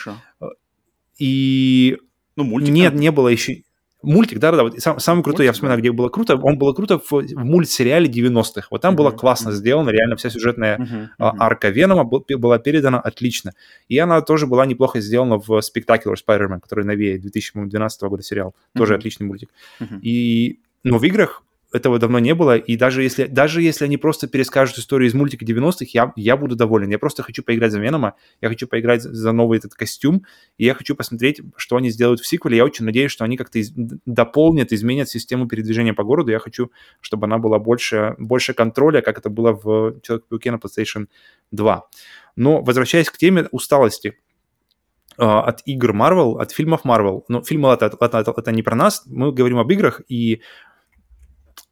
И... Ну, мультик. Не было еще... Мультик, да. Вот самый крутой, я вспоминаю, где было круто. Он было круто в мультсериале 90-х. Вот там было классно сделано, реально вся сюжетная арка Венома была передана отлично. И она тоже была неплохо сделана в Spectacular Spider-Man, который новее, 2012 года сериал. Тоже отличный мультик. Но в играх этого давно не было, и даже если они просто перескажут историю из мультика 90-х, я буду доволен. Я просто хочу поиграть за Венома, я хочу поиграть за новый этот костюм, и я хочу посмотреть, что они сделают в сиквеле. Я очень надеюсь, что они как-то дополнят, изменят систему передвижения по городу. Я хочу, чтобы она была больше контроля, как это было в Человеке-пауке на PlayStation 2. Но, возвращаясь к теме усталости от игр Marvel, от фильмов Marvel, но фильмы это не про нас, мы говорим об играх, и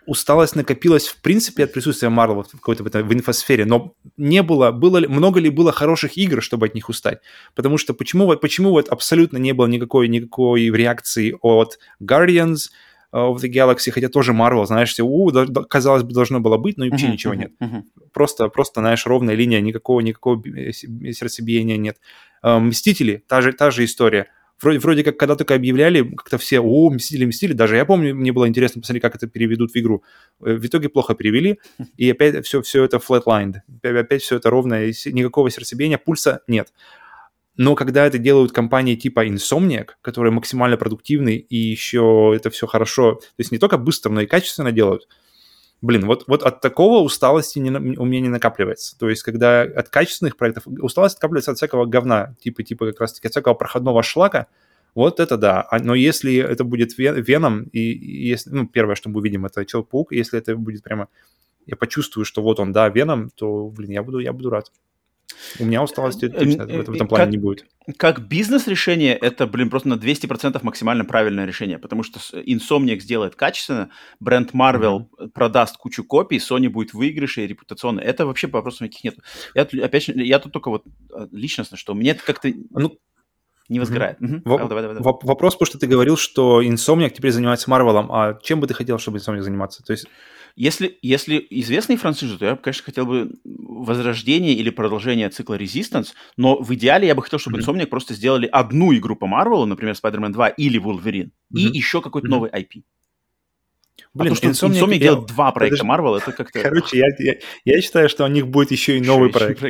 усталость накопилась в принципе от присутствия Marvel в какой-то в инфосфере, но много ли было хороших игр, чтобы от них устать? Потому что почему вот абсолютно не было никакой реакции от Guardians of the Galaxy, хотя тоже Marvel, знаешь, все, казалось бы, должно было быть, но вообще ничего нет. Просто, знаешь, ровная линия, никакого сердцебиения нет. Мстители, та же история. Вроде как, когда только объявляли, как-то все, Мстители, даже я помню, мне было интересно посмотреть, как это переведут в игру. В итоге плохо перевели, и опять все это flatlined. Опять все это ровно, никакого сердцебиения, пульса нет. Но когда это делают компании типа Insomniac, которые максимально продуктивны, и еще это все хорошо, то есть не только быстро, но и качественно делают, вот от такого усталости у меня не накапливается. То есть, когда от качественных проектов усталость накапливается от всякого говна, типа как раз-таки от всякого проходного шлака, вот это да. Но если это будет Веном, и если, первое, что мы увидим, это Человек-паук, если это будет прямо, я почувствую, что вот он, да, Веном, то, я буду рад. У меня усталости точно в этом плане не будет. Как бизнес-решение, это, просто на 200% максимально правильное решение, потому что Insomniac сделает качественно, бренд Marvel продаст кучу копий, Sony будет в выигрыше и репутационно. Это вообще вопросов никаких нет. Я тут только вот личностно, что мне это как-то не возгорает. Давай. Вопрос, потому что ты говорил, что Insomniac теперь занимается Marvel'ом, а чем бы ты хотел, чтобы Insomniac заниматься? То есть... Если известные франшизы, то я, конечно, хотел бы возрождение или продолжение цикла Resistance, но в идеале я бы хотел, чтобы Insomniac просто сделали одну игру по Марвелу, например, Spider-Man 2 или Wolverine, и еще какой-то новый IP. Блин, то, что Insomniac делает два проекта Marvel, это как-то... Короче, я считаю, что у них будет еще и новый проект.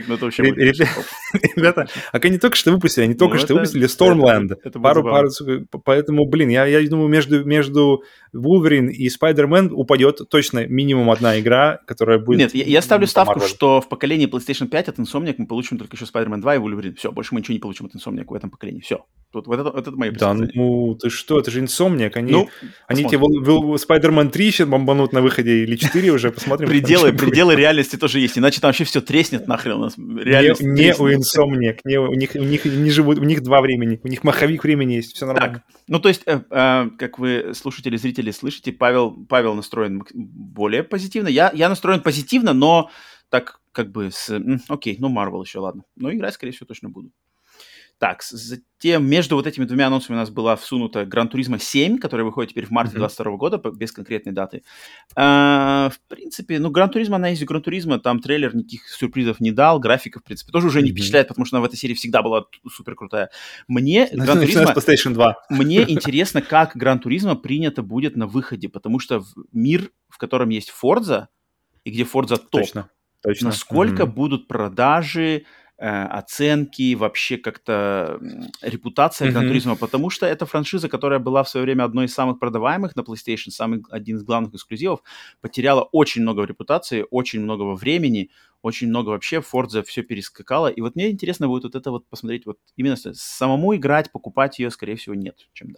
Ребята, они только что выпустили, Stormland. Поэтому, я думаю, между Wolverine и Spider-Man упадет точно минимум одна игра, которая будет... Нет, я ставлю ставку, что в поколении PlayStation 5 от Insomniac мы получим только еще Spider-Man 2 и Wolverine. Все, больше мы ничего не получим от Insomniac в этом поколении. Все. Вот это мое представление. Да, ты что, это же Insomniac. Они тебе Spider-Man 3 сейчас бомбанут на выходе или 4 уже, посмотрим. Пределы реальности тоже есть, иначе там вообще все треснет нахрен у нас. Не у Insomniac, у них не живут, у них два времени, у них маховик времени есть, все нормально. Так, то есть, как вы, слушатели, зрители, слышите, Павел настроен более позитивно. Я настроен позитивно, но так как бы окей, Marvel еще, ладно. Но играть, скорее всего, точно буду. Так, затем между вот этими двумя анонсами у нас была всунута Gran Turismo 7, которая выходит теперь в марте 2022 года, без конкретной даты. В принципе, Gran Turismo, она есть Gran Turismo, там трейлер никаких сюрпризов не дал, графика, в принципе, тоже уже не впечатляет, потому что она в этой серии всегда была супер крутая. Мне Gran Turismo, PlayStation 2. Мне интересно, как Gran Turismo принято будет на выходе, потому что мир, в котором есть Forza, и где Forza топ, точно. Насколько будут продажи, оценки, вообще как-то репутация Gran Turismo, потому что это франшиза, которая была в свое время одной из самых продаваемых на PlayStation, один из главных эксклюзивов, потеряла очень много в репутации, очень много во времени, очень много вообще, Forza все перескакало, и вот мне интересно будет вот это вот посмотреть, вот именно самому играть, покупать ее, скорее всего, нет, чем да.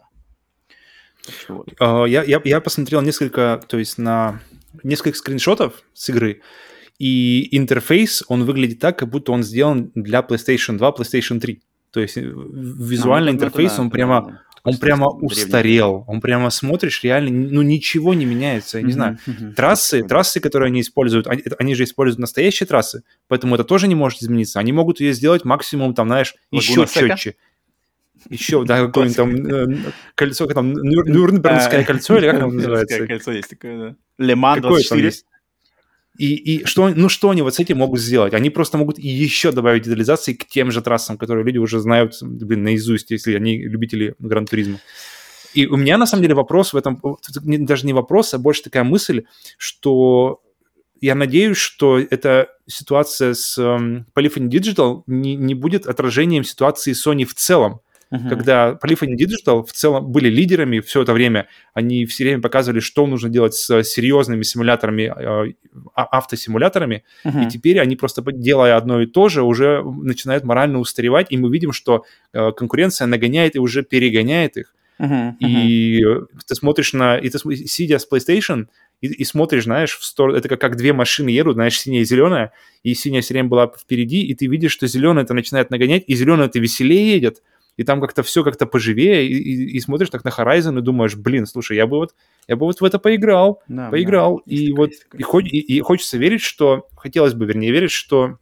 Вот. Я посмотрел несколько скриншотов с игры, и интерфейс, он выглядит так, как будто он сделан для PlayStation 2, PlayStation 3. То есть визуальный интерфейс, он прямо устарел. Он прямо смотришь, реально, ничего не меняется. Я не знаю. Трассы, которые они используют, они же используют настоящие трассы, поэтому это тоже не может измениться. Они могут ее сделать максимум, там, знаешь, еще четче. Еще, да, какое-нибудь там кольцо, как там, Нюрнбергское кольцо, или как оно называется? Нюрнбергское кольцо есть такое, да. Ле-Ман 24. И что они вот с этим могут сделать? Они просто могут еще добавить детализации к тем же трассам, которые люди уже знают, наизусть, если они любители Гран-туризма. И у меня, на самом деле, вопрос в этом, даже не вопрос, а больше такая мысль, что я надеюсь, что эта ситуация с Polyphony Digital не будет отражением ситуации Sony в целом. Когда Polyphony Digital в целом были лидерами все это время, они все время показывали, что нужно делать с серьезными симуляторами, автосимуляторами, и теперь они просто, делая одно и то же, уже начинают морально устаревать, и мы видим, что конкуренция нагоняет и уже перегоняет их. И ты смотришь сидя с PlayStation, и смотришь, знаешь, в сторону, это как две машины едут, знаешь, синяя и зеленая, и синяя все время была впереди, и ты видишь, что зеленая это начинает нагонять, и зеленая это веселее едет, и там как-то все как-то поживее, и смотришь так на Horizon и думаешь, блин, слушай, я бы вот в это поиграл, Да, и такая, вот есть такая. и хочется верить, что, хотелось бы, вернее, верить, что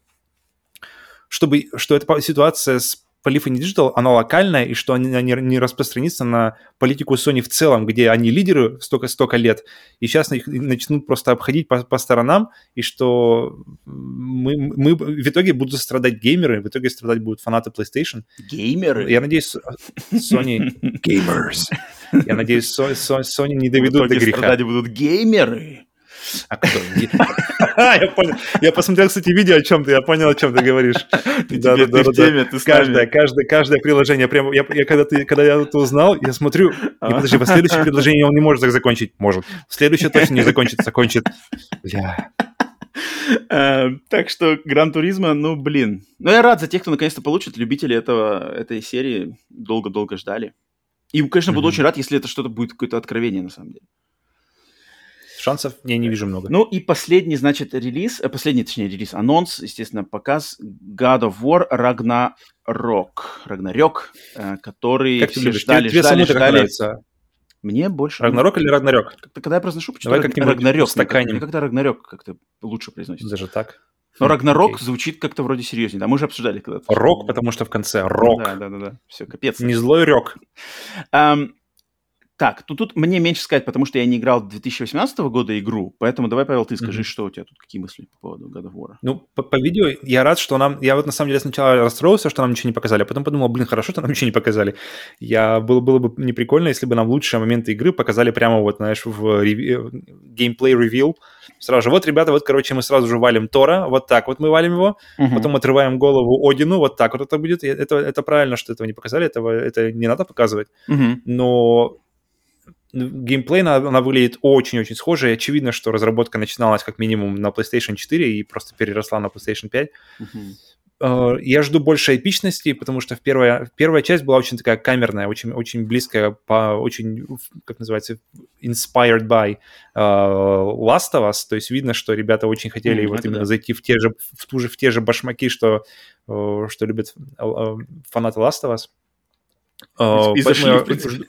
эта ситуация с Polyphony Digital, она локальная, и что она не распространится на политику Sony в целом, где они лидеры столько лет, и сейчас их начнут просто обходить по сторонам, и что мы в итоге будут страдать геймеры, в итоге страдать будут фанаты PlayStation. Геймеры? Я надеюсь, Sony... Gamers. Я надеюсь, Sony не доведут до греха. В итоге страдать будут геймеры. А кто? Я понял. Я посмотрел, кстати, видео о чем-то, я понял, о чем ты говоришь. Ты в теме, ты с нами. Каждое приложение, прям, когда я это узнал, я смотрю, и подожди, в следующее предложение он не может так закончить. Может. В следующее точно не закончит. Бля. Так что Гран Туризмо, ну, блин. Ну, я рад за тех, кто наконец-то получит. Любители этой серии долго-долго ждали. И, конечно, буду очень рад, если это что-то будет какое-то откровение, на самом деле. Шансов я не вижу много. Ну и последний, значит, релиз, анонс, естественно, показ God of War Ragnarok, который как все ты ждали. Как нравится? Мне больше... Рагнарок или Рагнарёк? Когда я произношу, Давай как-нибудь Рагнарёк. Мне как-то Рагнарёк как-то лучше произносится. Даже так? Но Рагнарок звучит как-то вроде серьезнее. Да, мы уже обсуждали когда-то. Рок, потому что в конце рок. Да. Все, капец. Не злой рок. Так, тут мне меньше сказать, потому что я не играл 2018 года игру, поэтому давай, Павел, ты скажи, что у тебя тут, какие мысли по поводу God of War? Ну, по видео я рад, что нам... Я вот на самом деле сначала расстроился, что нам ничего не показали, а потом подумал, блин, хорошо, что нам ничего не показали. Было бы не прикольно, если бы нам лучшие моменты игры показали прямо вот, знаешь, в геймплей ревил. Сразу же, вот, ребята, вот, короче, мы сразу же валим Тора, вот так вот мы валим его, потом отрываем голову Одину, вот так вот это будет. Это правильно, что этого не показали, это не надо показывать. Но... Геймплей, она выглядит очень-очень схоже, и очевидно, что разработка начиналась как минимум на PlayStation 4 и просто переросла на PlayStation 5. Я жду больше эпичности, потому что первая часть была очень такая камерная, очень, очень близкая, очень, как называется, inspired by Last of Us, то есть видно, что ребята очень хотели вот именно зайти в те же башмаки, что любят фанаты Last of Us. И зашли, в принципе.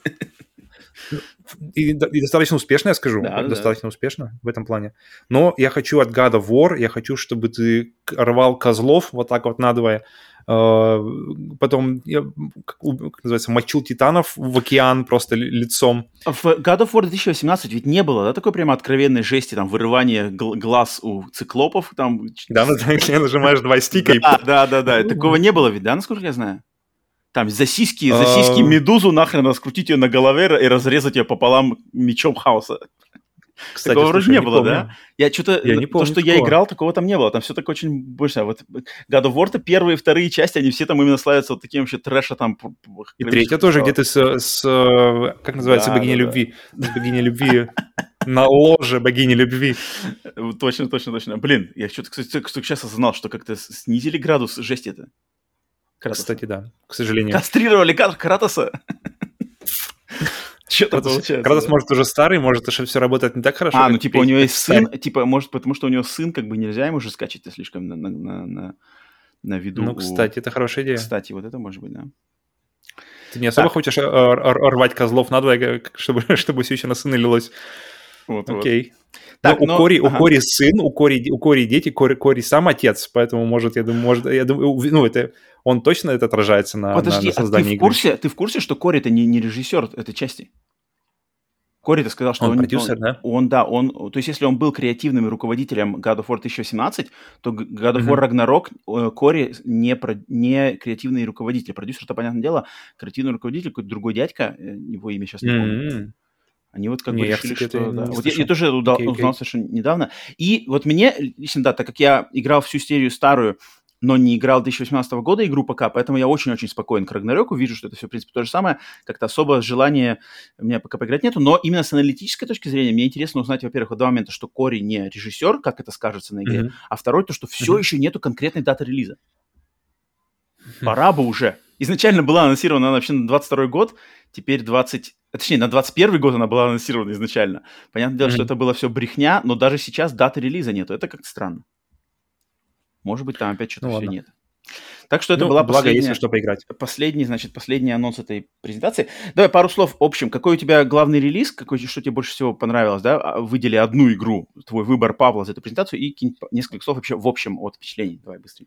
И достаточно успешно, я скажу. Достаточно успешно в этом плане. Но я хочу от God of War, я хочу, чтобы ты рвал козлов вот так вот надвое. Потом, как называется, мочил титанов в океан просто лицом. В God of War 2018 ведь не было, да, такой прямо откровенной жести, там, вырывание глаз у циклопов. Там... Да, нажимаешь два стика. Да. Такого не было ведь, да, насколько я знаю? Там за сиськи медузу нахрен раскрутить ее на голове и разрезать ее пополам мечом хаоса. Кстати, такого вроде не было, да? Я не помню. То, что я играл, такого там не было. Там все так очень больше. А вот God of War-то первые и вторые части, они все там именно славятся вот таким вообще трэша там. И третья тоже где-то с как называется, богиней любви. С богиней любви. На ложе богини любви. Точно. Блин, я что-то, кстати, сейчас осознал, что как-то снизили градус жести-то. Кратоса. Кстати, да, к сожалению. Кастрировали Кратоса. Что-то получается. Кратос, может, уже старый, может, все работает не так хорошо. Ну, типа, у него есть сын, типа, может, потому что у него сын, как бы нельзя ему же скачать слишком на виду. Ну, кстати, это хорошая идея. Кстати, вот это может быть, да. Ты не особо хочешь рвать козлов надвое, чтобы все еще на сына лилось? Окей. Так, у Кори сын, у Кори дети, Кори сам отец, поэтому, я думаю, ну, это он точно это отражается на создании игры. Подожди, ты в курсе, что Кори это не режиссер этой части? Кори-то сказал, что он продюсер, да? То есть, если он был креативным руководителем God of War 2017, то God of War Ragnarok Кори не креативный руководитель. Продюсер-то, понятное дело, креативный руководитель, какой-то другой дядька, его имя сейчас не помню. Они вот как бы решили, что... Да. Вот я тоже узнал совершенно недавно. И вот мне, лично, да, так как я играл всю серию старую, но не играл 2018 года игру пока, поэтому я очень-очень спокоен к Рагнарёку, вижу, что это все, в принципе, то же самое. Как-то особо желания у меня пока поиграть нету, но именно с аналитической точки зрения мне интересно узнать, во-первых, в два момента, что Кори не режиссер, как это скажется на игре, а второй, то, что все еще нету конкретной даты релиза. Пора бы уже. Изначально была анонсирована она вообще на 22 год, теперь на 21 год она была анонсирована изначально. Понятное дело, что это было все брехня, но даже сейчас даты релиза нету. Это как-то странно. Может быть, там опять что-то все нет. Так что это была благо есть во что поиграть. последний анонс этой презентации. Давай пару слов общем. Какой у тебя главный релиз? Что тебе больше всего понравилось? Да? Выдели одну игру, твой выбор, Павла, за эту презентацию и несколько слов вообще в общем от впечатлений. Давай быстренько.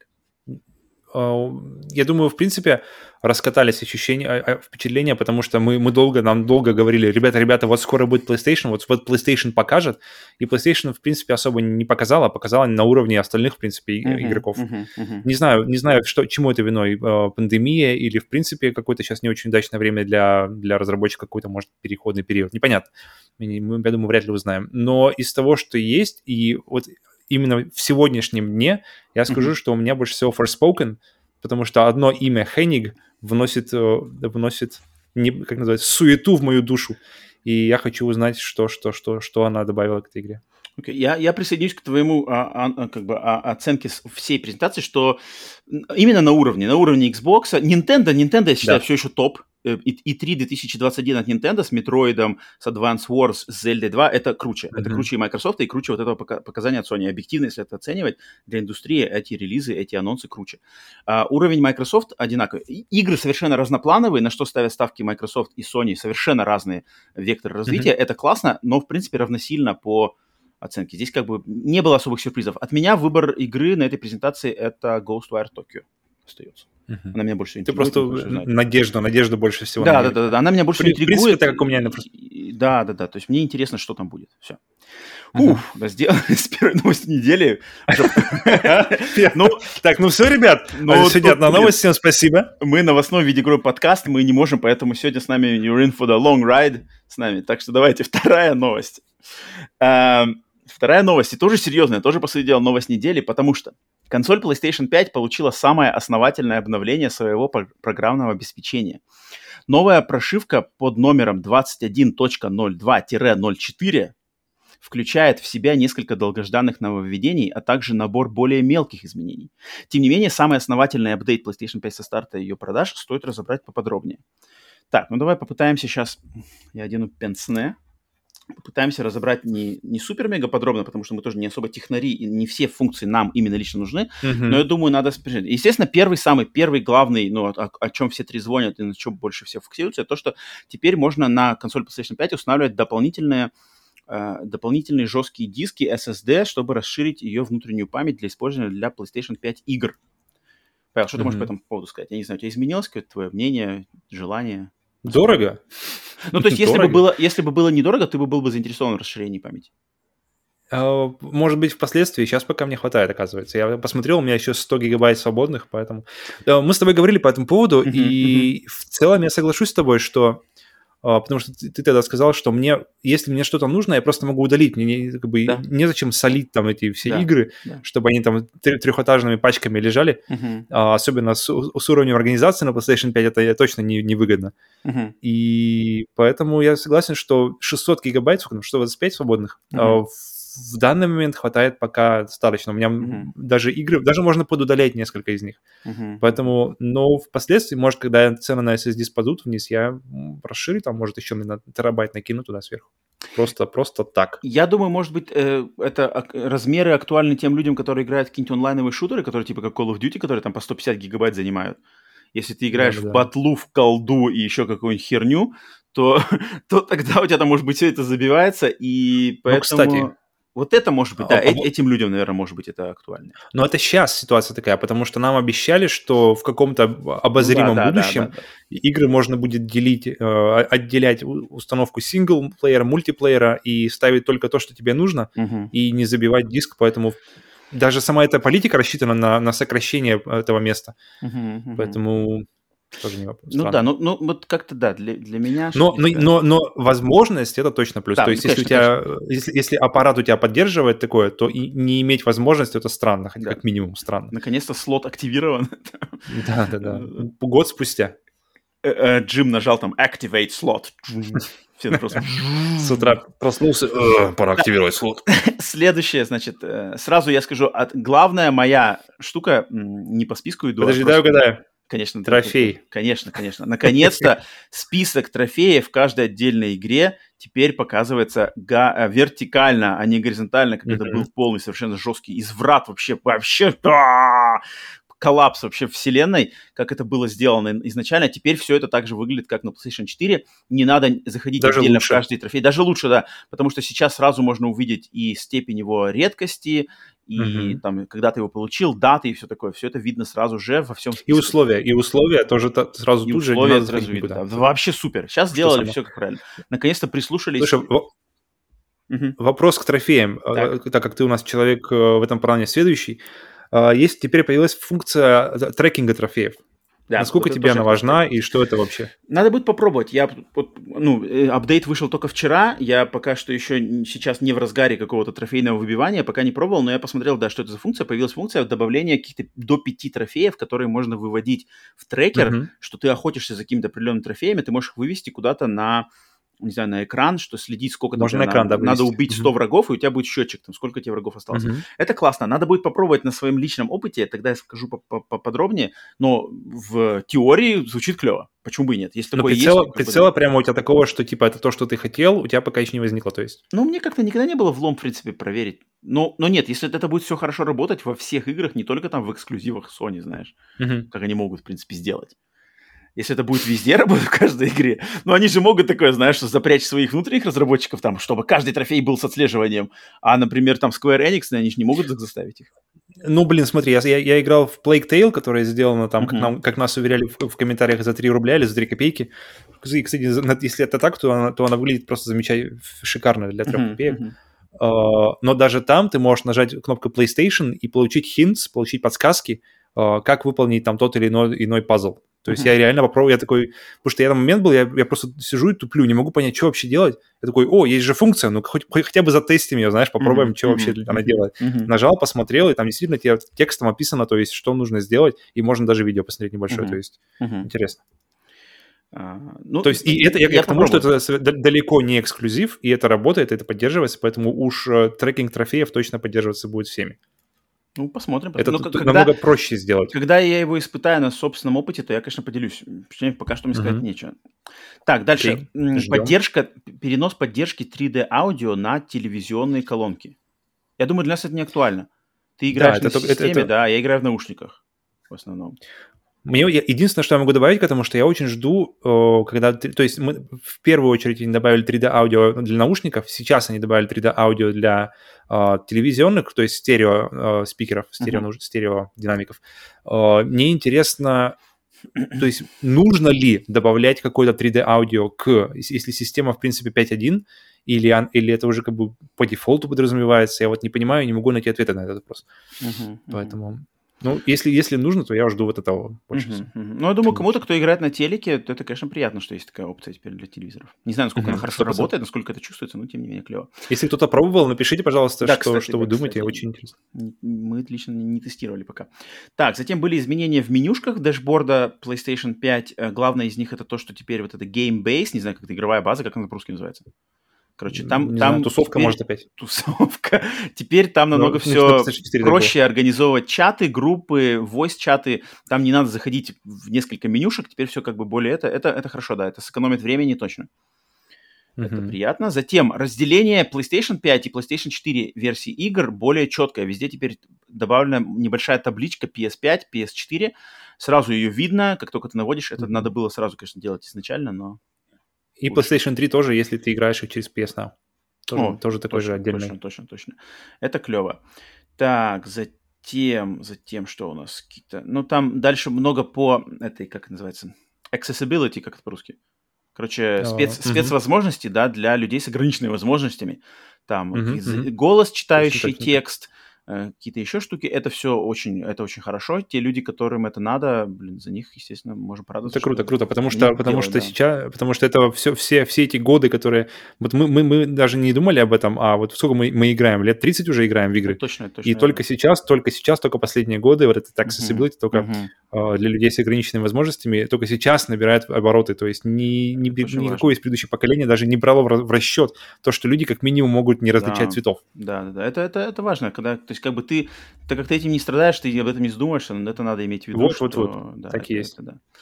Я думаю, в принципе, раскатались впечатления, потому что нам долго говорили, ребята, вот скоро будет PlayStation, вот PlayStation покажет, и PlayStation, в принципе, особо не показала, показала на уровне остальных, в принципе, игроков. Не знаю, чему это виной, пандемия или, в принципе, какое-то сейчас не очень удачное время для разработчиков, какой-то, может, переходный период, непонятно. Мы, я думаю, вряд ли узнаем. Но из того, что есть, и вот именно в сегодняшнем дне я скажу, что у меня больше всего Forspoken, потому что одно имя Хенниг вносит как называется, суету в мою душу. И я хочу узнать, что она добавила к этой игре. Okay. Я присоединюсь к твоему оценке всей презентации, что именно на уровне Xbox, Nintendo, я считаю, все еще топ. E3 2021 от Nintendo с Metroid'ом, с Advance Wars, с Zelda 2, это круче. Это круче и Microsoft, и круче вот этого показания от Sony. Объективно, если это оценивать, для индустрии эти релизы, эти анонсы круче. Уровень Microsoft одинаковый. Игры совершенно разноплановые, на что ставят ставки Microsoft и Sony, совершенно разные векторы развития. Это классно, но, в принципе, равносильно по оценке. Здесь как бы не было особых сюрпризов. От меня выбор игры на этой презентации это Ghostwire Tokyo остается. Она меня больше интригует. Ты просто надежду больше всего. Да. Она меня больше интригует. В принципе, так как у меня. Да. То есть мне интересно, что там будет. Все. Сделали с первой новости недели. Все, ребят. Сегодня одна новость. Всем спасибо. Мы новостной видеоигровой подкаст. Мы не можем, поэтому сегодня с нами you're in for the long ride с нами. Так что давайте вторая новость. Вторая новость, и тоже серьезная, тоже, по сути дела, новость недели, потому что консоль PlayStation 5 получила самое основательное обновление своего программного обеспечения. Новая прошивка под номером 21.02-04 включает в себя несколько долгожданных нововведений, а также набор более мелких изменений. Тем не менее, самый основательный апдейт PlayStation 5 со старта ее продаж стоит разобрать поподробнее. Так, давай попытаемся сейчас, я одену пенсне. Попытаемся разобрать не супер-мега подробно, потому что мы тоже не особо технари, и не все функции нам именно лично нужны, но я думаю, надо... Естественно, первый главный, о чем все три звонят и на чем больше всего фокусируются, это то, что теперь можно на консоль PlayStation 5 устанавливать дополнительные жесткие диски SSD, чтобы расширить ее внутреннюю память для использования для PlayStation 5 игр. Павел, что ты можешь по этому поводу сказать? Я не знаю, у тебя изменилось какое-то твое мнение, желание? Дорого? То есть, если бы было недорого, ты был бы заинтересован в расширении памяти? Может быть, впоследствии. Сейчас пока мне хватает, оказывается. Я посмотрел, у меня еще 100 гигабайт свободных, поэтому... Мы с тобой говорили по этому поводу, и в целом я соглашусь с тобой, что... Потому что ты тогда сказал, что если мне что-то нужно, я просто могу удалить. Мне незачем солить там эти все игры, чтобы они там трехэтажными пачками лежали. Особенно с уровнем организации на PlayStation 5 это точно невыгодно. И поэтому я согласен, что 600 гигабайт, 125 свободных, в данный момент хватает пока достаточно. У меня даже можно подудалять несколько из них. Поэтому, но впоследствии, может, когда цены на SSD спадут вниз, я расширю, там, может, еще на терабайт накину туда сверху. Просто так. Я думаю, может быть, это размеры актуальны тем людям, которые играют в какие-нибудь онлайновые шутеры, которые типа как Call of Duty, которые там по 150 гигабайт занимают. Если ты играешь в батлу, в колду и еще какую-нибудь херню, то тогда у тебя там, может быть, все это забивается, и поэтому... кстати... Вот это может быть, да, этим людям, наверное, может быть, это актуально. Но это сейчас ситуация такая, потому что нам обещали, что в каком-то обозримом будущем игры можно будет отделять установку синглплеера, мультиплеера и ставить только то, что тебе нужно, и не забивать диск, поэтому даже сама эта политика рассчитана на сокращение этого места. Поэтому... Тоже не вопрос. Вот как-то для меня... Но возможность это точно плюс. То есть, если аппарат у тебя поддерживает такое, то и не иметь возможности это странно, хотя как минимум странно. Наконец-то слот активирован. Да. Год спустя. Джим нажал там Activate slot. Все просто... С утра проснулся, пора активировать слот. Следующее, значит, сразу я скажу, главная моя штука, не по списку иду. Подожди, дай угадаю. Конечно. Трофей. Конечно. Наконец-то список трофеев в каждой отдельной игре теперь показывается вертикально, а не горизонтально, как это был полный, совершенно жесткий изврат вообще. коллапс вообще вселенной, как это было сделано изначально. Теперь все это также выглядит, как на PlayStation 4. Не надо заходить Даже отдельно лучше. в каждый трофей. Даже лучше, да, потому что сейчас сразу можно увидеть и степень его редкости, и там, когда ты его получил, даты и все такое. Все это видно сразу же во всем И списке. условия тоже сразу И тут же, не условия надо сразу заходить видно. никуда. Да. Вообще супер. Сейчас Что сделали само. все как правильно. Наконец-то прислушались. Слушай, Мгм. вопрос к трофеям. Так. Так как ты у нас человек в этом плане следующий. Есть теперь появилась функция трекинга трофеев. Да, Насколько вот это тебе тоже она я хотел важна сказать. и что это вообще? Надо будет попробовать. Апдейт вышел только вчера. Я пока что еще сейчас не в разгаре какого-то трофейного выбивания, пока не пробовал, но я посмотрел, да, что это за функция. Появилась функция добавления каких-то до 5 трофеев, которые можно выводить в трекер, Мгм. что ты охотишься за какими-то определенными трофеями, ты можешь их вывести куда-то на, не знаю, на экран, что следить, сколько там Можно на тебе экран, да, надо вывести. убить 100 врагов, и у тебя будет счетчик, там, сколько тебе врагов осталось. Мгм. Это классно. Надо будет попробовать на своем личном опыте, тогда я скажу поподробнее, но в теории звучит клево. Почему бы и нет? Если Но такое есть, то как бы да. прицела прямо у тебя такого, что типа это то, что ты хотел, у тебя пока еще не возникло, то есть. Ну, мне как-то никогда не было влом, в принципе, проверить. Но нет, если это будет все хорошо работать во всех играх, не только там в эксклюзивах Sony, знаешь, Мгм. как они могут, в принципе, сделать. Если это будет везде работать в каждой игре, ну, они же могут такое, знаешь, что запрячь своих внутренних разработчиков там, чтобы каждый трофей был с отслеживанием. А, например, там Square Enix, они же не могут заставить их. Ну, блин, смотри, я играл в Plague Tale, которая сделана там, Мгм. как нас уверяли в комментариях, за 3 рубля или за 3 копейки. И, кстати, если это так, то она выглядит просто замечательно, шикарно для 3 Мгм. копеек. Мгм. Но даже там ты можешь нажать кнопку PlayStation и получить hints, получить подсказки, как выполнить там тот или иной пазл. То есть Мгм. я реально попробовал, я такой, потому что я на момент был, я просто сижу и туплю, не могу понять, что вообще делать. Я такой, есть же функция, ну хотя бы затестим ее, знаешь, попробуем, Мгм. что вообще Мгм. она Мгм. делает. Мгм. Нажал, посмотрел, и там действительно тебе текстом описано, то есть что нужно сделать, и можно даже видео посмотреть небольшое, то Мгм. есть Мгм. интересно. Ну, То есть и это я я к тому, что попробую. это далеко не эксклюзив, и это работает, это поддерживается, поэтому уж трекинг трофеев точно поддерживаться будет всеми. Ну, посмотрим. Это Но тут намного проще сделать. когда я его испытаю на собственном опыте, то я, конечно, поделюсь. Точнее, пока что мне сказать Мгм. нечего. Так, дальше. Окей, ждем. Перенос поддержки 3D-аудио на телевизионные колонки. Я думаю, для нас это не актуально. Ты Да, играешь на системе, да, я играю в наушниках в основном. Единственное, что я могу добавить к этому, что я очень жду, когда... То есть мы в первую очередь они добавили 3D-аудио для наушников, сейчас они добавили 3D-аудио для телевизионных, то есть стерео спикеров, Мгм. стерео динамиков. Мне интересно, то есть нужно ли добавлять какое-то 3D-аудио если система, в принципе, 5.1, или это уже как бы по дефолту подразумевается, я вот не понимаю, не могу найти ответа на этот вопрос. Мгм. Мгм. Поэтому, ну, если нужно, то я жду вот этого больше всего. Мгм. Мгм. Ну, я думаю, кому-то, кто играет на телеке, то это, конечно, приятно, что есть такая опция теперь для телевизоров. Не знаю, насколько она хорошо 100%. работает, насколько это чувствуется, но тем не менее клево. Если кто-то пробовал, напишите, пожалуйста, Да, кстати, что вы думаете, очень интересно. Мы лично не тестировали пока. Так, затем были изменения в менюшках дэшборда PlayStation 5. Главное из них это то, что теперь вот это Game Base, не знаю, как это игровая база, как она по-русски называется. Короче, Не знаю, там тусовка может теперь опять. тусовка. Теперь там Но намного на все PlayStation 4 так было. проще организовывать чаты, группы, voice-чаты. Там не надо заходить в несколько менюшек. Теперь все как бы более это хорошо, да. Это сэкономит времени точно. Это Мгм. приятно. Затем разделение PlayStation 5 и PlayStation 4 версий игр более четкое. Везде теперь добавлена небольшая табличка PS5, PS4. Сразу ее видно, как только ты наводишь. Это надо было сразу, конечно, делать изначально, но И лучше. PlayStation 3 тоже, если ты играешь их через PS Now. Тоже такой же точно, отдельный. точно. Это клево. Так, затем, что у нас? Какие-то... Ну, там дальше много по этой, как это называется, accessibility, как это по-русски. Короче, Мгм. спецвозможности, да, для людей с ограниченными возможностями. Там Мгм. голос, Точно, читающий точно, точно. текст, какие-то еще штуки. Это очень хорошо. Те люди, которым это надо, блин, за них, естественно, можем порадоваться, Это круто, что круто, потому они что, это делают, да. потому что это все эти годы, которые... Вот мы даже не думали об этом, а вот сколько мы играем? Лет 30 уже играем в игры. Это И точно только верно. сейчас, только последние годы вот этот Мгм, accessibility только мгм. для людей с ограниченными возможностями только сейчас набирает обороты. То есть Это очень никакое важно. из предыдущих поколений даже не брало в расчет то, что люди как минимум могут не различать Да, цветов. да. Это важно, когда, то есть, как бы так как ты этим не страдаешь, ты об этом не задумаешься, но это надо иметь в виду, Вот. что, да, Так и есть. да.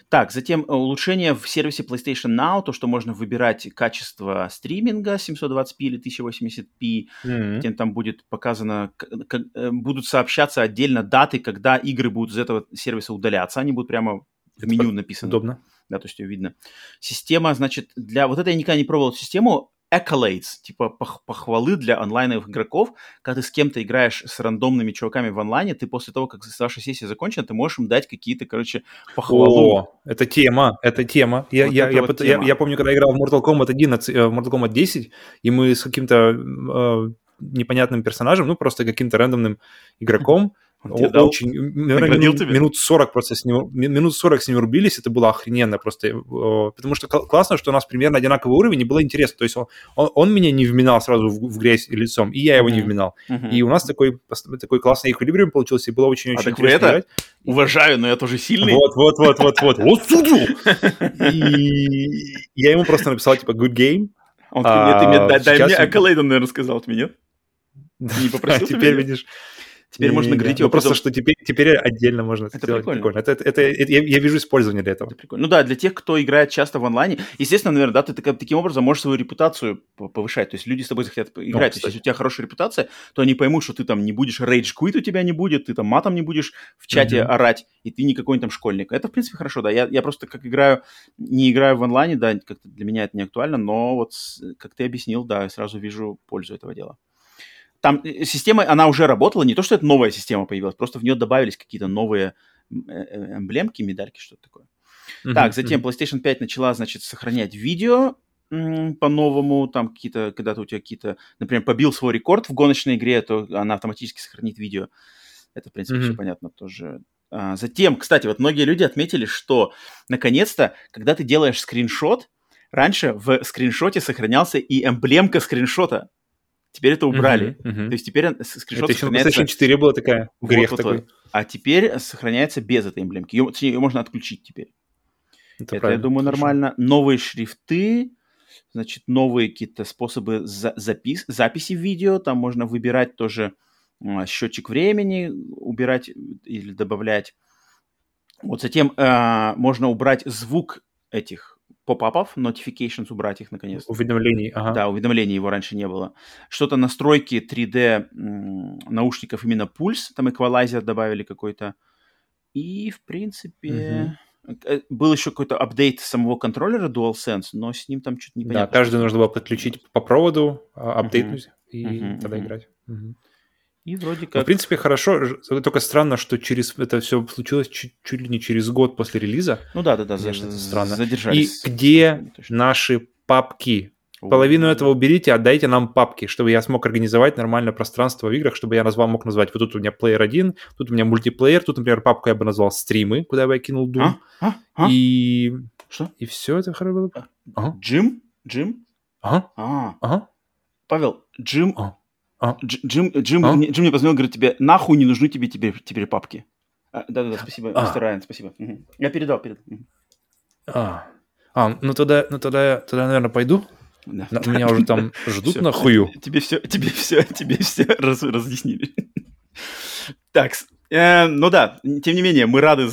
Так, затем улучшение в сервисе PlayStation Now, то, что можно выбирать качество стриминга 720p или 1080p, затем там будет показано, будут сообщаться отдельно даты, когда игры будут из этого сервиса удаляться, они будут прямо в меню написаны. Удобно. Да, то есть ее видно. Система, значит, для... Вот это я никогда не пробовал эту систему. Accolades, типа похвалы для онлайновых игроков. Когда ты с кем-то играешь с рандомными чуваками в онлайне, ты после того, как ваша сессия закончена, ты можешь им дать какие-то, короче, похвалу. О, это тема. Я помню, когда играл в Mortal Kombat 11, в Mortal Kombat 10, и мы с каким-то непонятным персонажем, ну, просто каким-то рандомным игроком, очень, минут 40 просто с ним рубились, это было охрененно просто, потому что классно, что у нас примерно одинаковый уровень, и было интересно, то есть он меня не вминал сразу в грязь лицом, и я его не вминал, и у нас такой классный эквилибриум получился, и было очень-очень интересно играть. Уважаю, но я тоже сильный. Вот, судью! И я ему просто написал, типа, good game. Он такой, дай мне Accolade, он, наверное, сказал, тебе нет? Не попросил тебя? Теперь, видишь... Теперь можно градить его. Просто, что теперь отдельно можно это сделать. Прикольно. Я вижу использование для этого. Это прикольно. Ну да, для тех, кто играет часто в онлайне, естественно, наверное, да, ты таким образом можешь свою репутацию повышать. То есть люди с тобой захотят играть. То есть если у тебя хорошая репутация, то они поймут, что ты там не будешь rage-quit у тебя не будет, ты там матом не будешь в чате орать, и ты не какой-нибудь там школьник. Это, в принципе, хорошо, да. Я просто как не играю в онлайне, да, как-то для меня это не актуально, но вот как ты объяснил, да, я сразу вижу пользу этого дела. Там система, она уже работала, не то, что это новая система появилась, просто в нее добавились какие-то новые эмблемки, медальки, что-то такое. Так, затем PlayStation 5 начала, значит, сохранять видео по-новому, там какие-то, когда-то у тебя какие-то, например, побил свой рекорд в гоночной игре, то она автоматически сохранит видео. Это, в принципе, все понятно тоже. Затем, кстати, вот многие люди отметили, что, наконец-то, когда ты делаешь скриншот, раньше в скриншоте сохранялся и эмблемка скриншота. Теперь это убрали. То есть теперь скриншот сохраняется... Это еще на PlayStation 4 была такая, грех такой. А теперь сохраняется без этой эмблемки. Ее можно отключить теперь. Это я думаю, нормально. Новые шрифты, значит, новые какие-то способы записи видео. Там можно выбирать тоже счетчик времени, убирать или добавлять. Вот затем можно убрать звук этих поп-апов, notifications, убрать их наконец-то. Уведомлений, ага. Да, уведомлений его раньше не было. Что-то настройки 3D наушников, именно пульс, там эквалайзер добавили какой-то. И, в принципе, был еще какой-то апдейт самого контроллера DualSense, но с ним там что-то непонятно. Да, каждый нужно было подключить по проводу, апдейтнуть и тогда играть. И вроде как... Но, в принципе, хорошо. Только странно, что это все случилось чуть ли не через год после релиза. Ну да, конечно, это странно. Задержались. И где наши папки? Половину этого уберите, отдайте нам папки, чтобы я смог организовать нормальное пространство в играх, чтобы я мог назвать, вот тут у меня плеер 1, тут у меня мультиплеер, тут, например, папку я бы назвал стримы, куда бы я кинул Doom. И... Что? И все это хорошо было. Джим? Ага. Павел, Джим мне позвонил, говорит, тебе нахуй не нужны тебе теперь папки. Да, спасибо, мистер Райан, спасибо. Я передал. Ну тогда, наверное, пойду. Да. Меня уже там ждут на хую. Тебе все разъяснили. Так, ну да, тем не менее, мы рады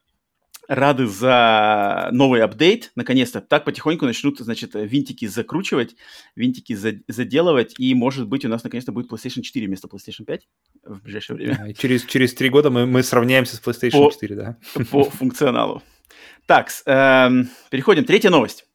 за новый апдейт, наконец-то. Так потихоньку начнут, значит, винтики закручивать, винтики заделывать, и, может быть, у нас наконец-то будет PlayStation 4 вместо PlayStation 5 в ближайшее время. Да, и через 3 года мы сравняемся с PlayStation 4, да? По функционалу. Так, переходим. Третья новость.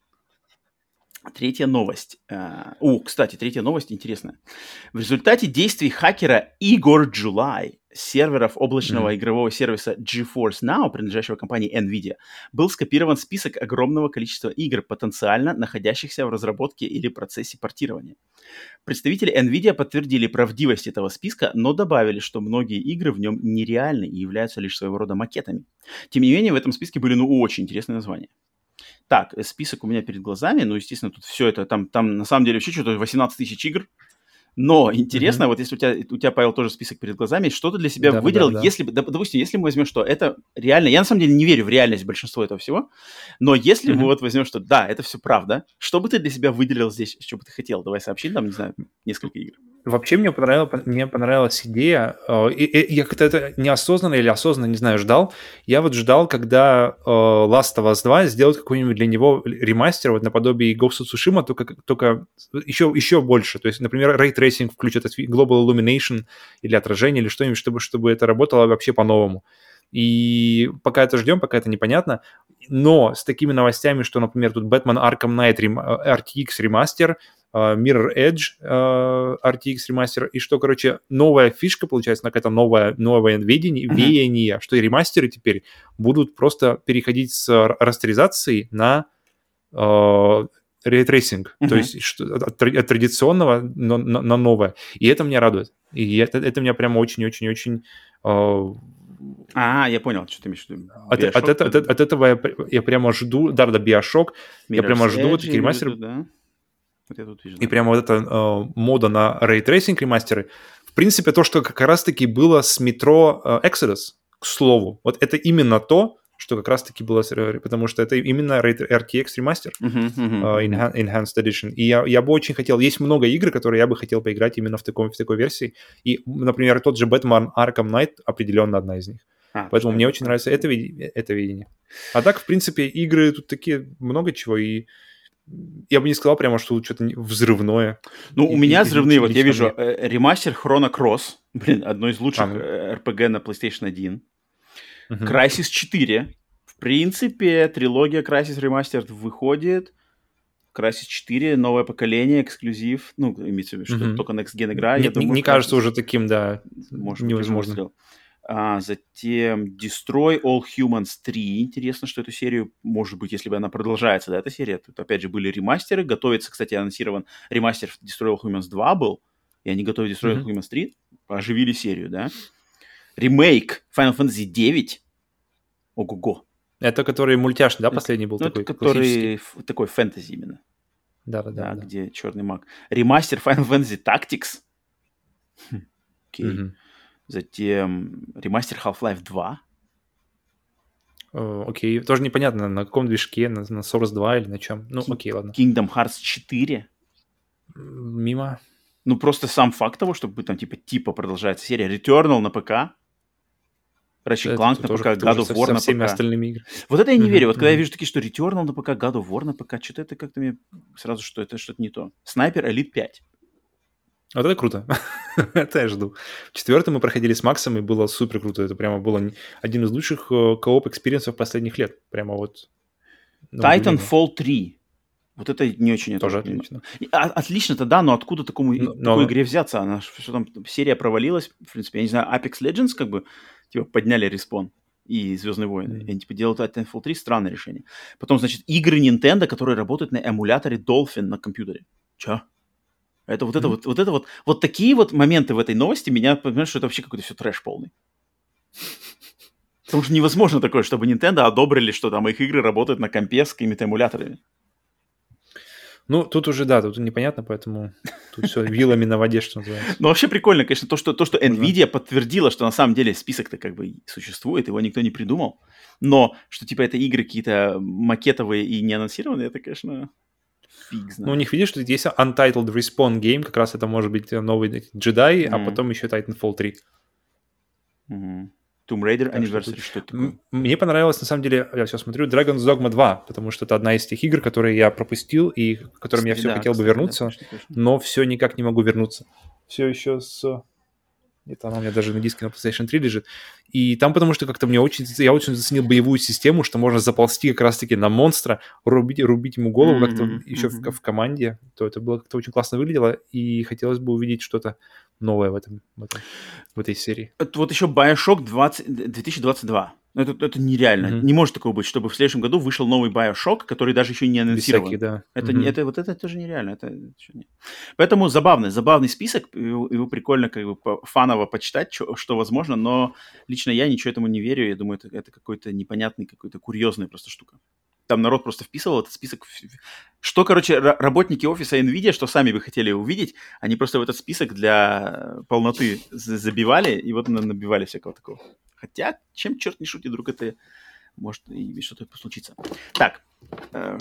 Кстати, третья новость интересная. В результате действий хакера Игор July с серверов облачного игрового сервиса GeForce Now, принадлежащего компании NVIDIA, был скопирован список огромного количества игр, потенциально находящихся в разработке или процессе портирования. Представители NVIDIA подтвердили правдивость этого списка, но добавили, что многие игры в нем нереальны и являются лишь своего рода макетами. Тем не менее, в этом списке были очень интересные названия. Так, список у меня перед глазами, естественно, тут все это, там на самом деле вообще что-то 18 тысяч игр, но интересно, вот если у тебя, Павел, тоже список перед глазами, что ты для себя выделил, если, допустим, если мы возьмем, что это реально, я на самом деле не верю в реальность большинства этого всего, но если мы вот возьмем, что да, это все правда, что бы ты для себя выделил здесь, что бы ты хотел? Давай сообщи нам, не знаю, несколько игр. Вообще мне понравилась идея, и я как-то это неосознанно или осознанно, не знаю, ждал. Я вот ждал, когда Last of Us 2 сделают какой-нибудь для него ремастер, вот наподобие Ghost of Tsushima, только еще больше. То есть, например, Ray Tracing включат Global Illumination или отражение, или что-нибудь, чтобы это работало вообще по-новому. И пока это ждем, пока это непонятно. Но с такими новостями, что, например, тут Batman Arkham Knight RTX ремастер, Mirror Edge RTX ремастер, и что, короче, новая фишка, получается, какая-то новое веяние, что и ремастеры теперь будут просто переходить с растеризации на рейтрейсинг, то есть от традиционного на новое. И это меня радует. И это меня прямо очень-очень-очень... я понял, что ты имеешь в виду. От этого я прямо жду, да, Bioshock, я прямо жду вот эти ремастеры. Да. Вот я тут вижу, и прямо вот эта мода на рейтрейсинг ремастеры. В принципе, то, что как раз-таки было с Metro Exodus, к слову, вот это именно то, что как раз-таки было, потому что это именно RTX ремастер, Enhanced Edition. И я бы очень хотел... Есть много игр, которые я бы хотел поиграть именно в такой версии. И, например, тот же Batman Arkham Knight определенно одна из них. Поэтому мне очень нравится это видение. А так, в принципе, игры тут такие много чего, и я бы не сказал прямо, что тут что-то взрывное. Ну, у меня взрывные, вот я вижу ремастер Chrono Cross, одно из лучших RPG на PlayStation 1. Crysis 4. В принципе, трилогия Crysis Remastered выходит. Crysis 4, новое поколение, эксклюзив. Ну, имеется в виду, что только Next Gen игра. Я думаю, не кажется уже таким, да, невозможно. Затем Destroy All Humans 3. Интересно, что эту серию, может быть, если бы она продолжается, да, эта серия. Тут, опять же, были ремастеры. Готовится, кстати, анонсирован ремастер Destroy All Humans 2 был. И они готовят Destroy All Humans 3. Оживили серию, да. Ремейк Final Fantasy 9. Ого-го. Это который мультяшный, да, последний был такой? Который такой фэнтези именно. Да. Где черный маг. Ремастер Final Fantasy Tactics. Окей. Затем ремастер Half-Life 2. Окей. Тоже непонятно, на каком движке, на Source 2 или на чем. Ну, окей, ладно. Kingdom Hearts 4. Мимо. Ну, просто сам факт того, чтобы там типа продолжается серия. Returnal на ПК. Ratchet Clank на ПК, God of War на ПК. Всеми остальными играми. Вот это я не верю. Вот когда я вижу такие, что Returnal на ПК, God of War на ПК, что-то это как-то мне сразу, что это что-то не то. Снайпер Elite 5. Вот это круто. Это я жду. 4 мы проходили с Максом, и было супер круто. Это прямо было один из лучших кооп-экспириенсов последних лет. Прямо вот. Titanfall 3. Вот это не очень... Тоже отлично. Отлично-то, да, но откуда такой игре взяться? Она что там, серия провалилась, в принципе, я не знаю, Apex Legends как бы типа подняли респон и Звездные войны. И они типа делают Titanfall 3, странное решение. Потом, значит, игры Nintendo, которые работают на эмуляторе Dolphin на компьютере. Чё? Это вот такие вот моменты в этой новости меня, понимаешь, что это вообще какой-то все трэш полный. Потому что невозможно такое, чтобы Nintendo одобрили, что там их игры работают на компе с какими-то эмуляторами. Ну, тут уже, да, тут непонятно, поэтому тут все вилами на воде, что называется. Ну, вообще прикольно, конечно, то, что NVIDIA подтвердила, что на самом деле список-то как бы существует, его никто не придумал. Но что, типа, это игры какие-то макетовые и не анонсированные, это, конечно, фиг знает. Ну, у них, видишь, что здесь Untitled Respawn Game, как раз это может быть новый Jedi, а потом еще Titanfall 3. Tomb Raider Anniversary, что это такое? Мне понравилось, на самом деле, я все смотрю, Dragon's Dogma 2, потому что это одна из тех игр, которые я пропустил, и к которым я все хотел бы вернуться, но все никак не могу вернуться. Все еще с... Это она у меня даже на диске на PlayStation 3 лежит. И там потому что как-то я очень заценил боевую систему, что можно заползти как раз-таки на монстра, рубить ему голову как-то еще в команде. То это было как-то очень классно выглядело, и хотелось бы увидеть что-то новое в этой серии. Вот еще Bioshock 2022. Это нереально. Не может такого быть, чтобы в следующем году вышел новый Bioshock, который даже еще не анонсирован. Всякие, да. Это тоже нереально. Поэтому забавный список. Его прикольно как бы фаново почитать, что возможно, но лично я ничего этому не верю. Я думаю, это какой-то непонятный, какой-то курьезная просто штука. Там народ просто вписывал этот список. Что, короче, работники офиса NVIDIA, что сами бы хотели увидеть, они просто в этот список для полноты забивали, и вот набивали всякого такого. Хотя, чем черт не шутит, вдруг это может и что-то случиться. Так,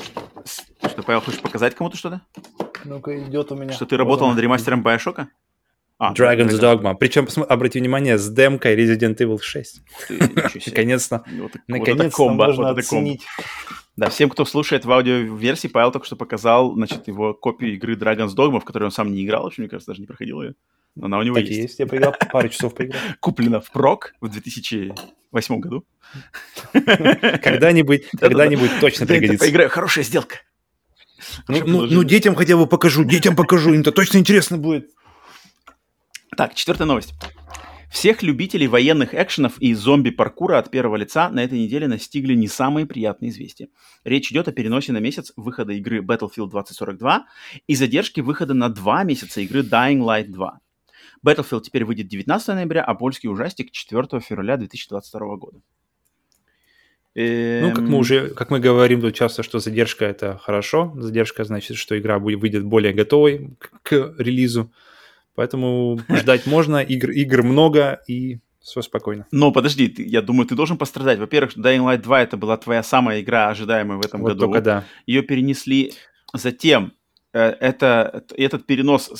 что, Павел, хочешь показать кому-то что-то? Ну-ка, идет у меня. Что ты работал над ремастером Bioshock'а? Dragon's Dogma. Причем, обрати внимание, с демкой Resident Evil 6. Наконец-то. Наконец-то можно оценить. Да, всем, кто слушает в аудиоверсии, Павел только что показал, значит, его копию игры Dragon's Dogma, в которой он сам не играл, вообще, мне кажется, даже не проходил ее. Но она у него так есть. Я поиграл, пару часов поиграл. Куплена впрок в 2008 году. Когда-нибудь точно пригодится. Поиграю, хорошая сделка. Ну, детям хотя бы покажу, им-то точно интересно будет. Так, 4-я новость. Всех любителей военных экшенов и зомби-паркура от первого лица на этой неделе настигли не самые приятные известия. Речь идет о переносе на месяц выхода игры Battlefield 2042 и задержке выхода на 2 месяца игры Dying Light 2. Battlefield теперь выйдет 19 ноября, а польский ужастик 4 февраля 2022 года. Ну, как мы говорим тут часто, что задержка — это хорошо. Задержка значит, что игра выйдет более готовой к релизу. Поэтому ждать можно, игр много, и все спокойно. Но подожди, я думаю, ты должен пострадать. Во-первых, Dying Light 2 это была твоя самая игра, ожидаемая в этом году. Только да. Ее перенесли. Затем этот перенос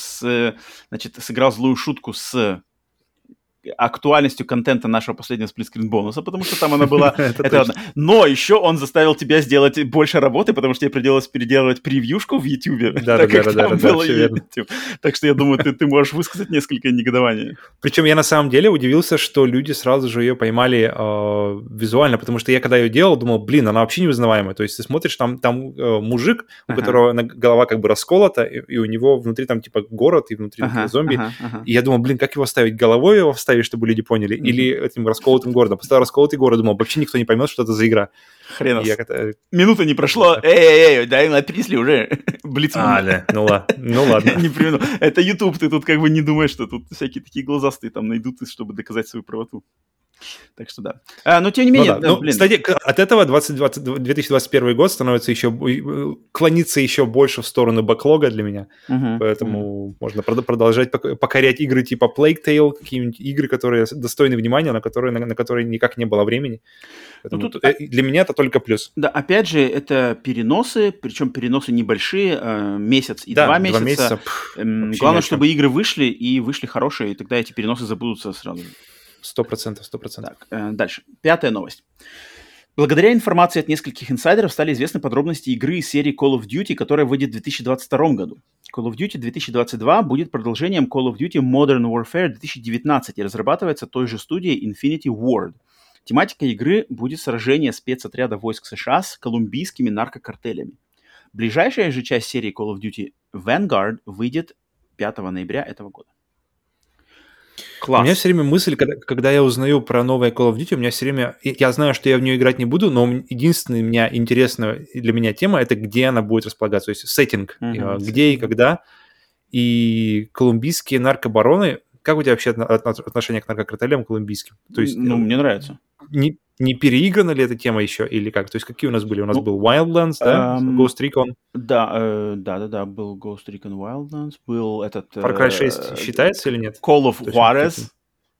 сыграл злую шутку с актуальностью контента нашего последнего сплитскрин-бонуса, потому что там она была... Но еще он заставил тебя сделать больше работы, потому что тебе придется переделывать превьюшку в YouTube. Да, все верно. Так что я думаю, ты можешь высказать несколько негодований. Причем я на самом деле удивился, что люди сразу же ее поймали визуально, потому что я когда ее делал, думал, она вообще неузнаваемая. То есть ты смотришь, там мужик, у которого голова как бы расколота, и у него внутри там типа город, и внутри зомби. И я думал, как его ставить? Головой его вставить, чтобы люди поняли, или этим расколотым городом. Поставил расколотый город, думал, вообще никто не поймет, что это за игра. Хрен. Минута не прошло. Эй, оттрясли уже. Блицман. Ну ладно. Не примену. Это YouTube, ты тут как бы не думаешь, что тут всякие такие глазастые там найдут, чтобы доказать свою правоту. Так что да. Но тем не менее... Кстати, от этого 2021 год становится клонится еще больше в сторону бэклога для меня. Поэтому можно продолжать покорять игры типа Plague Tale, какие-нибудь игры, которые достойны внимания, на которые никак не было времени. Для меня это только плюс. Да, опять же, это переносы, причем переносы небольшие, месяц и 2 месяца. Главное, чтобы игры вышли, и вышли хорошие, и тогда эти переносы забудутся сразу. 100%. Так, дальше. 5-я новость. Благодаря информации от нескольких инсайдеров стали известны подробности игры из серии Call of Duty, которая выйдет в 2022 году. Call of Duty 2022 будет продолжением Call of Duty Modern Warfare 2019 и разрабатывается той же студией Infinity Ward. Тематика игры будет сражение спецотряда войск США с колумбийскими наркокартелями. Ближайшая же часть серии Call of Duty Vanguard выйдет 5 ноября этого года. Класс. У меня все время мысль, когда я узнаю про новое Call of Duty, у меня все время... Я знаю, что я в нее играть не буду, но единственная интересная для меня тема — это где она будет располагаться, то есть сеттинг, где и когда. И колумбийские наркобароны... Как у тебя вообще отношение к наркокартелям колумбийским? То есть, мне нравится. Не переиграна ли эта тема еще или как? То есть какие у нас были? У нас был Wildlands, да? Ghost Recon? Да, был Ghost Recon Wildlands, был этот... Far Cry 6 считается или нет? Call of Juarez.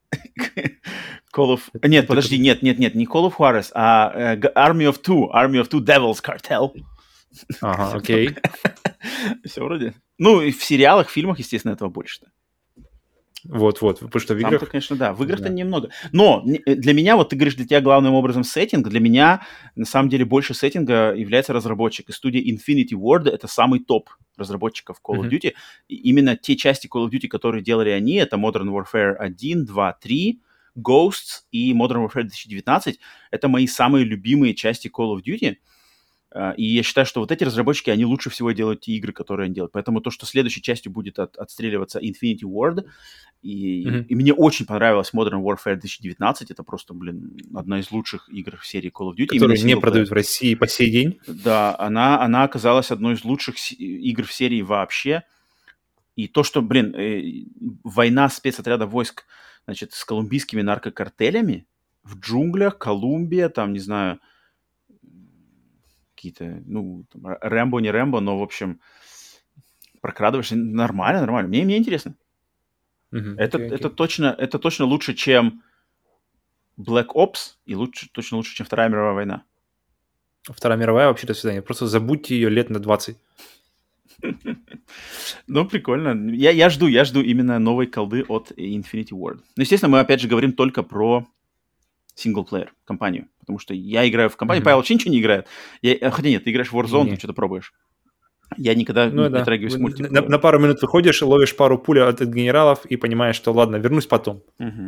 Нет, подожди, нет, не Call of Juarez, а Army of Two Devil's Cartel. Ага, окей. Все вроде. Ну, и в сериалах, в фильмах, естественно, этого больше-то. Вот, потому что в играх... Там-то, конечно, да, в играх-то немного. Но для меня, вот ты говоришь, для тебя главным образом сеттинг, для меня, на самом деле, больше сеттинга является разработчик. И студия Infinity Ward — это самый топ разработчиков Call of Duty. И именно те части Call of Duty, которые делали они, это Modern Warfare 1, 2, 3, Ghosts и Modern Warfare 2019, это мои самые любимые части Call of Duty. И я считаю, что вот эти разработчики, они лучше всего делают те игры, которые они делают. Поэтому то, что следующей частью будет отстреливаться Infinity Ward, и мне очень понравилась Modern Warfare 2019, это просто, одна из лучших игр в серии Call of Duty. Которые не продают в России по сей день. Да, она оказалась одной из лучших игр в серии вообще. И то, что, война спецотряда войск, значит, с колумбийскими наркокартелями в джунглях, Колумбия, там, не знаю... какие-то, Рэмбо, не Рэмбо, но, в общем, прокрадываешься. Нормально. Мне интересно. Это точно лучше, чем Black Ops, и точно лучше, чем Вторая мировая война. Вторая мировая вообще, до свидания. Просто забудьте ее лет на 20. Ну, прикольно. Я жду именно новой колды от Infinity Ward. Ну, естественно, мы опять же говорим только про синглплеер компанию, потому что я играю в компанию, Павел вообще ничего не играет. Хотя нет, ты играешь в Warzone, ты что-то пробуешь. Я никогда не да. дотрагиваюсь к мультику. На пару минут выходишь, ловишь пару пуль от генералов и понимаешь, что ладно, вернусь потом.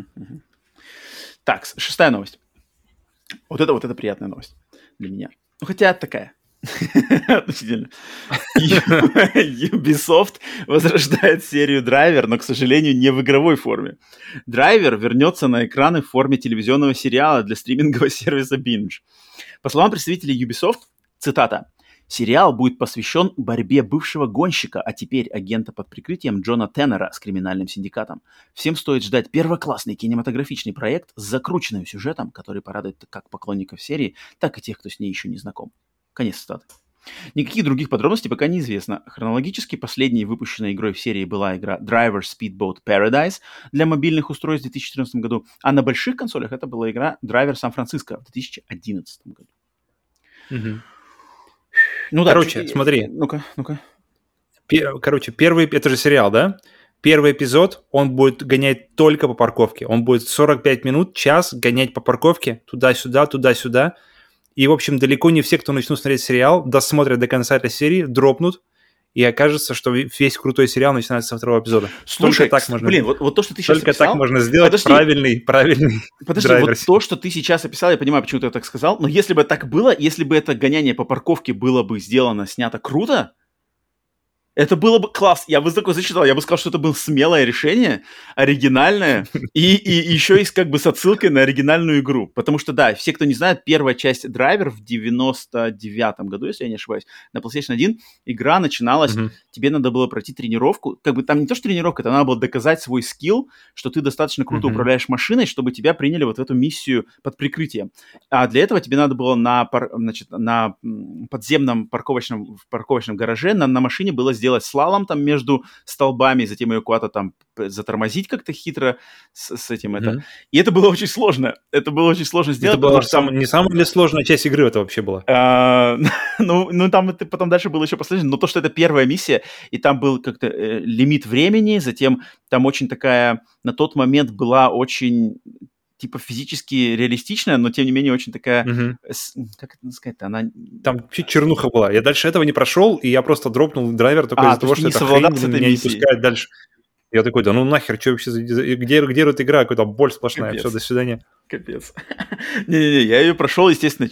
Так, 6-я новость. Вот это приятная новость для меня. Ну, хотя такая. Относительно. Ubisoft возрождает серию Драйвер, но, к сожалению, не в игровой форме. Драйвер вернется на экраны в форме телевизионного сериала для стримингового сервиса Binge. По словам представителей Ubisoft, цитата, «Сериал будет посвящен борьбе бывшего гонщика, а теперь агента под прикрытием Джона Теннера с криминальным синдикатом. Всем стоит ждать первоклассный кинематографичный проект с закрученным сюжетом, который порадует как поклонников серии, так и тех, кто с ней еще не знаком». Конец цитаты. Никаких других подробностей пока не известно. Хронологически последней выпущенной игрой в серии была игра Driver Speedboat Paradise для мобильных устройств в 2014 году, а на больших консолях это была игра Driver San Francisco в 2011 году. Ну да, короче, смотри. Ну-ка. Короче, это же сериал, да? Первый эпизод, он будет гонять только по парковке. Он будет 45 минут, час гонять по парковке, туда-сюда, туда-сюда. И, в общем, далеко не все, кто начнут смотреть сериал, досмотрят до конца этой серии, дропнут, и окажется, что весь крутой сериал начинается со второго эпизода. Слушай, так можно, вот то, что ты сейчас только описал... так можно сделать правильный Подожди, драйвер. Вот то, что ты сейчас описал, я понимаю, почему ты так сказал, но если бы так было, если бы это гоняние по парковке было бы сделано, снято круто, это было бы класс. Я бы такой зачитал, я бы сказал, что это было смелое решение, оригинальное, и еще и как бы с отсылкой на оригинальную игру. Потому что, да, все, кто не знает, первая часть Драйвер в 99-м году, если я не ошибаюсь, на PlayStation 1 игра начиналась, тебе надо было пройти тренировку, как бы там не то, что тренировка, это надо было доказать свой скилл, что ты достаточно круто управляешь машиной, чтобы тебя приняли вот в эту миссию под прикрытием. А для этого тебе надо было на подземном парковочном гараже на машине было сделать слалом там между столбами, затем ее куда-то там затормозить как-то хитро с этим это. И это было очень сложно. Это было очень сложно сделать. Это была не самая ли сложная часть игры это вообще была? Ну, там потом дальше было еще последовательно. Но то, что это первая миссия, и там был как-то лимит времени, затем там очень такая, на тот момент была очень... типа физически реалистичная, но тем не менее очень такая, как это сказать-то, она... Там чуть чернуха была. Я дальше этого не прошел, и я просто дропнул драйвер только из-за того, что эта хрень меня не пускает дальше. Я такой, да ну нахер, что вообще, где эта игра, какая-то боль сплошная, все, до свидания. Капец. Не-не-не, я ее прошел, естественно,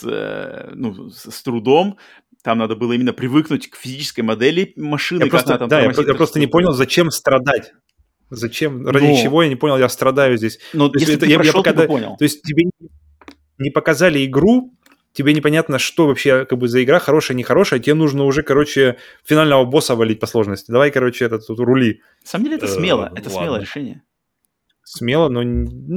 с трудом. Там надо было именно привыкнуть к физической модели машины. Я просто не понял, зачем страдать. Зачем? Ради чего? Я не понял, я страдаю здесь. Но если ты прошел, ты бы понял. То есть тебе не показали игру, тебе непонятно, что вообще как бы за игра, хорошая, нехорошая, тебе нужно уже, финального босса валить по сложности. Давай, тут рули. На самом деле это смело, это смелое решение. Смело, но...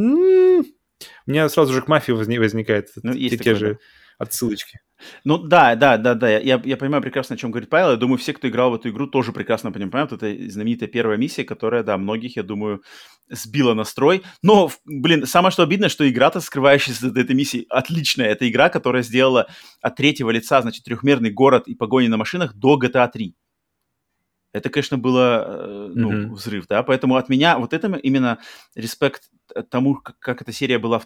У меня сразу же к мафии возникают те же отсылочки. Ну да, я понимаю прекрасно, о чем говорит Павел. Я думаю, все, кто играл в эту игру, тоже прекрасно понимают. Это знаменитая первая миссия, которая, да, многих, я думаю, сбила настрой. Но, самое что обидно, что игра-то, скрывающаяся за этой миссией, отличная. Это игра, которая сделала от третьего лица, значит, трехмерный город и погони на машинах до GTA 3. Это, конечно, было, взрыв, да, поэтому от меня вот это именно респект тому, как эта серия была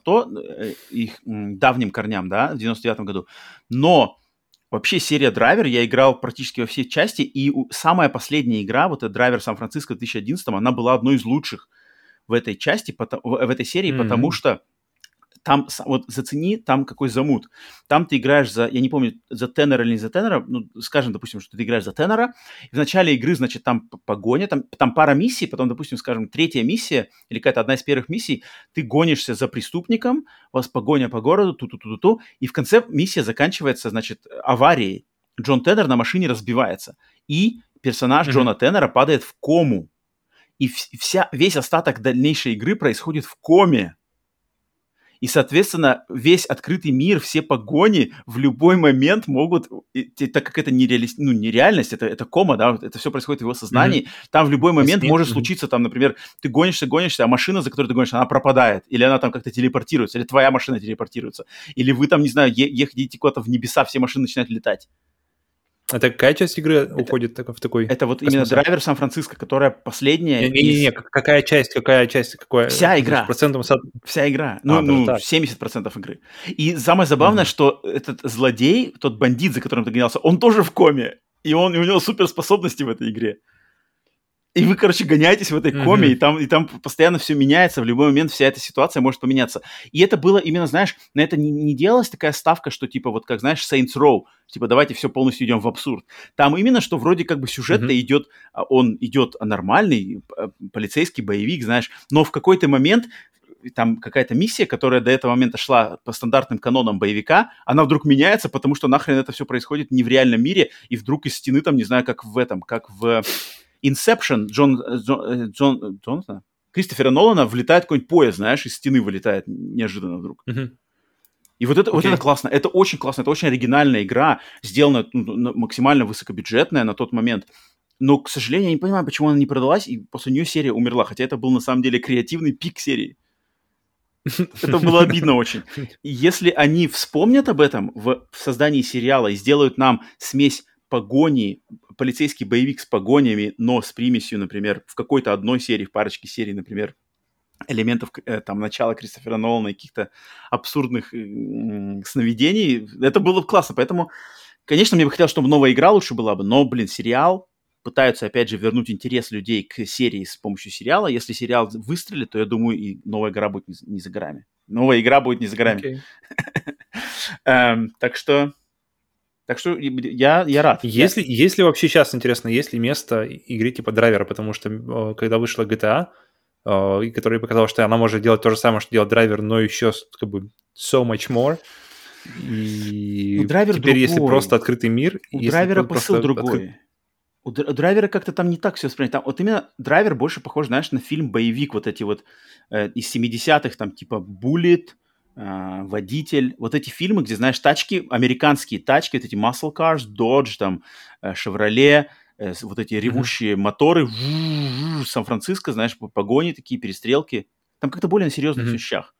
их давним корням, да, в 99-м году. Но вообще серия Драйвер, я играл практически во все части, и самая последняя игра, вот эта Драйвер Сан-Франциско в 2011-м, она была одной из лучших в этой части, в этой серии, потому что там, вот зацени, там какой замут. Там ты играешь я не помню, за Теннера или не за Теннера, скажем, допустим, что ты играешь за Теннера, и в начале игры, значит, там погоня, там пара миссий, потом, допустим, скажем, третья миссия, или какая-то одна из первых миссий, ты гонишься за преступником, у вас погоня по городу, ту-ту-ту-ту, и в конце миссия заканчивается, значит, аварией. Джон Теннер на машине разбивается, и персонаж Джона Теннера падает в кому. И весь остаток дальнейшей игры происходит в коме. И, соответственно, весь открытый мир, все погони в любой момент могут, так как это нереальность, это кома, да, это все происходит в его сознании, там в любой момент может случиться, там, например, ты гонишься, а машина, за которой ты гонишься, она пропадает, или она там как-то телепортируется, или твоя машина телепортируется, или вы там, не знаю, едете куда-то в небеса, все машины начинают летать. Это какая часть игры уходит в такой Это вот космос? именно драйвер Сан-Франциско, которая последняя Не-не-не, какая часть, какой Вся игра. процентом... Вся игра. даже так. 70% игры. И самое забавное, что этот злодей, тот бандит, за которым ты гонялся, он тоже в коме. И у него суперспособности в этой игре. И вы, короче, гоняетесь в этой коме, и там постоянно все меняется, в любой момент вся эта ситуация может поменяться. И это было именно, знаешь, на это не делалась такая ставка, что типа вот как, знаешь, Saints Row, типа давайте все полностью идем в абсурд. Там именно, что вроде как бы сюжет-то идет, он идет нормальный, полицейский боевик, знаешь, но в какой-то момент там какая-то миссия, которая до этого момента шла по стандартным канонам боевика, она вдруг меняется, потому что нахрен это все происходит не в реальном мире, и вдруг из стены там, не знаю, как в Inception Джонатана, Кристофера Нолана влетает какой-нибудь поезд, знаешь, из стены вылетает неожиданно вдруг. И вот это классно, это очень классно, это очень оригинальная игра, сделана максимально высокобюджетная на тот момент. Но, к сожалению, я не понимаю, почему она не продалась, и после нее серия умерла, хотя это был на самом деле креативный пик серии. Это было обидно очень. И если они вспомнят об этом в создании сериала и сделают нам смесь погони, полицейский боевик с погонями, но с примесью, например, в какой-то одной серии, в парочке серий, например, элементов там начала Кристофера Нолана и каких-то абсурдных сновидений, это было бы классно. Поэтому, конечно, мне бы хотелось, чтобы новая игра лучше была бы, но, сериал пытаются, опять же, вернуть интерес людей к серии с помощью сериала. Если сериал выстрелит, то, я думаю, и новая игра будет не за горами. Новая игра будет не за горами. Так что я рад. Если вообще сейчас, интересно, есть ли место игры типа драйвера, потому что когда вышла GTA, которая показала, что она может делать то же самое, что делает драйвер, но еще как бы so much more. И драйвер теперь, другой. Если просто открытый мир... У драйвера посыл другой. У драйвера как-то там не так все воспринято. Там, вот именно драйвер больше похож, знаешь, на фильм-боевик вот эти вот из 70-х, там типа Bullet, Водитель. Вот эти фильмы, где, знаешь, тачки, американские тачки, вот эти muscle cars, Dodge, там, Chevrolet, вот эти ревущие моторы, Сан-Франциско, знаешь, погони такие, перестрелки. Там как-то более на серьезных вещах.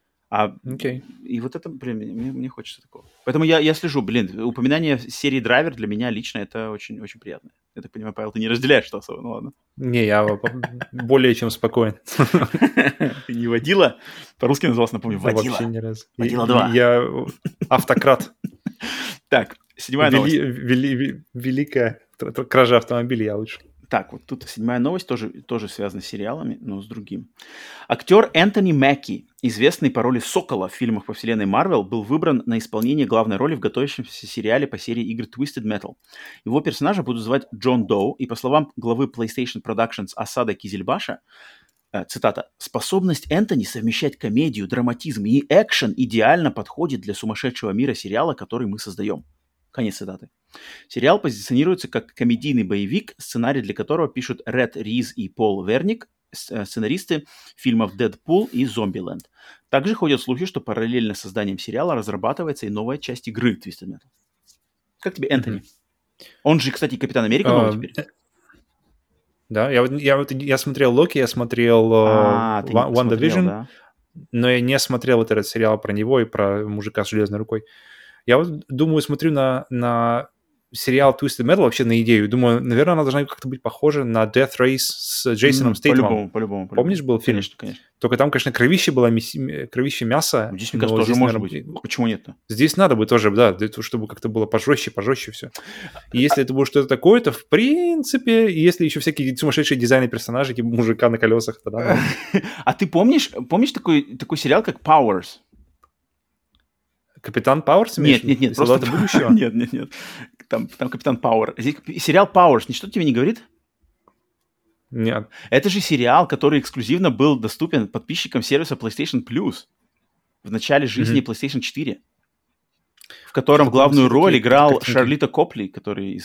И вот это, мне хочется такого. Поэтому я слежу, упоминание серии Драйвер для меня лично это очень, очень приятно. Я так понимаю, Павел, ты не разделяешь что особо, ну ладно. Не, я более чем спокоен. Ты не водила? По-русски назывался, напомню, водила. Вообще ни разу. Водила 2. Я автократ. Так, 7-я новость. Великая кража автомобиля, я лучше. Так, вот тут 7-я новость, тоже связана с сериалами, но с другим. Актер Энтони Мэкки, известный по роли Сокола в фильмах по вселенной Марвел, был выбран на исполнение главной роли в готовящемся сериале по серии игр Twisted Metal. Его персонажа будут звать Джон Доу, и по словам главы PlayStation Productions Асада Кизельбаша, цитата, «способность Энтони совмещать комедию, драматизм и экшен идеально подходит для сумасшедшего мира сериала, который мы создаем». Конец цитаты. Сериал позиционируется как комедийный боевик, сценарий для которого пишут Ред Риз и Пол Верник, сценаристы фильмов «Дэдпул» и «Зомбиленд». Также ходят слухи, что параллельно с созданием сериала разрабатывается и новая часть игры Twisted Metal. Как тебе Энтони? Он же, кстати, Капитан Америка новый теперь. Да, я смотрел Локи, я смотрел WandaVision, да? Но я не смотрел вот этот сериал про него и про мужика с железной рукой. Я вот думаю, смотрю на сериал Twisted Metal, вообще на идею. Думаю, наверное, она должна как-то быть похожа на Death Race с Джейсоном Стейтемом. По-любому. Помнишь, был фильм? Конечно. Только там, конечно, кровище было, кровище мяса. Здесь, мне кажется, тоже может быть. Почему нет-то? Здесь надо бы тоже, да, чтобы как-то было пожестче все. И если это будет что-то такое, то в принципе, если еще всякие сумасшедшие дизайны персонажей, типа мужика на колесах, тогда... А ты помнишь такой сериал, как Powers? Капитан Пауэрс? Нет, просто будущего? Нет. Там Капитан Пауэр. Здесь сериал Powers. Ничто тебе не говорит? Нет. Это же сериал, который эксклюзивно был доступен подписчикам сервиса PlayStation Plus в начале жизни PlayStation 4, в котором главную роль играл Шарлита Копли, который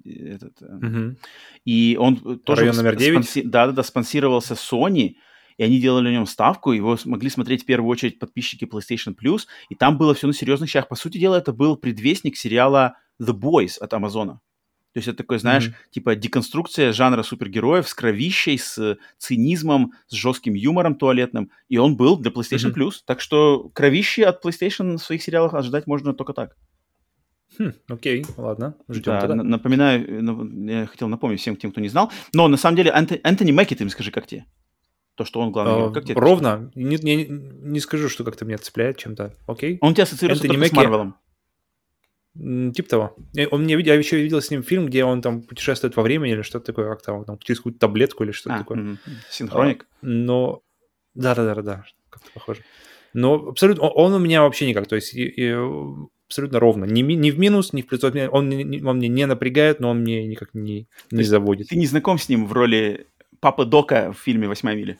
и он тоже район номер 9? Спонсировался Sony. И они делали на нем ставку, его могли смотреть в первую очередь подписчики PlayStation Plus, и там было все на серьезных щах. По сути дела, это был предвестник сериала The Boys от Амазона. То есть это такой, знаешь, типа деконструкция жанра супергероев с кровищей, с цинизмом, с жестким юмором туалетным, и он был для PlayStation Plus. Так что кровищи от PlayStation в своих сериалах ожидать можно только так. Окей, ладно, ждем Да, тогда. напоминаю, я хотел напомнить всем тем, кто не знал. Но на самом деле Энтони Мэкки, ты мне скажи, как тебе? То, что он главный герой. Как тебе это персонаж? Ровно. Не скажу, что как-то меня цепляет чем-то. Окей. Он у тебя ассоциируется Энтони только с Мэкки, Марвелом. типа того. Я еще видел с ним фильм, где он там путешествует во времени или что-то такое, как-то он там через какую-то таблетку или что-то такое. Синхроник. Но да, как-то похоже. Но абсолютно он у меня вообще никак, то есть абсолютно ровно. Ни в минус, ни в плюс. Он мне не напрягает, но он мне никак не заводит. Ты не знаком с ним в роли папы Дока в фильме «Восьмая миля»?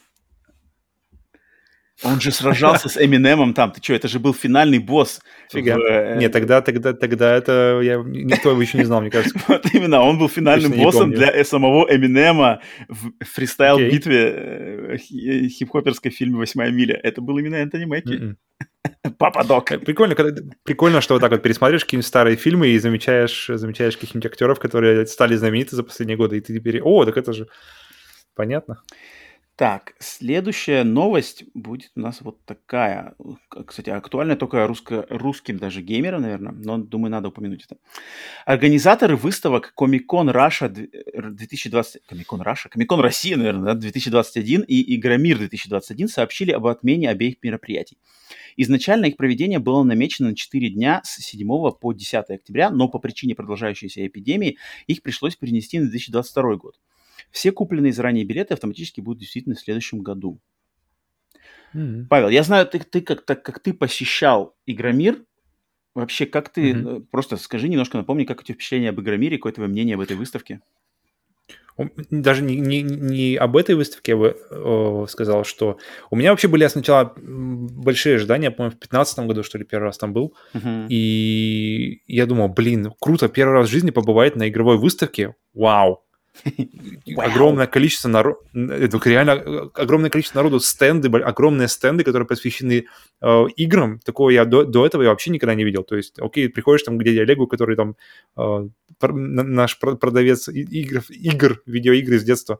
Он же сражался с Эминемом там. Ты что, это же был финальный босс. Фига. Нет, тогда это никто его еще не знал, мне кажется. Вот именно, он был финальным боссом для самого Эминема в фристайл-битве хип-хоперской в фильме «Восьмая миля». Это был именно Энтони Мэкки. Папа Док. Прикольно, что вот так вот пересматриваешь какие-нибудь старые фильмы и замечаешь каких-нибудь актеров, которые стали знамениты за последние годы, и ты теперь, так это же понятно. Так, следующая новость будет у нас вот такая. Кстати, актуальная только русским даже геймерам, наверное, но, думаю, надо упомянуть это. Организаторы выставок Comic-Con Russia 2020... Comic-Con Россия, наверное, да, 2021 и Игромир 2021 сообщили об отмене обеих мероприятий. Изначально их проведение было намечено на 4 дня с 7 по 10 октября, но по причине продолжающейся эпидемии их пришлось перенести на 2022 год. Все купленные заранее билеты автоматически будут действительно в следующем году. Павел, я знаю, ты как ты посещал Игромир, вообще как ты, просто скажи немножко, напомни, как у тебя впечатление об Игромире, какое твое мнение об этой выставке? Даже не об этой выставке я бы сказал, что у меня вообще были сначала большие ожидания, по-моему, в 2015 году, что ли, первый раз там был, и я думал, круто, первый раз в жизни побывать на игровой выставке, вау! Огромное количество народу, реально огромное количество народу, огромные стенды, которые посвящены играм. Такого я до этого я вообще никогда не видел. То есть, окей, приходишь там к дяде Олегу, который там наш продавец игр, видеоигры с детства,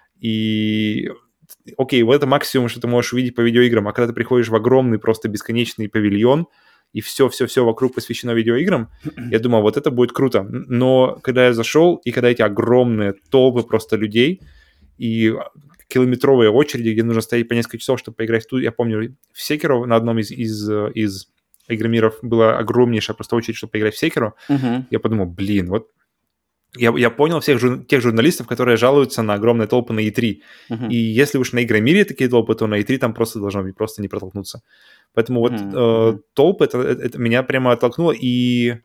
и окей, вот это максимум, что ты можешь увидеть по видеоиграм. А когда ты приходишь в огромный просто бесконечный павильон, и все вокруг посвящено видеоиграм, я думал, вот это будет круто. Но когда я зашел, и когда эти огромные толпы просто людей, и километровые очереди, где нужно стоять по несколько часов, чтобы поиграть в ту, я помню, в Sekiro на одном из игромиров была огромнейшая просто очередь, чтобы поиграть в Sekiro. Я подумал, вот я понял тех журналистов, которые жалуются на огромные толпы на E3. И если уж на Игромире такие толпы, то на E3 там просто должно быть, просто не протолкнуться. Поэтому толпы, это меня прямо оттолкнуло. И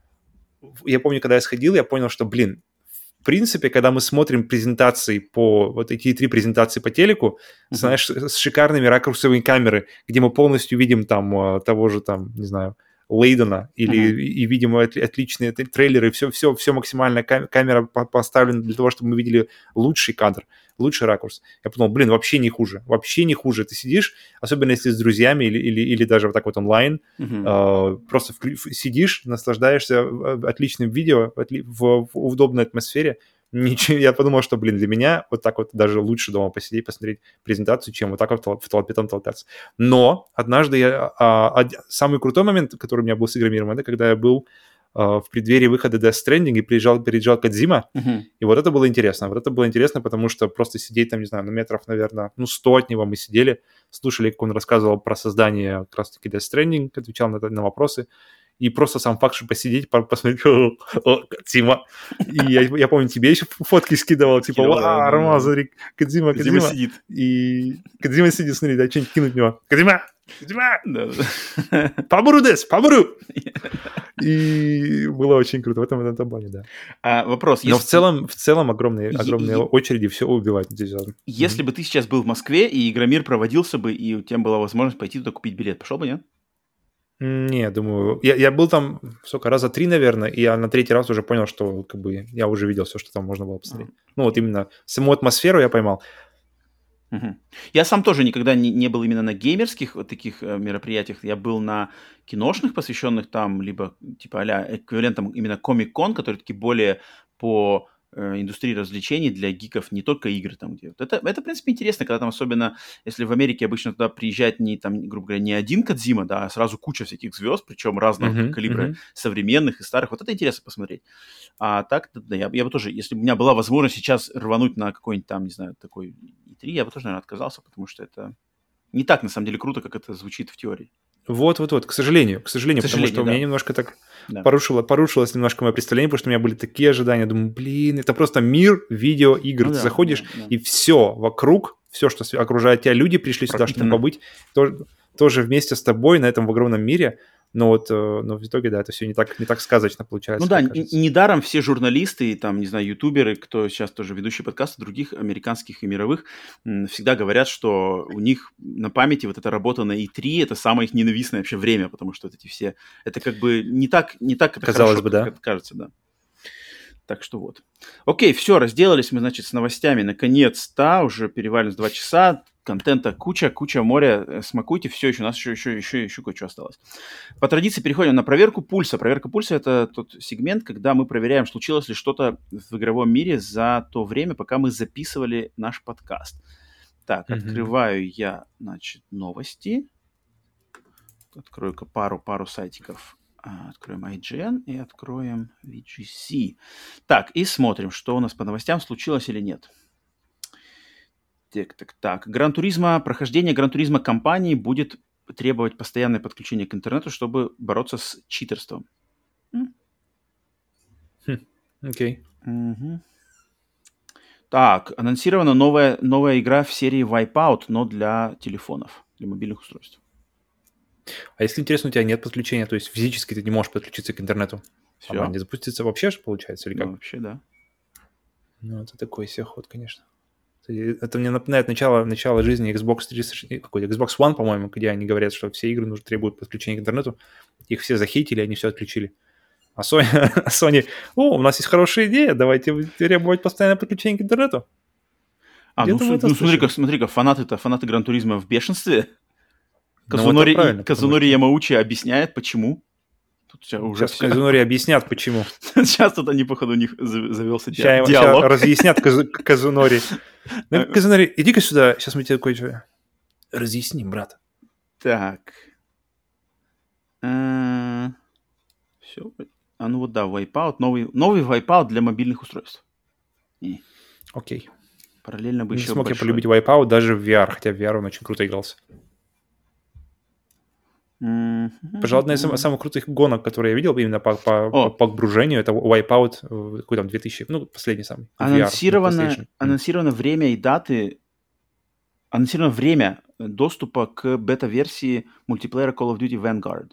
я помню, когда я сходил, я понял, что, в принципе, когда мы смотрим презентации вот эти 3 презентации по телеку, знаешь, с шикарными ракурсовыми камеры, где мы полностью видим там того же, там, не знаю, Лейдена, и видим отличные трейлеры, все максимально камера поставлена для того, чтобы мы видели лучший кадр, лучший ракурс. Я подумал, вообще не хуже. Ты сидишь, особенно если с друзьями или даже вот так вот онлайн, просто сидишь, наслаждаешься отличным видео в удобной атмосфере. Я подумал, что, для меня вот так вот даже лучше дома посидеть, посмотреть презентацию, чем вот так вот в толпе там толкаться. Но однажды самый крутой момент, который у меня был с Игромиром, это когда я был в преддверии выхода Death Stranding и приезжал Кодзима, и вот это было интересно. Вот это было интересно, потому что просто сидеть там, не знаю, метров, наверное, 100 от него мы сидели, слушали, как он рассказывал про создание как раз-таки Death Stranding, отвечал на вопросы. И просто сам факт, что посидеть, посмотреть, Кодзима. И я помню, тебе еще фотки скидывал, типа, Рома, смотри, Кодзима. сидит. И Кодзима сидит, смотри, да, что-нибудь кинуть в него. Кодзима! Побору! И было очень круто в этом плане, да. Вопрос. Но в целом огромные очереди все убивают. Если бы ты сейчас был в Москве, и Игромир проводился бы, и у тебя была возможность пойти туда купить билет, пошел бы, нет? Не, думаю, я был там, раза 3, наверное, и я на 3-й раз уже понял, что я уже видел все, что там можно было посмотреть. Ну, вот именно саму атмосферу я поймал. Я сам тоже никогда не был именно на геймерских вот таких мероприятиях. Я был на киношных, посвященных там, либо типа а-ля эквивалентом именно Comic-Con, которые такие более по индустрии развлечений для гиков, не только игры там где. Это, в принципе, интересно, когда там особенно, если в Америке обычно туда приезжает не, там, грубо говоря, не один Кодзима, да, а сразу куча всяких звезд, причем разного калибра, современных и старых. Вот это интересно посмотреть. А так, да, я бы тоже, если бы у меня была возможность сейчас рвануть на какой-нибудь там, не знаю, такой E3, я бы тоже, наверное, отказался, потому что это не так, на самом деле, круто, как это звучит в теории. Вот, к сожалению, потому что у меня немножко так порушилось немножко мое представление, потому что у меня были такие ожидания, думаю, блин, это просто мир видеоигр, ты заходишь, и все вокруг, все, что окружает тебя, люди пришли сюда, чтобы побыть, тоже вместе с тобой на этом огромном мире, но в итоге, да, это все не так сказочно получается. Ну да, недаром все журналисты, там, не знаю, ютуберы, кто сейчас тоже ведущие подкасты других американских и мировых, всегда говорят, что у них на памяти вот эта работа на E3 это самое их ненавистное вообще время, потому что вот эти все, это как бы не так это казалось хорошо, бы, да. Как это кажется, да. Так что вот. Окей, все, разделались мы, значит, с новостями. Наконец-то, уже перевалились 2 часа. Контента куча моря. Смакуйте, все еще, у нас еще кое-что осталось. По традиции переходим на проверку пульса. Проверка пульса – это тот сегмент, когда мы проверяем, случилось ли что-то в игровом мире за то время, пока мы записывали наш подкаст. Так, открываю я, значит, новости. Открою-ка пару сайтиков. Откроем IGN и откроем VGC. Так, и смотрим, что у нас по новостям случилось или нет. Так. Прохождение Гран-туризма компании будет требовать постоянное подключение к интернету, чтобы бороться с читерством. Окей. Угу. Так, анонсирована новая игра в серии Wipeout, но для телефонов, для мобильных устройств. А если, интересно, у тебя нет подключения, то есть физически ты не можешь подключиться к интернету? Все. Она не запустится вообще, получается, или как? Ну, вообще, да. Ну, это такой себе ход, конечно. Это мне напоминает начало жизни Xbox 360, какой-то Xbox One, по-моему, где они говорят, что все игры требуют подключения к интернету. Их все захейтили, они все отключили. А Sony, у нас есть хорошая идея, давайте требовать постоянное подключение к интернету. Смотри-ка, фанаты Гран-туризма в бешенстве. Казунори Ямаучи объясняет, почему. Тут уже сейчас Казунори объяснят, почему. Сейчас тут они, походу, у них завелся диалог. Сейчас разъяснят Казунори. Казунори, иди-ка сюда, сейчас мы тебе кое-что разъясним, брат. Так. Все. Ну вот да, Wipeout. Новый Wipeout для мобильных устройств. Окей. Параллельно бы не еще смог я полюбить Wipeout даже в VR, хотя в VR он очень круто игрался. Пожалуй, одна из самых крутых гонок, которые я видел именно по погружению, это Wipeout, какой там 2000, последний самый. Анонсировано время и даты, анонсировано время доступа к бета-версии мультиплеера Call of Duty Vanguard.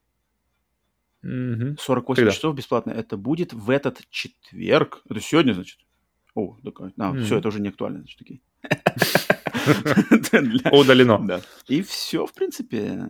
48 часов бесплатно. Это будет в этот четверг. Это сегодня, значит? Все, это уже не актуально, значит, такие. Удалено. Да. И все, в принципе...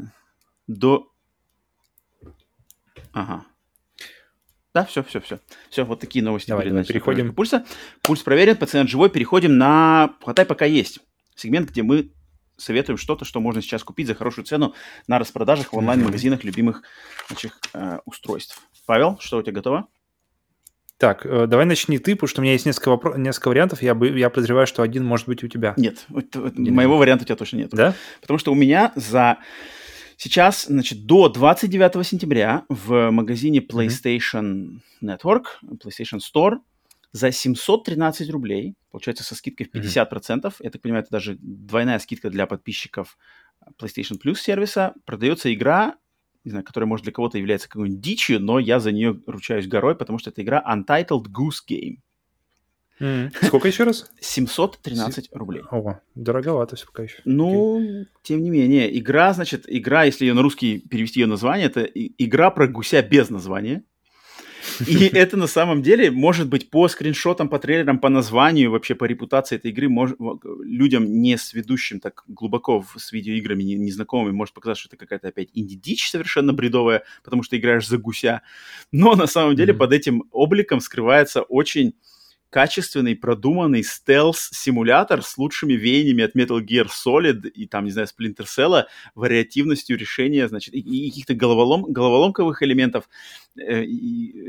Ага. Да, все. Все, вот такие новости. Давай, переходим. Пульса. Пульс проверен, пациент живой. Переходим на «Хватай, пока есть». Сегмент, где мы советуем что-то, что можно сейчас купить за хорошую цену на распродажах в онлайн-магазинах любимых устройств. Павел, что у тебя готово? Так, давай начни ты, потому что у меня есть несколько вариантов. Я подозреваю, что один может быть у тебя. Нет, моего варианта у тебя точно нет. Да? Потому что у меня сейчас, значит, до 29 сентября в магазине PlayStation Network, PlayStation Store за 713 рублей, получается, со скидкой в 50%, я так понимаю, это даже двойная скидка для подписчиков PlayStation Plus сервиса, продается игра, не знаю, которая, может, для кого-то является какой-нибудь дичью, но я за нее ручаюсь горой, потому что это игра Untitled Goose Game. Сколько еще раз? 713 рублей. Ого, дороговато все пока еще. Ну, тем не менее, игра, если ее на русский перевести ее название, это игра про гуся без названия. И это на самом деле, может быть, по скриншотам, по трейлерам, по названию, вообще по репутации этой игры, людям, не сведущим так глубоко с видеоиграми, незнакомыми, может показаться, что это какая-то опять инди-дичь совершенно бредовая, потому что играешь за гуся. Но на самом деле под этим обликом скрывается очень качественный, продуманный стелс-симулятор с лучшими веяниями от Metal Gear Solid и там, не знаю, Splinter Cell, вариативностью решения, значит, и каких-то головоломковых элементов, и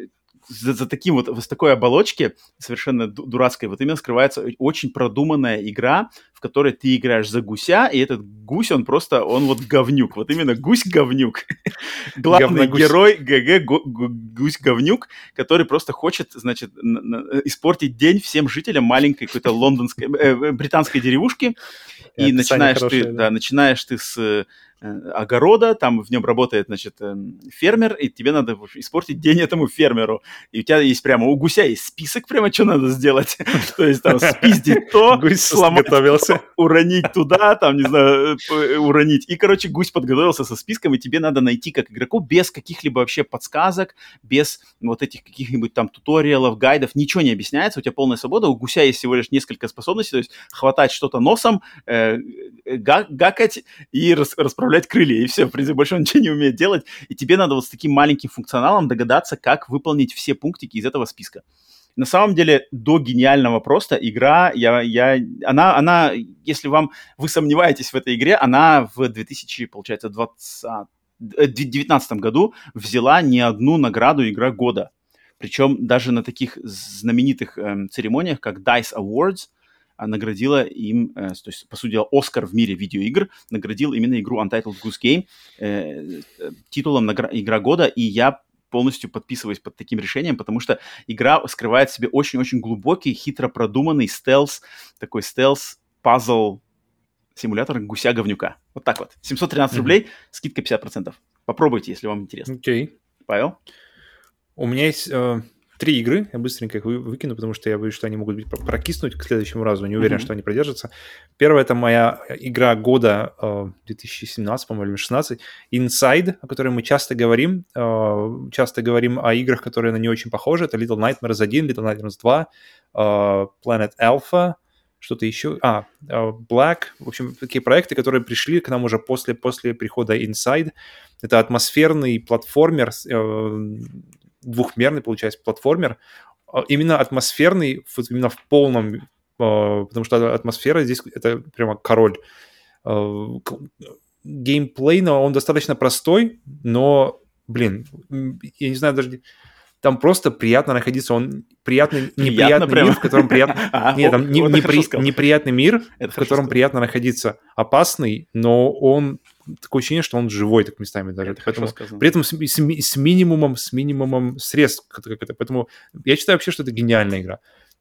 за таким вот, с такой оболочки совершенно дурацкой, вот именно скрывается очень продуманная игра, в которой ты играешь за гуся, и этот гусь, он просто, он вот говнюк, вот именно гусь-говнюк. Главный герой ГГ гусь-говнюк, который просто хочет, значит, испортить день всем жителям маленькой какой-то лондонской, британской деревушки, и начинаешь ты с огорода, там в нем работает, значит, фермер, и тебе надо испортить день этому фермеру. И у тебя есть прямо, у гуся есть список прямо, что надо сделать. То есть там спиздить то, сломать то, уронить туда, там, не знаю, уронить. И, короче, гусь подготовился со списком, и тебе надо найти как игроку без каких-либо вообще подсказок, без вот этих каких-нибудь там туториалов, гайдов, ничего не объясняется, у тебя полная свобода, у гуся есть всего лишь несколько способностей, то есть хватать что-то носом, гакать и расправлять крылья, и все, в принципе, больше он ничего не умеет делать, и тебе надо вот с таким маленьким функционалом догадаться, как выполнить все пунктики из этого списка. На самом деле, до гениального просто игра, она, если вы сомневаетесь в этой игре, она в 2019 году взяла не одну награду «Игра года». Причем даже на таких знаменитых церемониях, как DICE Awards, наградила им, то есть, по сути дела, Оскар в мире видеоигр наградил именно игру Untitled Goose Game титулом «Игра года», и я полностью подписываюсь под таким решением, потому что игра скрывает в себе очень-очень глубокий, хитро продуманный такой стелс-пазл симулятор гуся-говнюка. Вот так вот. 713 рублей, скидка 50%. Попробуйте, если вам интересно. Окей. Павел? У меня есть 3 игры, я быстренько их выкину, потому что я боюсь, что они могут быть прокиснуть к следующему разу, не уверен, что они продержатся. Первая — это моя игра года 2017, по-моему, или 2016, Inside, о которой мы часто говорим о играх, которые на нее очень похожи. Это Little Nightmares 1, Little Nightmares 2, Planet Alpha, что-то еще, Black, в общем, такие проекты, которые пришли к нам уже после прихода Inside. Это атмосферный платформер, двухмерный, получается, платформер, именно атмосферный, именно в полном, потому что атмосфера здесь это прямо король. Геймплей, но он достаточно простой, но, блин, я не знаю даже... Там просто приятно находиться, неприятный мир, в котором приятно... Нет, там неприятный мир, в котором приятно находиться, опасный, но он... Такое ощущение, что он живой так местами даже. Поэтому, при этом с минимумом средств. Поэтому я считаю вообще, что это гениальная игра.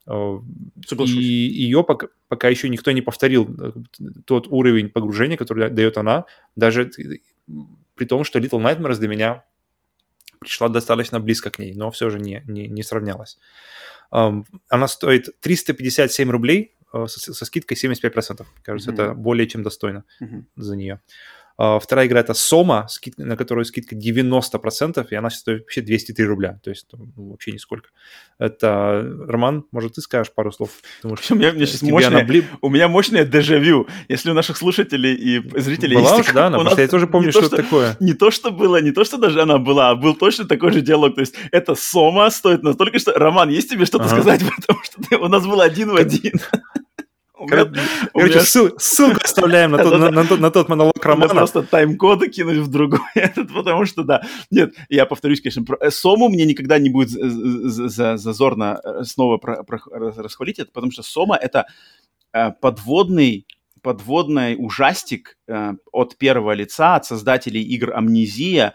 И ее пока еще никто не повторил тот уровень погружения, который дает она, даже при том, что Little Nightmares для меня пришла достаточно близко к ней, но все же не сравнялась. Она стоит 357 рублей со скидкой 75%. Кажется, это более чем достойно за нее. Вторая игра — это Soma, на которую скидка 90%, и она стоит вообще 203 рубля, то есть вообще нисколько. Это, Роман, может, ты скажешь пару слов? У меня мощное дежавю. Если у наших слушателей и зрителей была есть... Была уже, да, я тоже помню, что это такое. Не то, что было, не то, что даже она была, а был точно такой же диалог. То есть это Soma стоит настолько, что... Роман, есть тебе что-то сказать? Потому что у нас был один в один. Короче, ссылку оставляем на тот монолог Романа. Просто тайм-коды кинуть в другой, потому что, да. Нет, я повторюсь, конечно, про Сому мне никогда не будет зазорно снова расхвалить это, потому что Сома — это подводный ужастик от первого лица, от создателей игр «Амнезия».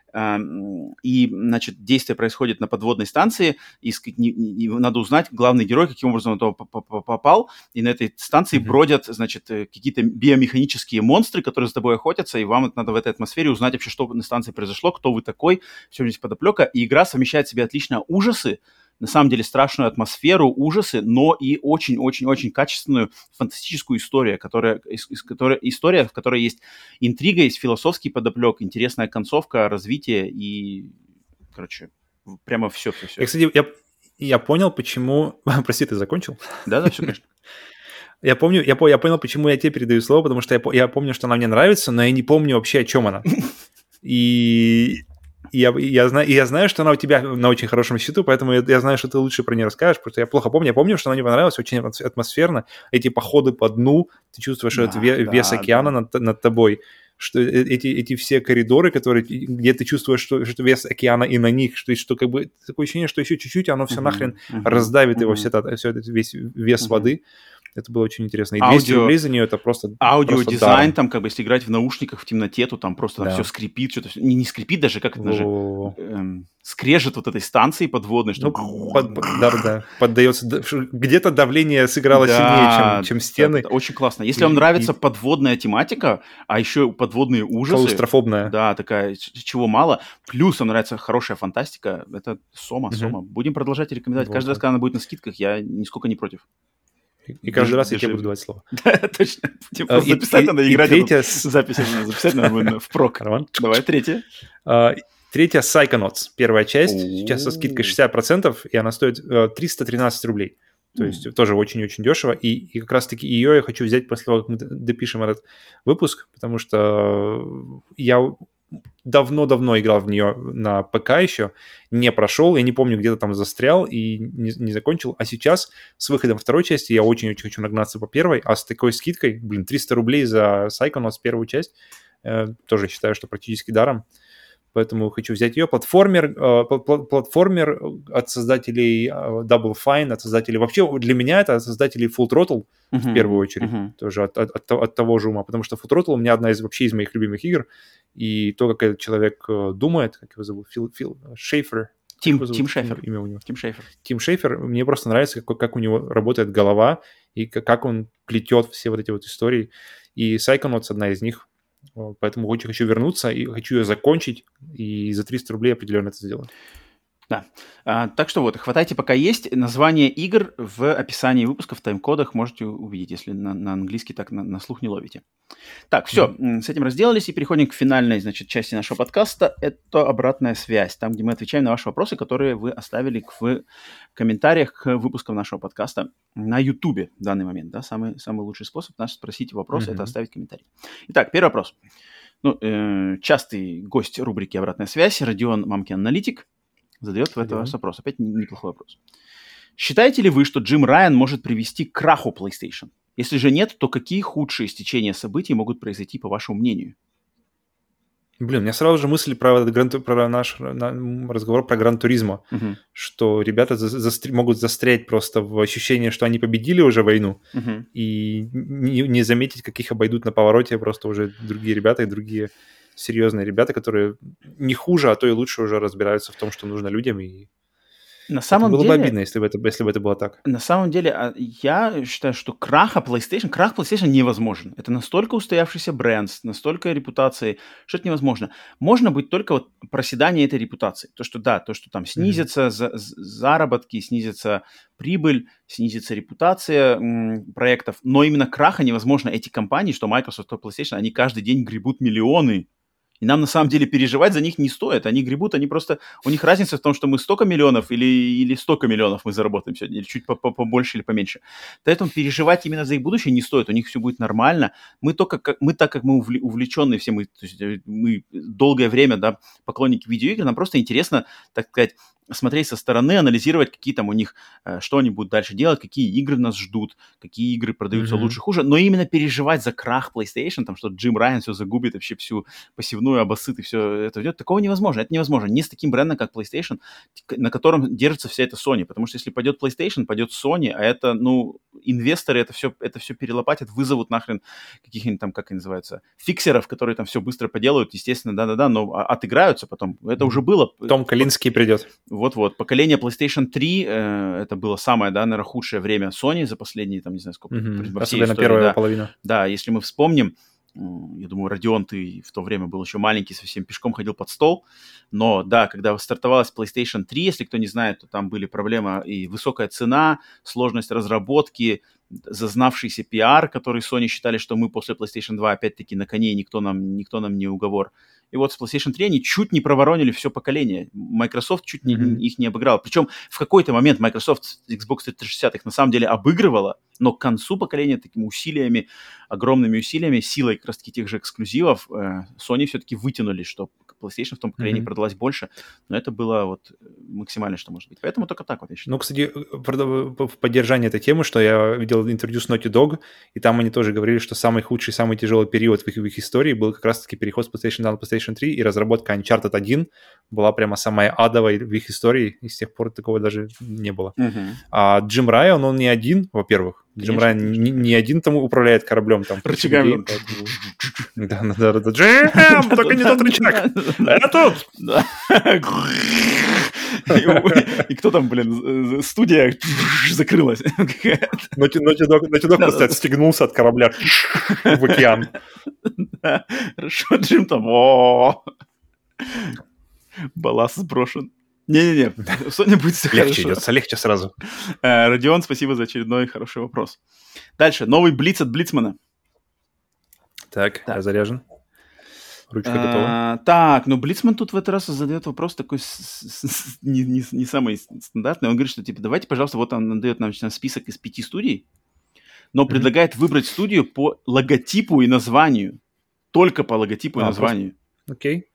И, значит, действие происходит на подводной станции, и надо узнать, главный герой, каким образом он туда попал, и на этой станции бродят, значит, какие-то биомеханические монстры, которые за тобой охотятся, и вам надо в этой атмосфере узнать вообще, что на станции произошло, кто вы такой, все здесь подоплека. И игра совмещает в себе отлично ужасы, на самом деле страшную атмосферу, ужасы, но и очень-очень-очень качественную фантастическую историю, в которой есть интрига, есть философский подоплек, интересная концовка, развитие и, короче, прямо все. Кстати, я понял, почему... Прости, ты закончил? Да, все, конечно. Я понял, почему я тебе передаю слово, потому что я помню, что она мне нравится, но я не помню вообще, о чем она. И я знаю, что она у тебя на очень хорошем счету, поэтому я знаю, что ты лучше про нее расскажешь, потому что я плохо помню. Я помню, что она мне понравилась, очень атмосферно. Эти походы по дну, ты чувствуешь этот вес океана над тобой, что эти все коридоры, которые, где ты чувствуешь, что вес океана и на них, что как бы такое ощущение, что еще чуть-чуть, оно все нахрен раздавит его, весь вес воды. Это было очень интересно. И 200 рублей за нее это просто аудиодизайн, там, как бы, если играть в наушниках в темноте, то там просто все скрипит, что-то не скрипит даже, как это же скрежет вот этой станции подводной, что... Да, поддается... Где-то давление сыграло сильнее, чем стены. Да, очень классно. Если вам нравится подводная тематика, а еще подводные ужасы... Клаустрофобная. Да, такая, чего мало. Плюс вам нравится хорошая фантастика. Это Сома. Будем продолжать рекомендовать. Каждый раз, когда она будет на скидках, я нисколько не против. И каждый раз я тебе буду давать слово. Да, точно. Записать надо, играть запись. Записать надо впрок. Давай, третья. Третья Psychonauts, первая часть. Сейчас со скидкой 60%, и она стоит 313 рублей. То есть тоже очень-очень дешево. И как раз-таки ее я хочу взять после того, как мы допишем этот выпуск, потому что я давно-давно играл в нее на ПК еще, не прошел, я не помню, где-то там застрял и не закончил. А сейчас с выходом второй части я очень-очень хочу нагнаться по первой, а с такой скидкой, 300 рублей за Psychonauts первую часть, тоже считаю, что практически даром. Поэтому хочу взять ее. Платформер от создателей Double Fine, от создателей... Вообще для меня это от создателей Full Throttle в первую очередь. Тоже от того же ума. Потому что Full Throttle у меня одна из моих любимых игр. И то, как этот человек думает, как его зовут, Фил Шейфер. Тим Шейфер. Имя у него. Тим Шейфер. Мне просто нравится, как у него работает голова и как он плетет все вот эти вот истории. И Psychonauts одна из них. Поэтому очень хочу вернуться и хочу ее закончить, и за 300 рублей определенно это сделаю. Да. Так что вот, хватайте, пока есть. Название игр в описании выпуска, в тайм-кодах можете увидеть, если на английский так на слух не ловите. Так, все, с этим разделались и переходим к финальной, части нашего подкаста. Это обратная связь, там, где мы отвечаем на ваши вопросы, которые вы оставили в комментариях к выпускам нашего подкаста на YouTube в данный момент. Да? Самый лучший способ нас спросить вопрос – это оставить комментарий. Итак, первый вопрос. Частый гость рубрики «Обратная связь» Родион Мамкин-аналитик задает в этот вопрос. Опять неплохой вопрос. Считаете ли вы, что Джим Райан может привести к краху PlayStation? Если же нет, то какие худшие стечения событий могут произойти, по вашему мнению? У меня сразу же мысль про наш разговор про Гран-туризмо, что ребята могут застрять просто в ощущении, что они победили уже войну, и не заметить, как их обойдут на повороте просто уже другие ребята и другие серьезные ребята, которые не хуже, а то и лучше уже разбираются в том, что нужно людям, и на самом было деле, бы обидно, если бы это было так. На самом деле, я считаю, что крах PlayStation невозможен. Это настолько устоявшийся бренд, настолько репутацией, что это невозможно. Можно быть только вот проседание этой репутации. То, что там снизятся заработки, снизится прибыль, снизится репутация проектов, но именно краха невозможно. Эти компании, что Microsoft, что PlayStation, они каждый день гребут миллионы. И нам, на самом деле, переживать за них не стоит. Они гребут, они просто... У них разница в том, что мы столько миллионов или столько миллионов мы заработаем сегодня, или чуть побольше или поменьше. Поэтому переживать именно за их будущее не стоит. У них все будет нормально. Так как мы увлеченные все, мы долгое время, да, поклонники видеоигр, нам просто интересно, так сказать, смотреть со стороны, анализировать, какие там у них, что они будут дальше делать, какие игры нас ждут, какие игры продаются лучше, хуже. Но именно переживать за крах PlayStation, там, что Джим Райан все загубит, вообще всю посевную обоссыт и все это идет, такого невозможно. Это невозможно. Не с таким брендом, как PlayStation, на котором держится вся эта Sony. Потому что если пойдет PlayStation, пойдет Sony, а это, инвесторы это все перелопатят, вызовут нахрен каких-нибудь там, как они называются, фиксеров, которые там все быстро поделают, естественно, да-да-да, но отыграются потом. Это уже было. Том Калинский придет. Вот. Поколение PlayStation 3, это было самое, да, наверное, худшее время Sony за последние, там, не знаю, сколько. Особенно первая половина. Да, если мы вспомним, я думаю, Родион, ты в то время был еще маленький, совсем пешком ходил под стол, но да, когда стартовалась PlayStation 3, если кто не знает, то там были проблемы и высокая цена, сложность разработки, зазнавшийся пиар, который Sony считали, что мы после PlayStation 2 опять-таки на коне, никто нам не уговор. И вот с PlayStation 3 они чуть не проворонили все поколение. Microsoft чуть их не обыграл. Причем в какой-то момент Microsoft Xbox 360 их на самом деле обыгрывала, но к концу поколения такими огромными усилиями, силой как раз-таки тех же эксклюзивов, Sony все-таки вытянули, что PlayStation в том поколении продалась больше, но это было вот максимально, что может быть. Поэтому только так вот я считаю. Ну, кстати, в поддержании этой темы, что я видел интервью с Naughty Dog, и там они тоже говорили, что самый худший, самый тяжелый период в их истории был как раз-таки переход с PlayStation 2 на PlayStation 3, и разработка Uncharted 1 была прямо самая адовая в их истории, и с тех пор такого даже не было. А Джим Райан, он не один, во-первых. Джим Райан не один там управляет кораблем. Там, рычагами. Да. Джим, только не тот рычаг. Это тут. И кто там, блин, студия закрылась. Naughty Dog просто отстегнулся от корабля в океан. Хорошо, Джим там, балласт сброшен. Не-не-не, Sony будет все легче идется, легче сразу. Родион, спасибо за очередной хороший вопрос. Дальше, новый блиц от Блицмана. Так, я заряжен. Ручка готова. Так, ну Блицман тут в этот раз задает вопрос такой не самый стандартный. Он говорит, что типа давайте, пожалуйста, вот он дает нам список из 5 студий, но предлагает выбрать студию по логотипу и названию. Только по логотипу и названию. Окей.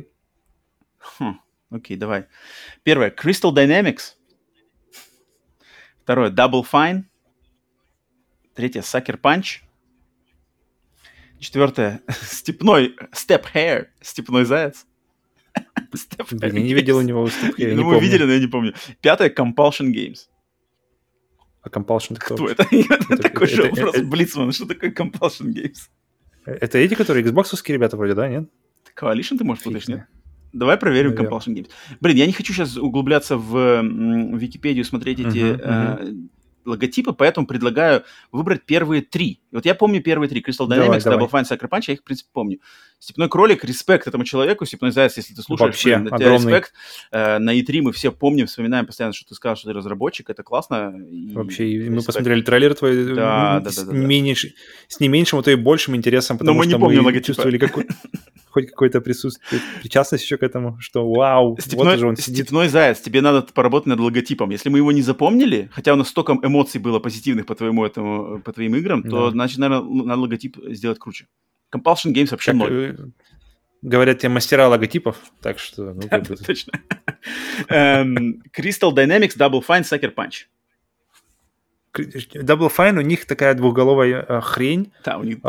Окей, давай. Первое, Crystal Dynamics. Второе, Double Fine. Третье, Sucker Punch. Четвертое, Step Hair, степной заяц. Я не видел у него Step Hair, ну, мы видели, но я не помню. Пятое, Compulsion Games. А Compulsion кто это? Такой же вопрос. Блицман, что такое Compulsion Games? Это эти, которые Xbox-овские ребята вроде, да, нет? Coalition ты можешь путать, нет? Давай проверим Compulsion Games. Блин, я не хочу сейчас углубляться в Википедию, смотреть эти логотипы, поэтому предлагаю выбрать первые 3. Вот я помню первые 3. Crystal Dynamics, Double Fine, Sucker Punch, я их, в принципе, помню. Степной кролик, респект этому человеку, Степной заяц, если ты слушаешь. Вообще, блин, огромный. Респект. На E3 мы все помним, вспоминаем постоянно, что ты сказал, что ты разработчик, это классно. Вообще, и мы посмотрели трейлер твой с не меньшим, а то и большим интересом, потому что мы чувствовали хоть какое-то присутствие, причастность еще к этому, что вау, вот уже он сидит. Степной заяц, тебе надо поработать над логотипом. Если мы его не запомнили, хотя у нас столько эмоций было позитивных по твоим играм, то, значит, наверное, надо логотип сделать круче. Compulsion Games вообще ноль. Говорят тебе мастера логотипов, так что... Точно. Crystal Dynamics, Double Fine, Sucker Punch. Double Fine, у них такая двухголовая хрень. Да, у них...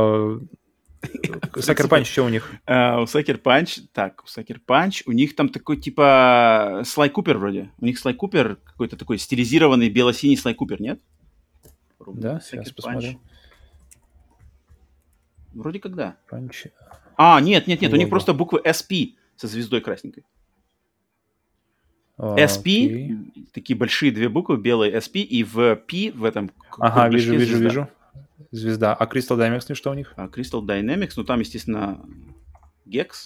Sucker Punch, что у них? У Sucker Punch, у них там такой типа Слай Купер вроде. У них Слай Купер какой-то такой стилизированный бело-синий Слай Купер, нет? Да, сейчас посмотрим. Вроде как да. Punch. Нет, у них просто буквы SP со звездой красненькой. SP, такие большие 2 буквы, белые SP, и в P в этом... Ага, вижу. Звезда. А Crystal Dynamics, что у них? Crystal Dynamics, ну там, естественно, Gex.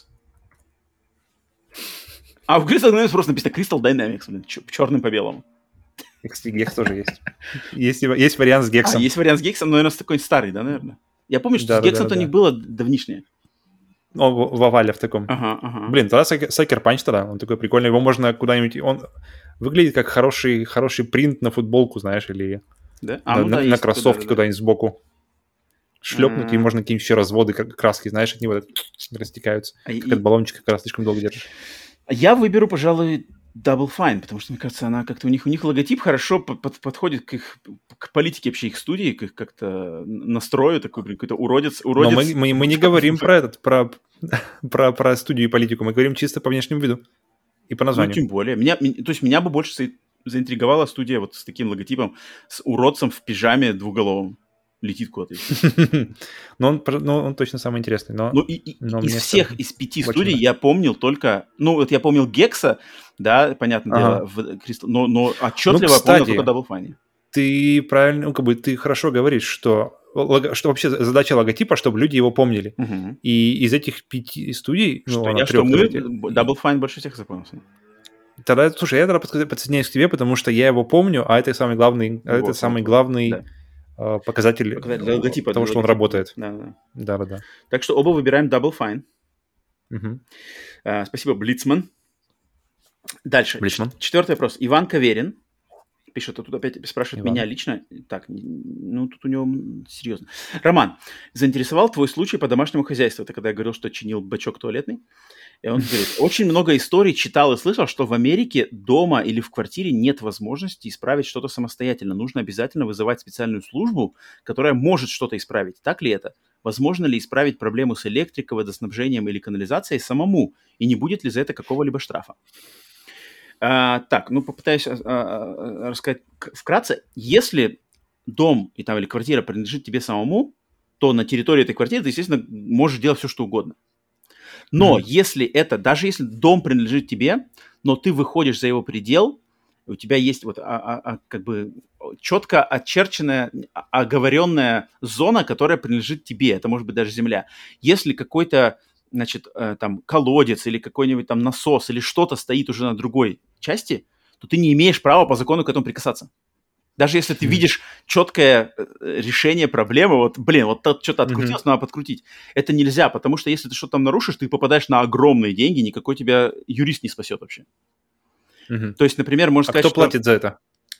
А в Crystal Dynamics просто написано Crystal Dynamics, блин, черным по белому. Gex тоже есть. Есть вариант с Гексом. Есть вариант с Гексом, но, наверное, такой старый, да, наверное? Я помню, что с Гексом-то у них было давнишнее. В овале в таком. Ага. Блин, тогда Sucker Punch тогда, он такой прикольный, его можно куда-нибудь... Он выглядит как хороший принт на футболку, знаешь, или да? на кроссовки куда-нибудь сбоку. Шлепнуть, и можно какие-нибудь еще разводы краски, знаешь, от него растекаются. Как от баллончика, как раз слишком долго держишь. Я выберу, пожалуй, Double Fine, потому что, мне кажется, она как-то у них логотип хорошо подходит к политике вообще их студии, к их как-то настрою, такой какой-то уродец. Но мы не говорим про студию и политику, мы говорим чисто по внешнему виду и по названию. Ну, тем более. Меня бы больше заинтриговала студия вот с таким логотипом, с уродцем в пижаме двуголовым. Летит куда-то. Но он точно самый интересный. Из 5 студий я помнил только... Ну, вот я помнил Гекса, да, понятное дело, но отчетливо помнил только Double Fine. Ты правильно, ты хорошо говоришь, что вообще задача логотипа, чтобы люди его помнили. И из этих 5 студий... Double Fine больше всех запомнился. Тогда, слушай, я подсоединяюсь к тебе, потому что я его помню, а это самый главный... Показатель логотипа, того, что он работает. Да. Так что оба выбираем Double Fine. Спасибо, Блицман. Дальше. Блицман. 4-й вопрос. Иван Каверин пишет, а тут опять спрашивает Иван. меня лично. Так, ну тут у него серьезно. Роман, заинтересовал твой случай по домашнему хозяйству? Это когда я говорил, что чинил бачок туалетный. И он говорит, очень много историй читал и слышал, что в Америке дома или в квартире нет возможности исправить что-то самостоятельно. Нужно обязательно вызывать специальную службу, которая может что-то исправить. Так ли это? Возможно ли исправить проблему с электрикой, водоснабжением или канализацией самому? И не будет ли за это какого-либо штрафа? Так, ну попытаюсь рассказать вкратце. Если дом и там, или квартира принадлежит тебе самому, то на территории этой квартиры ты, естественно, можешь делать все, что угодно. Но если это, даже если дом принадлежит тебе, но ты выходишь за его предел, у тебя есть вот как бы четко очерченная, оговоренная зона, которая принадлежит тебе. Это может быть даже земля. Если какой-то, значит, там колодец или какой-нибудь там насос или что-то стоит уже на другой части, то ты не имеешь права по закону к этому прикасаться. Даже если ты видишь четкое решение проблемы, вот, блин, вот тут что-то открутилось, надо подкрутить. Это нельзя, потому что если ты что-то там нарушишь, ты попадаешь на огромные деньги, никакой тебя юрист не спасет вообще. То есть, например, можно сказать, кто платит за это?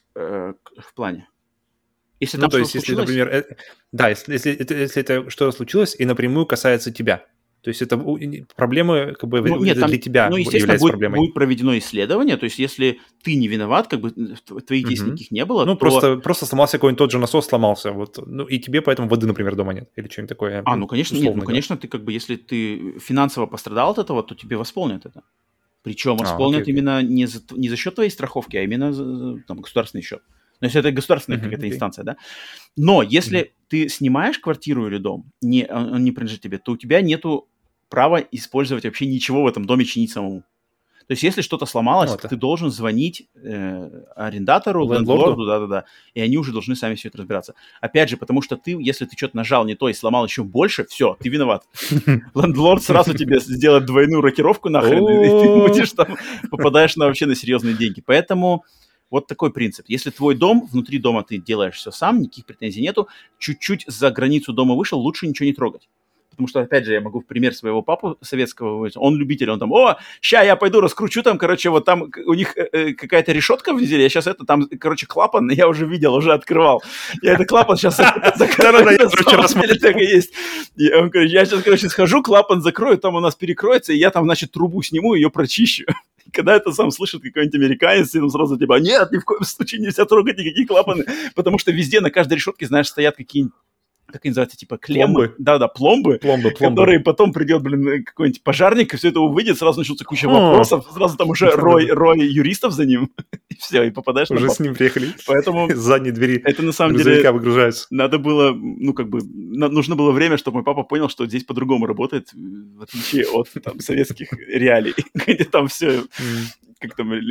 В плане? Если Ну, там то что-то есть, если, случилось... например, да, если это что-то случилось и напрямую касается тебя. То есть это проблема как бы Ну, нет, там, для тебя ну, естественно, является проблемой. будет проведено исследование, то есть если ты не виноват, как бы твоих действий никаких не было, ну, то... просто сломался какой-нибудь тот же насос, сломался, вот, ну, и тебе поэтому воды, например, дома нет, или что-нибудь такое. ну, конечно, нет, ну, конечно, ты как бы, если ты финансово пострадал от этого, то тебе восполнят это. Причем восполнят именно не за счет твоей страховки, а именно за там, государственный счет. Но если это государственная какая-то инстанция, да. Но если ты снимаешь квартиру или дом, он не принадлежит тебе, то у тебя нету права использовать вообще ничего в этом доме, чинить самому. То есть если что-то сломалось, ты должен звонить арендатору, лендлорду, да-да-да, и они уже должны сами все это разбираться. Опять же, потому что если ты что-то нажал не то и сломал еще больше, все, ты виноват. Лендлорд сразу тебе сделает двойную рокировку нахрен, и ты будешь там, попадаешь вообще на серьезные деньги. Поэтому вот такой принцип. Если твой дом, внутри дома ты делаешь все сам, никаких претензий нету, чуть-чуть за границу дома вышел, лучше ничего не трогать. Потому что, опять же, я могу в пример своего папу советского, он любитель, он там, ща я пойду раскручу там, короче, вот там у них какая-то решетка внизу, я сейчас там, короче, клапан, я уже видел, уже открывал. Я этот клапан сейчас закрою, на самом деле так и есть. И он, короче, я сейчас, короче, схожу, клапан закрою, там у нас перекроется, и я там, значит, трубу сниму, ее прочищу. Когда это сам слышит какой-нибудь американец, и он сразу типа, нет, ни в коем случае нельзя трогать никакие клапаны, потому что везде на каждой решетке, знаешь, стоят какие-нибудь, как они называются, типа клеммы. Да-да, пломбы, которые потом придет, какой-нибудь пожарник, и все это увидит, сразу начнутся куча вопросов, сразу там уже рой юристов за ним, и все, и попадаешь уже с ним приехали. Поэтому с задней двери это на самом деле выгружаются. Надо было, ну, как бы, нужно было время, чтобы мой папа понял, что здесь по-другому работает, в отличие от там, советских реалий, где там все, как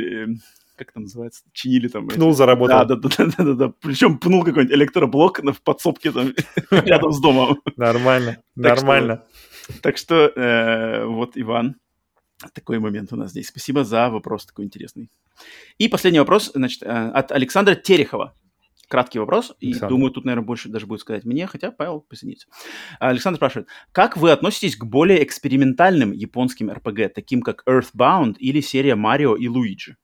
там называется, чинили там. Пнул, заработал. Да. Причем пнул какой-нибудь электроблок в подсобке там рядом с домом. Нормально. Так что вот, Иван, такой момент у нас здесь. Спасибо за вопрос такой интересный. И последний вопрос, значит, от Александра Терехова. Краткий вопрос, и думаю, тут, наверное, больше даже будет сказать мне, хотя Павел присоединится. Александр спрашивает, как вы относитесь к более экспериментальным японским RPG, таким как Earthbound или серия Марио и Луиджи?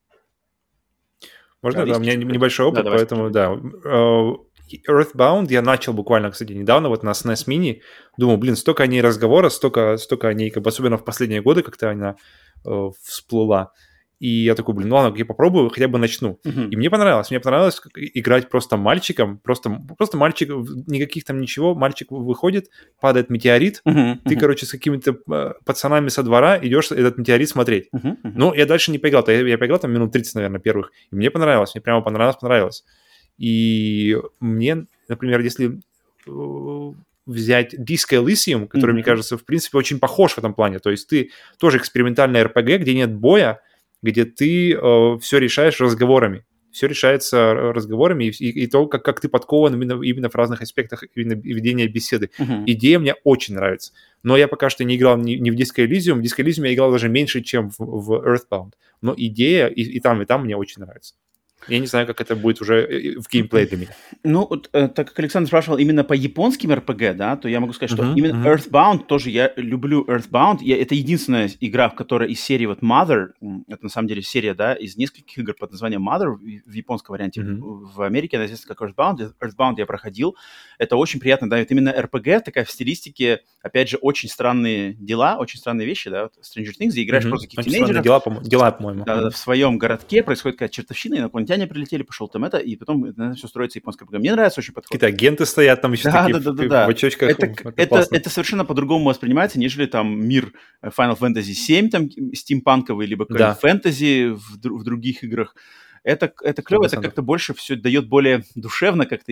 Можно? Да, у меня небольшой опыт, поэтому, да. Earthbound я начал буквально, кстати, недавно, вот на SNES Mini. Думал, блин, столько о ней разговора, столько о ней, как бы, особенно в последние годы, как-то она всплыла. И я такой, блин, ну ладно, я попробую, хотя бы начну. И мне понравилось. Мне понравилось играть просто мальчиком. Просто мальчик, никаких там ничего. Мальчик выходит, падает метеорит. Ты, короче, с какими-то пацанами со двора идешь этот метеорит смотреть. Ну, я дальше не поиграл. Я поиграл там минут 30, наверное, первых. И мне понравилось. Мне прямо понравилось. И мне, например, если взять Disco Elysium, который, мне кажется, в принципе, очень похож в этом плане. То есть ты тоже экспериментальный RPG, где нет боя, где ты все решаешь разговорами. Все решается разговорами, и то, как ты подкован именно в разных аспектах именно ведения беседы. Идея мне очень нравится. Но я пока что не играл ни в Disco Elysium. В Disco Elysium я играл даже меньше, чем в Earthbound. Но идея и там мне очень нравится. Я не знаю, как это будет уже в геймплее для меня. Ну, так как Александр спрашивал именно по японским RPG, да, то я могу сказать, что именно Earthbound тоже, я люблю Earthbound. Это единственная игра, в которой из серии вот Mother, это на самом деле серия, да, из нескольких игр под названием Mother в японском варианте. В Америке она известна как Earthbound. Earthbound я проходил. Это очень приятно, да, это именно RPG, такая в стилистике, опять же, очень странные дела, очень странные вещи, да, вот Stranger Things, где играешь просто каких-то тинейджеров. Дела, по-моему. Да, в своем городке происходит какая-то чертовщина, инопланетяне прилетели, пошел там это, и потом это все строится японское RPG. Мне нравится очень подход. Какие-то агенты стоят там еще такие в очочках. Это совершенно по-другому воспринимается, нежели там мир Final Fantasy 7, там стимпанковый, либо фэнтези в других играх. Это клево, это как-то больше все дает более душевно как-то,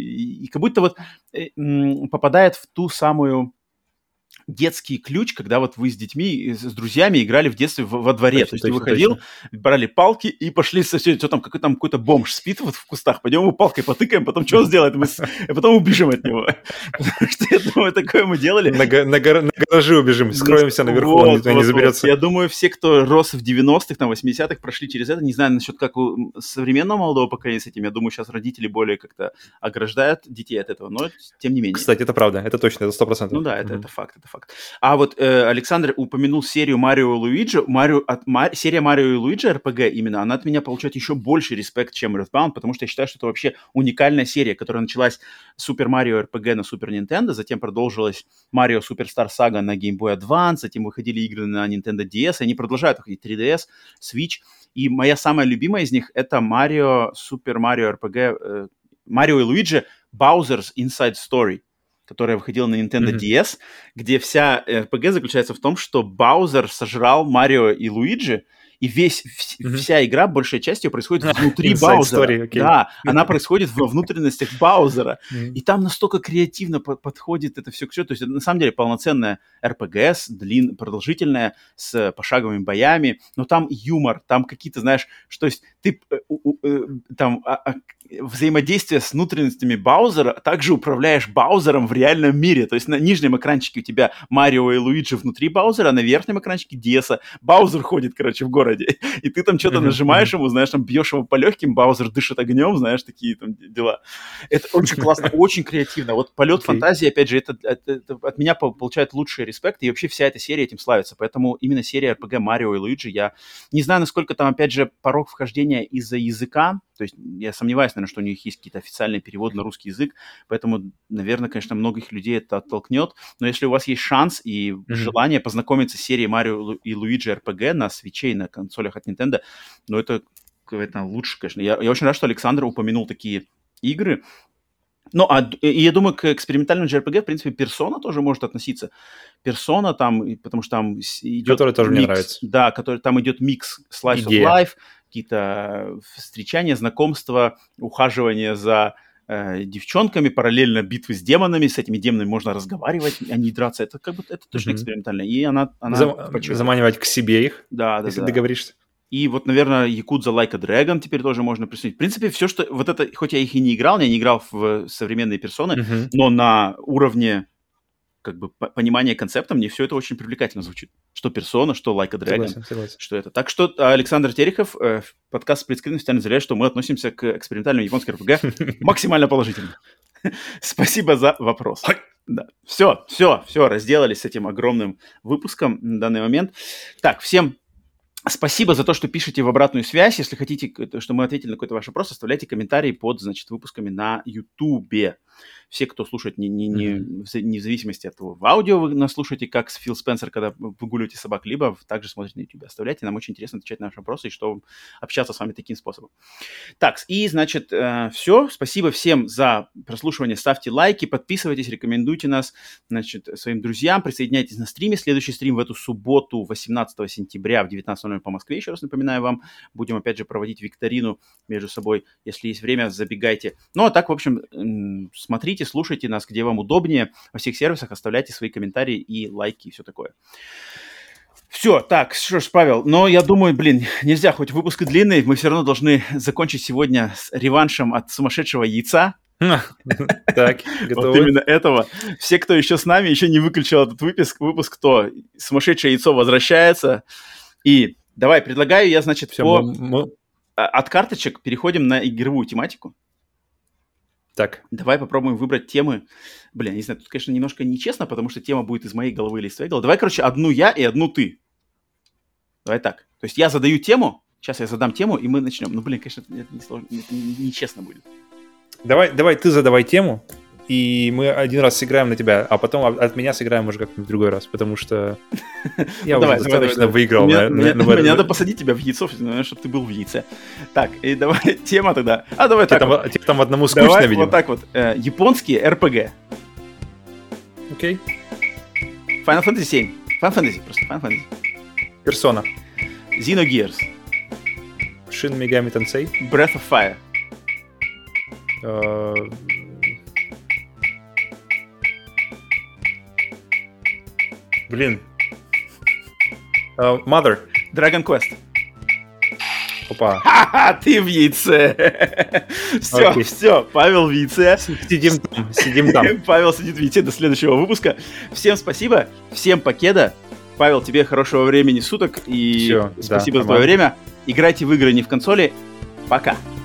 и как будто вот попадает в ту самую детский ключ, когда вот вы с детьми, с друзьями играли в детстве во дворе. То есть ты выходил, брали палки и пошли со всеми, что там какой-то бомж спит вот в кустах, пойдем его палкой потыкаем, потом что он сделает, а потом убежим от него. Потому что, я думаю, такое мы делали. На гаражи убежим, скроемся наверху, он никто не заберется. Я думаю, все, кто рос в 90-х, там, 80-х, прошли через это. Не знаю насчет как у современного молодого поколения с этим. Я думаю, сейчас родители более как-то ограждают детей от этого, но тем не менее. Кстати, это правда, это точно, это 100%. Ну да, это факт, это факт. А вот Александр упомянул серию Марио и Луиджи. Серия Марио и Луиджи RPG именно, она от меня получает еще больше респект, чем Earthbound, потому что я считаю, что это вообще уникальная серия, которая началась Super Mario RPG на Super Nintendo, затем продолжилась Mario Superstar Saga на Game Boy Advance, затем выходили игры на Nintendo DS, и они продолжают выходить 3DS, Switch. И моя самая любимая из них это Super Mario RPG, Марио и Луиджи Bowser's Inside Story, которая выходила на Nintendo DS, где вся RPG заключается в том, что Баузер сожрал Марио и Луиджи, и вся игра, большая часть ее происходит внутри Баузера. Да, она происходит во внутренностях Баузера. И там настолько креативно подходит это все к все. То есть это на самом деле полноценная RPG, продолжительная, с пошаговыми боями, но там юмор, там какие-то, знаешь, что есть ты там взаимодействие с внутренностями Баузера, также управляешь Баузером в реальном мире. То есть на нижнем экранчике у тебя Марио и Луиджи внутри Баузера, а на верхнем экранчике Диэса Баузер ходит, короче, в городе. И ты там что-то нажимаешь ему, знаешь, там бьешь его по легким, Баузер дышит огнем, знаешь, такие там дела. Это очень классно, очень креативно. Вот полет фантазии, опять же, это от меня получает лучший респект, и вообще вся эта серия этим славится. Поэтому именно серия RPG Марио и Луиджи, я не знаю, насколько там, опять же, порог вхождения из-за языка. То есть я сомневаюсь, наверное, что у них есть какие-то официальные переводы на русский язык, поэтому, наверное, конечно, многих людей это оттолкнет. Но если у вас есть шанс и желание познакомиться с серией Марио и Луиджи RPG на Switch и на консолях от Nintendo, ну, это лучше, конечно. Я очень рад, что Александр упомянул такие игры. Ну, и я думаю, к экспериментальному JRPG, в принципе, Persona тоже может относиться. Persona там, потому что там идет который тоже мне нравится. Да, там идет микс Slice of Life, какие-то встречания, знакомства, ухаживание за девчонками, параллельно битвы с демонами. С этими демонами можно разговаривать, а не драться. Это как бы это точно экспериментально. И она заманивать к себе их, если договоришься. И вот, наверное, Yakuza Like a Dragon теперь тоже можно присоединить. В принципе, все, что... Вот это, хоть я их и не играл, я не играл в современные персоны, но на уровне как бы понимания концепта мне все это очень привлекательно звучит. Что персона, что Like a Dragon, согласен. Что это. Так что Александр Терехов, подкаст «Сплитскрин» официально заявляет, что мы относимся к экспериментальному японскому RPG максимально положительно. Спасибо за вопрос. Да. Все, разделались с этим огромным выпуском на данный момент. Так, всем спасибо за то, что пишете в обратную связь. Если хотите, чтобы мы ответили на какой-то ваш вопрос, оставляйте комментарии под, выпусками на YouTube. Все, кто слушает, не в зависимости от того, в аудио вы нас слушаете, как Фил Спенсер, когда выгуливаете собак, либо также смотрите на YouTube. Оставляйте, нам очень интересно отвечать на наши вопросы и что общаться с вами таким способом. Так, и, все. Спасибо всем за прослушивание. Ставьте лайки, подписывайтесь, рекомендуйте нас, своим друзьям. Присоединяйтесь на стриме. Следующий стрим в эту субботу, 18 сентября в 19:00 по Москве. Еще раз напоминаю вам, будем, опять же, проводить викторину между собой. Если есть время, забегайте. Ну, а так, в общем, смотрите, слушайте нас, где вам удобнее. Во всех сервисах оставляйте свои комментарии и лайки и все такое. Все, так, что ж, Павел, но я думаю, нельзя, хоть выпуск и длинный, мы все равно должны закончить сегодня с реваншем от сумасшедшего яйца. Так, готовы? Вот именно этого. Все, кто еще с нами, еще не выключил этот выпуск, то сумасшедшее яйцо возвращается. И давай, предлагаю я, от карточек переходим на игровую тематику. Так. Давай попробуем выбрать темы. Блин, не знаю, тут, конечно, немножко нечестно, потому что тема будет из моей головы или из твоей головы. Давай, короче, одну я и одну ты. Давай так. То есть я задаю тему, сейчас я задам тему, и мы начнем. Ну, блин, конечно, это нечестно будет. Давай ты задавай тему, и мы один раз сыграем на тебя, а потом от меня сыграем уже как-нибудь в другой раз, потому что я уже достаточно выиграл. Мне надо посадить тебя в яйцо, чтобы ты был в яйце. Так, и давай тема тогда. Давай так. Тебе там одному скучно, видимо. Вот так вот. Японские RPG. Окей. Final Fantasy 7. Final Fantasy, просто Final Fantasy. Persona. Xenogears. Shin Megami Tensei. Breath of Fire. Блин. Mother. Dragon Quest. Опа. Ха-ха, ты в яйце. Все, Павел в яйце. Сидим там. Павел сидит в яйце до следующего выпуска. Всем спасибо, всем покеда. Павел, тебе хорошего времени суток и спасибо за твое время. Играйте в игры, не в консоли. Пока.